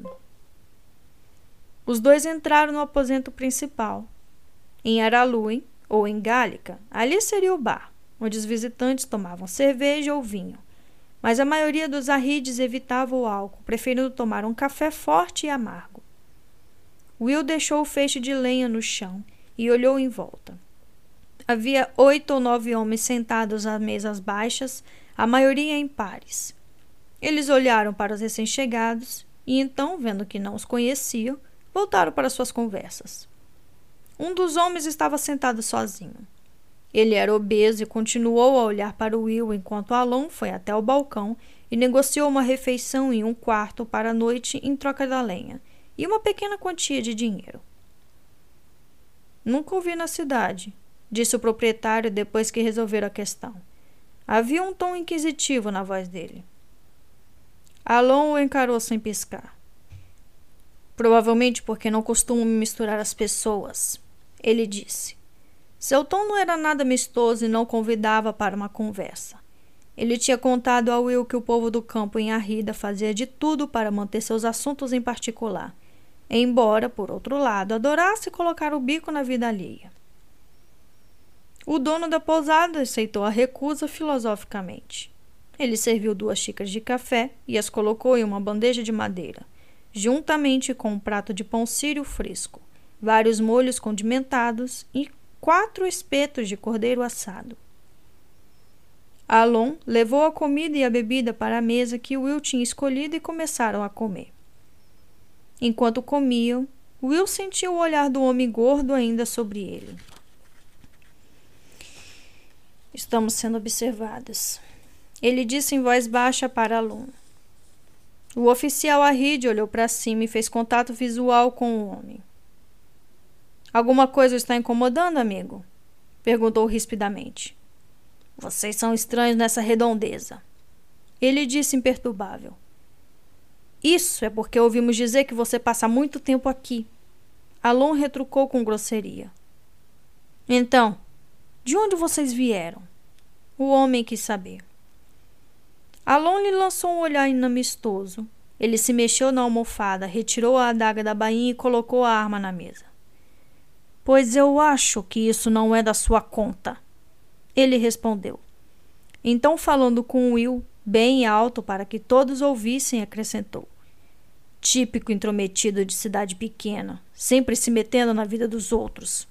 Os dois entraram no aposento principal. Em Araluen, ou em Gálica, ali seria o bar, onde os visitantes tomavam cerveja ou vinho. Mas a maioria dos Arrides evitava o álcool, preferindo tomar um café forte e amargo. Will deixou o feixe de lenha no chão e olhou em volta. Havia 8 ou 9 homens sentados a mesas baixas, a maioria em pares. Eles olharam para os recém-chegados e então, vendo que não os conheciam, voltaram para suas conversas. Um dos homens estava sentado sozinho. Ele era obeso e continuou a olhar para Will enquanto Alon foi até o balcão e negociou uma refeição em um quarto para a noite em troca da lenha e uma pequena quantia de dinheiro. Nunca o vi na cidade, disse o proprietário depois que resolveram a questão. Havia um tom inquisitivo na voz dele. Alon o encarou sem piscar. Provavelmente porque não costumo misturar as pessoas, ele disse. Seu tom não era nada amistoso e não convidava para uma conversa. Ele tinha contado a Will que o povo do campo em Arrida fazia de tudo para manter seus assuntos em particular, embora, por outro lado, adorasse colocar o bico na vida alheia. O dono da pousada aceitou a recusa filosoficamente. Ele serviu 2 xícaras de café e as colocou em uma bandeja de madeira, juntamente com um prato de pão sírio fresco, vários molhos condimentados e 4 espetos de cordeiro assado. Alon levou a comida e a bebida para a mesa que Will tinha escolhido e começaram a comer. Enquanto comiam, Will sentiu o olhar do homem gordo ainda sobre ele. Estamos sendo observados, ele disse em voz baixa para Alon. O oficial Arrid olhou para cima e fez contato visual com o homem. Alguma coisa o está incomodando, amigo? Perguntou rispidamente. Vocês são estranhos nessa redondeza. Ele disse imperturbável. Isso é porque ouvimos dizer que você passa muito tempo aqui. Alon retrucou com grosseria. Então, de onde vocês vieram? O homem quis saber. Alon lhe lançou um olhar inamistoso. Ele se mexeu na almofada, retirou a adaga da bainha e colocou a arma na mesa. Pois eu acho que isso não é da sua conta, ele respondeu. Então, falando com Will, bem alto para que todos ouvissem, acrescentou. Típico intrometido de cidade pequena, sempre se metendo na vida dos outros.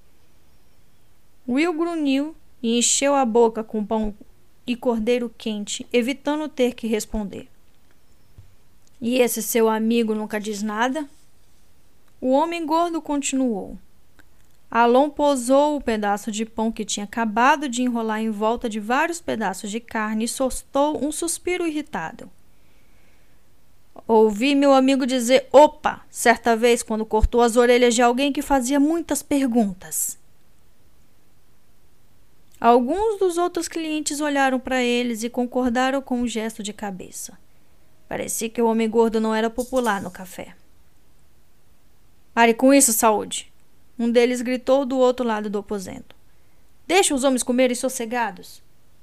Will grunhiu e encheu a boca com pão e cordeiro quente, evitando ter que responder. E esse seu amigo nunca diz nada? O homem gordo continuou. Alon pousou o pedaço de pão que tinha acabado de enrolar em volta de vários pedaços de carne e soltou um suspiro irritado. Ouvi meu amigo dizer opa certa vez quando cortou as orelhas de alguém que fazia muitas perguntas. Alguns dos outros clientes olharam para eles e concordaram com um gesto de cabeça. Parecia que o homem gordo não era popular no café. Pare com isso, Saúde! Um deles gritou do outro lado do aposento. Deixa os homens comerem sossegados.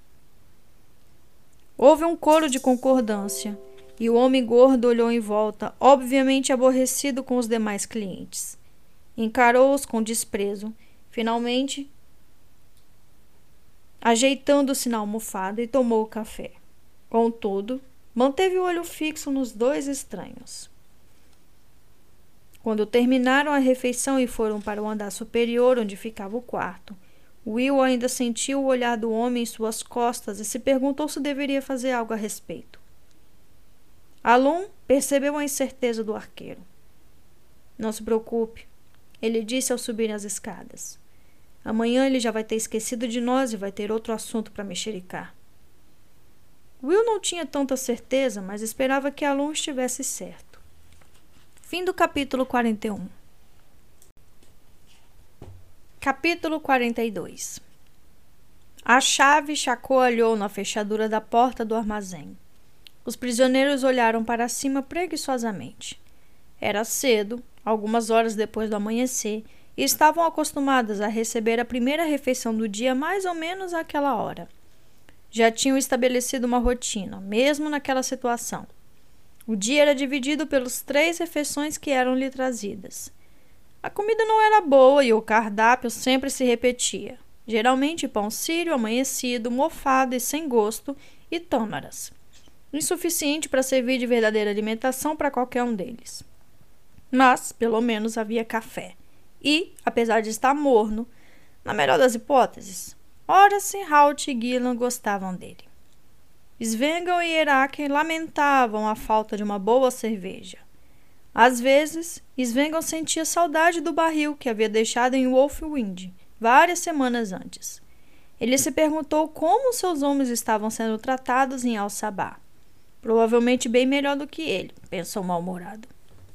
Houve um coro de concordância e o homem gordo olhou em volta, obviamente aborrecido com os demais clientes. Encarou-os com desprezo, finalmente ajeitando-se na almofada e tomou o café. Contudo, manteve o olho fixo nos dois estranhos. Quando terminaram a refeição e foram para o andar superior, onde ficava o quarto, Will ainda sentiu o olhar do homem em suas costas e se perguntou se deveria fazer algo a respeito. Alon percebeu a incerteza do arqueiro. Não se preocupe, ele disse ao subir as escadas. Amanhã ele já vai ter esquecido de nós e vai ter outro assunto para mexericar. Will não tinha tanta certeza, mas esperava que Alon estivesse certo. Fim do capítulo 41. Capítulo 42. A chave chacoalhou na fechadura da porta do armazém. Os prisioneiros olharam para cima preguiçosamente. Era cedo, algumas horas depois do amanhecer, e estavam acostumadas a receber a primeira refeição do dia mais ou menos àquela hora. Já tinham estabelecido uma rotina, mesmo naquela situação. O dia era dividido pelas 3 refeições que eram-lhe trazidas. A comida não era boa e o cardápio sempre se repetia. Geralmente pão sírio amanhecido, mofado e sem gosto, e tâmaras. Insuficiente para servir de verdadeira alimentação para qualquer um deles. Mas, pelo menos, havia café. E, apesar de estar morno, na melhor das hipóteses, Horace, Halt e Gillan gostavam dele. Svengal e Heraken lamentavam a falta de uma boa cerveja. Às vezes, Svengal sentia saudade do barril que havia deixado em Wolfwind várias semanas antes. Ele se perguntou como seus homens estavam sendo tratados em Al-Sabah. Provavelmente bem melhor do que ele, pensou mal-humorado.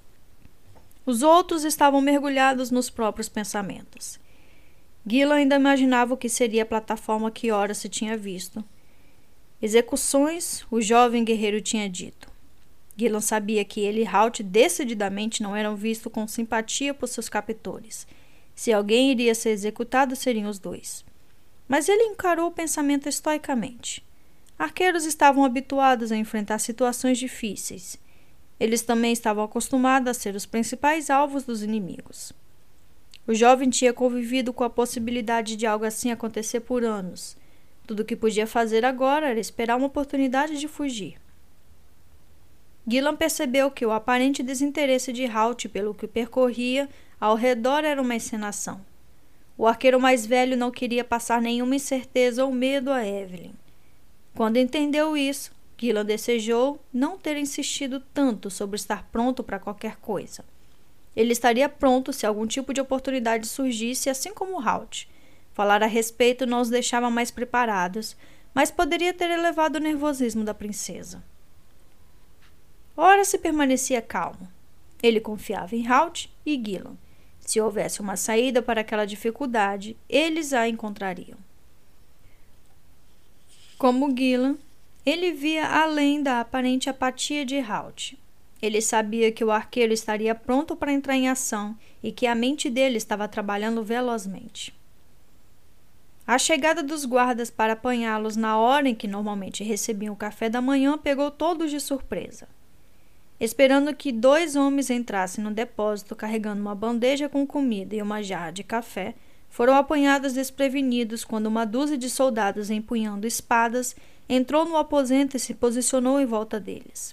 Os outros estavam mergulhados nos próprios pensamentos. Gillan ainda imaginava o que seria a plataforma que Horace tinha visto. Execuções, o jovem guerreiro tinha dito. Gillan sabia que ele e Halt decididamente não eram vistos com simpatia por seus captores. Se alguém iria ser executado, seriam os dois. Mas ele encarou o pensamento estoicamente. Arqueiros estavam habituados a enfrentar situações difíceis. Eles também estavam acostumados a ser os principais alvos dos inimigos. O jovem tinha convivido com a possibilidade de algo assim acontecer por anos. Tudo o que podia fazer agora era esperar uma oportunidade de fugir. Gillan percebeu que o aparente desinteresse de Halt pelo que percorria ao redor era uma encenação. O arqueiro mais velho não queria passar nenhuma incerteza ou medo a Evelyn. Quando entendeu isso, Gillan desejou não ter insistido tanto sobre estar pronto para qualquer coisa. Ele estaria pronto se algum tipo de oportunidade surgisse, assim como Halt. Falar a respeito não os deixava mais preparados, mas poderia ter elevado o nervosismo da princesa. Horace permanecia calmo. Ele confiava em Halt e Gillan. Se houvesse uma saída para aquela dificuldade, eles a encontrariam. Como Gillan, ele via além da aparente apatia de Halt. Ele sabia que o arqueiro estaria pronto para entrar em ação e que a mente dele estava trabalhando velozmente. A chegada dos guardas para apanhá-los na hora em que normalmente recebiam o café da manhã pegou todos de surpresa. Esperando que 2 homens entrassem no depósito carregando uma bandeja com comida e uma jarra de café, foram apanhados desprevenidos quando uma dúzia de soldados empunhando espadas entrou no aposento e se posicionou em volta deles.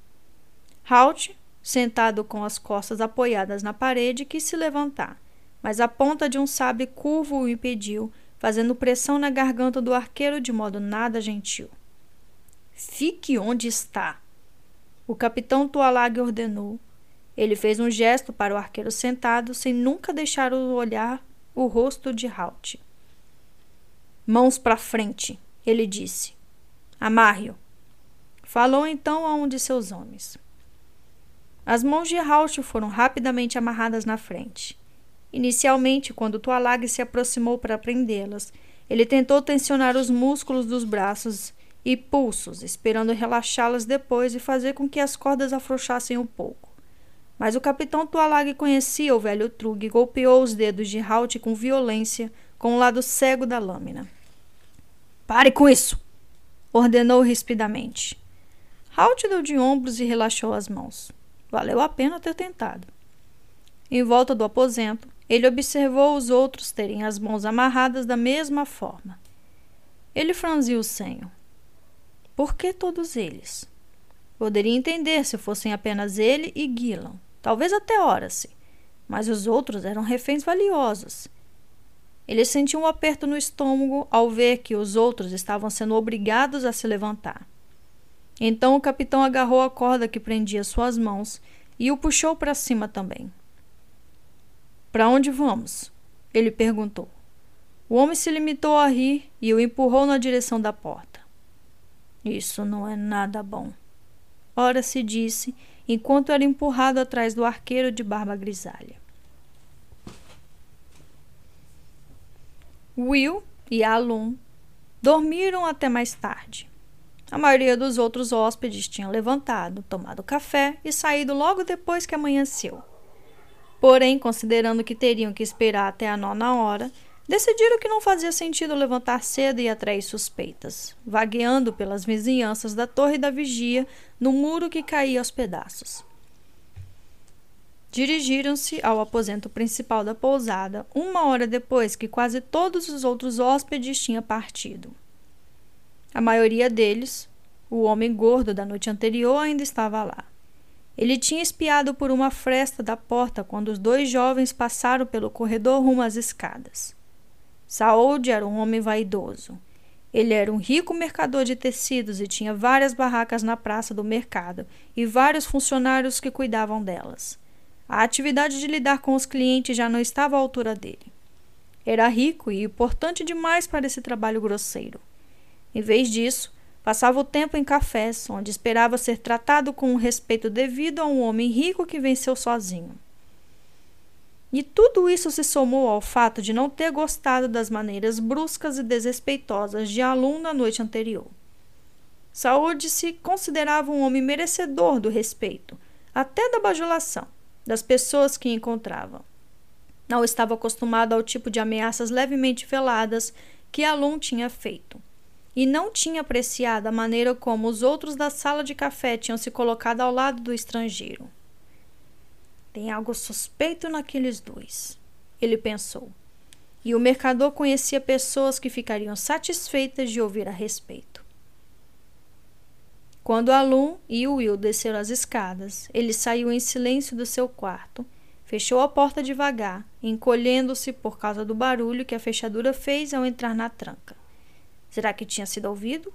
Halt, sentado com as costas apoiadas na parede, quis se levantar, mas a ponta de um sabre curvo o impediu, fazendo pressão na garganta do arqueiro de modo nada gentil. "Fique onde está!" O capitão Tualag ordenou. Ele fez um gesto para o arqueiro sentado, sem nunca deixar olhar o rosto de Halt. "Mãos para frente", ele disse. "Amarre-o." Falou então a um de seus homens. As mãos de Halt foram rapidamente amarradas na frente. Inicialmente, quando Tualag se aproximou para prendê-las, ele tentou tensionar os músculos dos braços e pulsos, esperando relaxá-las depois e fazer com que as cordas afrouxassem um pouco. Mas o capitão Tualag conhecia o velho Trug e golpeou os dedos de Halt com violência com o lado cego da lâmina. "Pare com isso!" ordenou rispidamente. Halt deu de ombros e relaxou as mãos. Valeu a pena ter tentado. Em volta do aposento, ele observou os outros terem as mãos amarradas da mesma forma. Ele franziu o senho. Por que todos eles? Poderia entender se fossem apenas ele e Gillan, talvez até Horace, mas os outros eram reféns valiosos. Ele sentiu um aperto no estômago ao ver que os outros estavam sendo obrigados a se levantar. Então o capitão agarrou a corda que prendia suas mãos e o puxou para cima também. "Para onde vamos?" ele perguntou. O homem se limitou a rir e o empurrou na direção da porta. "Isso não é nada bom", Horace disse, enquanto era empurrado atrás do arqueiro de barba grisalha. Will e Alun dormiram até mais tarde. A maioria dos outros hóspedes tinham levantado, tomado café e saído logo depois que amanheceu. Porém, considerando que teriam que esperar até a 9ª hora, decidiram que não fazia sentido levantar cedo e atrair suspeitas, vagueando pelas vizinhanças da torre da vigia no muro que caía aos pedaços. Dirigiram-se ao aposento principal da pousada 1 hora depois que quase todos os outros hóspedes tinham partido. A maioria deles, o homem gordo da noite anterior, ainda estava lá. Ele tinha espiado por uma fresta da porta quando os 2 jovens passaram pelo corredor rumo às escadas. Saoud era um homem vaidoso. Ele era um rico mercador de tecidos e tinha várias barracas na praça do mercado e vários funcionários que cuidavam delas. A atividade de lidar com os clientes já não estava à altura dele. Era rico e importante demais para esse trabalho grosseiro. Em vez disso, passava o tempo em cafés, onde esperava ser tratado com o respeito devido a um homem rico que venceu sozinho. E tudo isso se somou ao fato de não ter gostado das maneiras bruscas e desrespeitosas de Alun na noite anterior. Saoud se considerava um homem merecedor do respeito, até da bajulação, das pessoas que encontrava. Não estava acostumado ao tipo de ameaças levemente veladas que Alun tinha feito, e não tinha apreciado a maneira como os outros da sala de café tinham se colocado ao lado do estrangeiro. Tem algo suspeito naqueles 2, ele pensou. E o mercador conhecia pessoas que ficariam satisfeitas de ouvir a respeito. Quando Alun e Will desceram as escadas, ele saiu em silêncio do seu quarto, fechou a porta devagar, encolhendo-se por causa do barulho que a fechadura fez ao entrar na tranca. Será que tinha sido ouvido?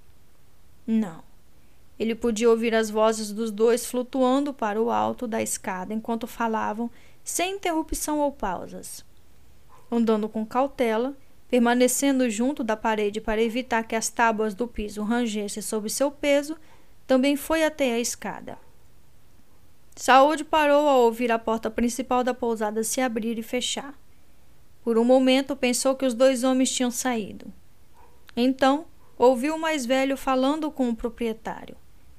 Não. Ele podia ouvir as vozes dos 2 flutuando para o alto da escada enquanto falavam, sem interrupção ou pausas. Andando com cautela, permanecendo junto da parede para evitar que as tábuas do piso rangessem sob seu peso, também foi até a escada. Saoud parou ao ouvir a porta principal da pousada se abrir e fechar. Por um momento pensou que os 2 homens tinham saído. Então, ouviu o mais velho falando com o proprietário.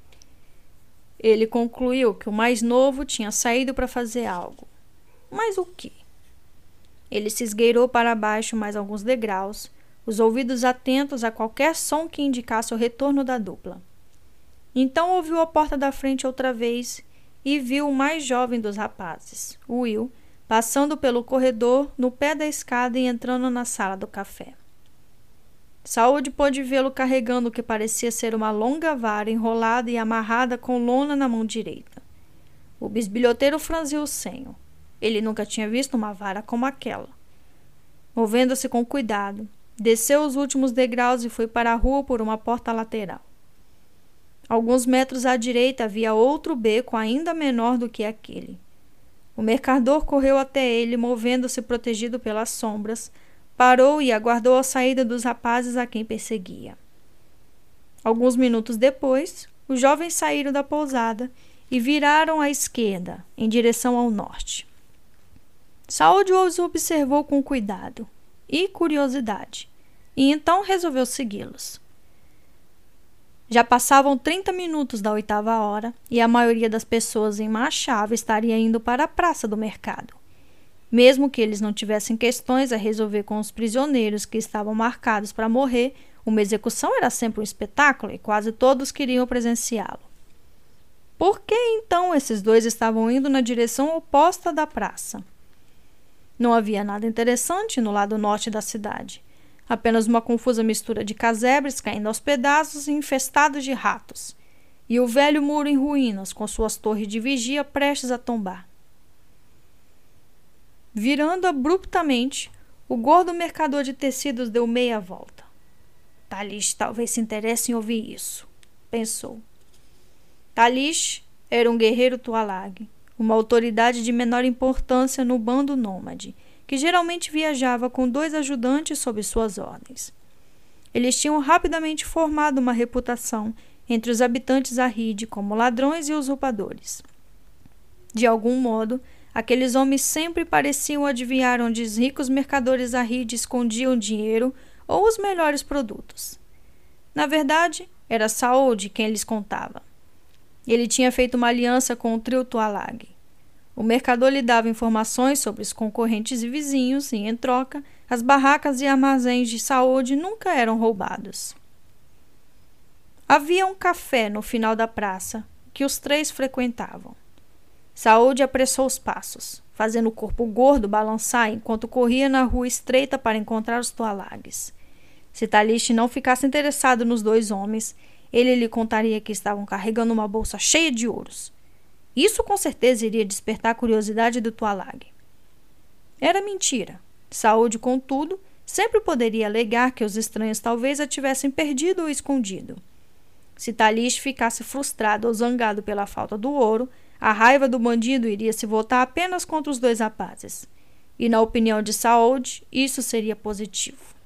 Ele concluiu que o mais novo tinha saído para fazer algo. Mas o quê? Ele se esgueirou para baixo mais alguns degraus, os ouvidos atentos a qualquer som que indicasse o retorno da dupla. Então ouviu a porta da frente outra vez e viu o mais jovem dos rapazes, Will, passando pelo corredor no pé da escada e entrando na sala do café. Saúde pôde vê-lo carregando o que parecia ser uma longa vara enrolada e amarrada com lona na mão direita. O bisbilhoteiro franziu o senho. Ele nunca tinha visto uma vara como aquela. Movendo-se com cuidado, desceu os últimos degraus e foi para a rua por uma porta lateral. Alguns metros à direita havia outro beco ainda menor do que aquele. O mercador correu até ele, movendo-se protegido pelas sombras, parou e aguardou a saída dos rapazes a quem perseguia. Alguns minutos depois, os jovens saíram da pousada e viraram à esquerda, em direção ao norte. Saúde os observou com cuidado e curiosidade, e então resolveu segui-los. Já passavam 30 minutos da 8ª hora e a maioria das pessoas em Machava estaria indo para a praça do mercado. Mesmo que eles não tivessem questões a resolver com os prisioneiros que estavam marcados para morrer, uma execução era sempre um espetáculo e quase todos queriam presenciá-lo. Por que então esses dois estavam indo na direção oposta da praça? Não havia nada interessante no lado norte da cidade. Apenas uma confusa mistura de casebres caindo aos pedaços e infestados de ratos, e o velho muro em ruínas com suas torres de vigia prestes a tombar. Virando abruptamente, o gordo mercador de tecidos deu meia volta. Talish talvez se interesse em ouvir isso, pensou. Talish era um guerreiro Tualag, uma autoridade de menor importância no bando nômade, que geralmente viajava com 2 ajudantes sob suas ordens. Eles tinham rapidamente formado uma reputação entre os habitantes Arrid como ladrões e usurpadores. De algum modo, aqueles homens sempre pareciam adivinhar onde os ricos mercadores Arrid escondiam dinheiro ou os melhores produtos. Na verdade, era Saúde quem lhes contava. Ele tinha feito uma aliança com o trio Tualag. O mercador lhe dava informações sobre os concorrentes e vizinhos e, em troca, as barracas e armazéns de Saúde nunca eram roubados. Havia um café no final da praça que os 3 frequentavam. Saúde apressou os passos, fazendo o corpo gordo balançar enquanto corria na rua estreita para encontrar os Tualags. Se Talish não ficasse interessado nos 2 homens, ele lhe contaria que estavam carregando uma bolsa cheia de ouros. Isso com certeza iria despertar a curiosidade do Tualag. Era mentira. Saúde, contudo, sempre poderia alegar que os estranhos talvez a tivessem perdido ou escondido. Se Talish ficasse frustrado ou zangado pela falta do ouro, a raiva do bandido iria se voltar apenas contra os 2 rapazes. E, na opinião de Saúde, isso seria positivo.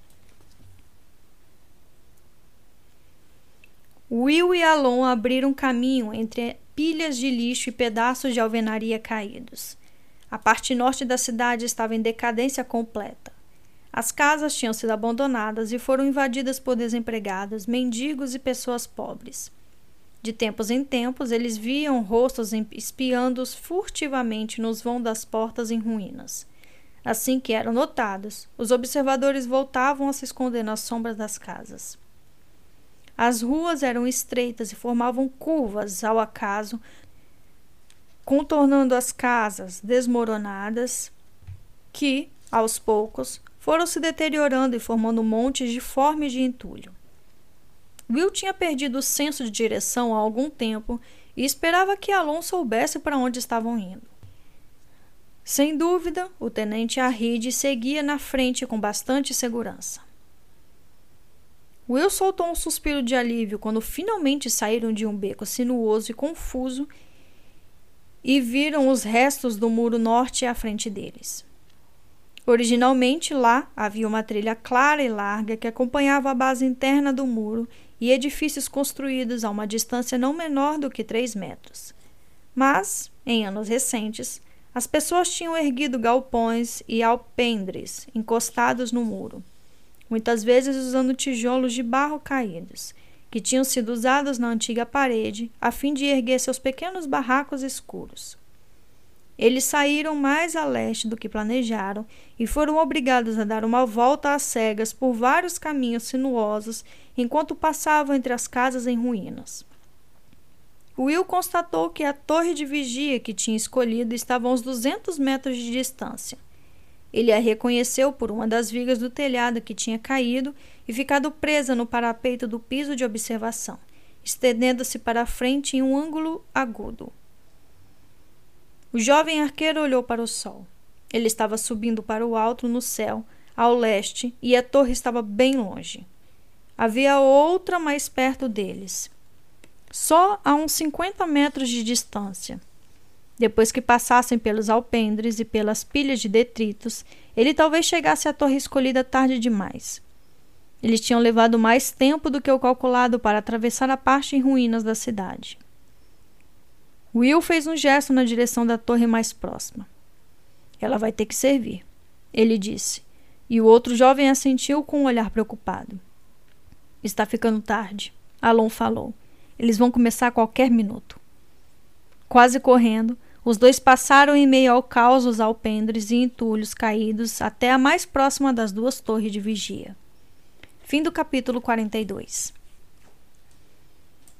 Will e Alon abriram caminho entre pilhas de lixo e pedaços de alvenaria caídos. A parte norte da cidade estava em decadência completa. As casas tinham sido abandonadas e foram invadidas por desempregados, mendigos e pessoas pobres. De tempos em tempos, eles viam rostos espiando-os furtivamente nos vãos das portas em ruínas. Assim que eram notados, os observadores voltavam a se esconder nas sombras das casas. As ruas eram estreitas e formavam curvas ao acaso, contornando as casas desmoronadas que, aos poucos, foram se deteriorando e formando montes deformes de entulho. Will tinha perdido o senso de direção há algum tempo e esperava que Alon soubesse para onde estavam indo. Sem dúvida, o tenente Arrid seguia na frente com bastante segurança. Will soltou um suspiro de alívio quando finalmente saíram de um beco sinuoso e confuso e viram os restos do muro norte à frente deles. Originalmente, lá havia uma trilha clara e larga que acompanhava a base interna do muro e edifícios construídos a uma distância não menor do que 3 metros. Mas, em anos recentes, as pessoas tinham erguido galpões e alpendres encostados no muro, muitas vezes usando tijolos de barro caídos, que tinham sido usados na antiga parede a fim de erguer seus pequenos barracos escuros. Eles saíram mais a leste do que planejaram e foram obrigados a dar uma volta às cegas por vários caminhos sinuosos enquanto passavam entre as casas em ruínas. Will constatou que a torre de vigia que tinha escolhido estava a uns 200 metros de distância. Ele a reconheceu por uma das vigas do telhado que tinha caído e ficado presa no parapeito do piso de observação, estendendo-se para a frente em um ângulo agudo. O jovem arqueiro olhou para o sol. Ele estava subindo para o alto no céu, ao leste, e a torre estava bem longe. Havia outra mais perto deles, só a uns 50 metros de distância. Depois que passassem pelos alpendres e pelas pilhas de detritos, ele talvez chegasse à torre escolhida tarde demais. Eles tinham levado mais tempo do que o calculado para atravessar a parte em ruínas da cidade. Will fez um gesto na direção da torre mais próxima. Ela vai ter que servir, ele disse, e o outro jovem assentiu com um olhar preocupado. Está ficando tarde, Alon falou. Eles vão começar a qualquer minuto. Quase correndo, os dois passaram em meio ao caos dos alpendres e entulhos caídos até a mais próxima das duas torres de vigia. Fim do capítulo 42.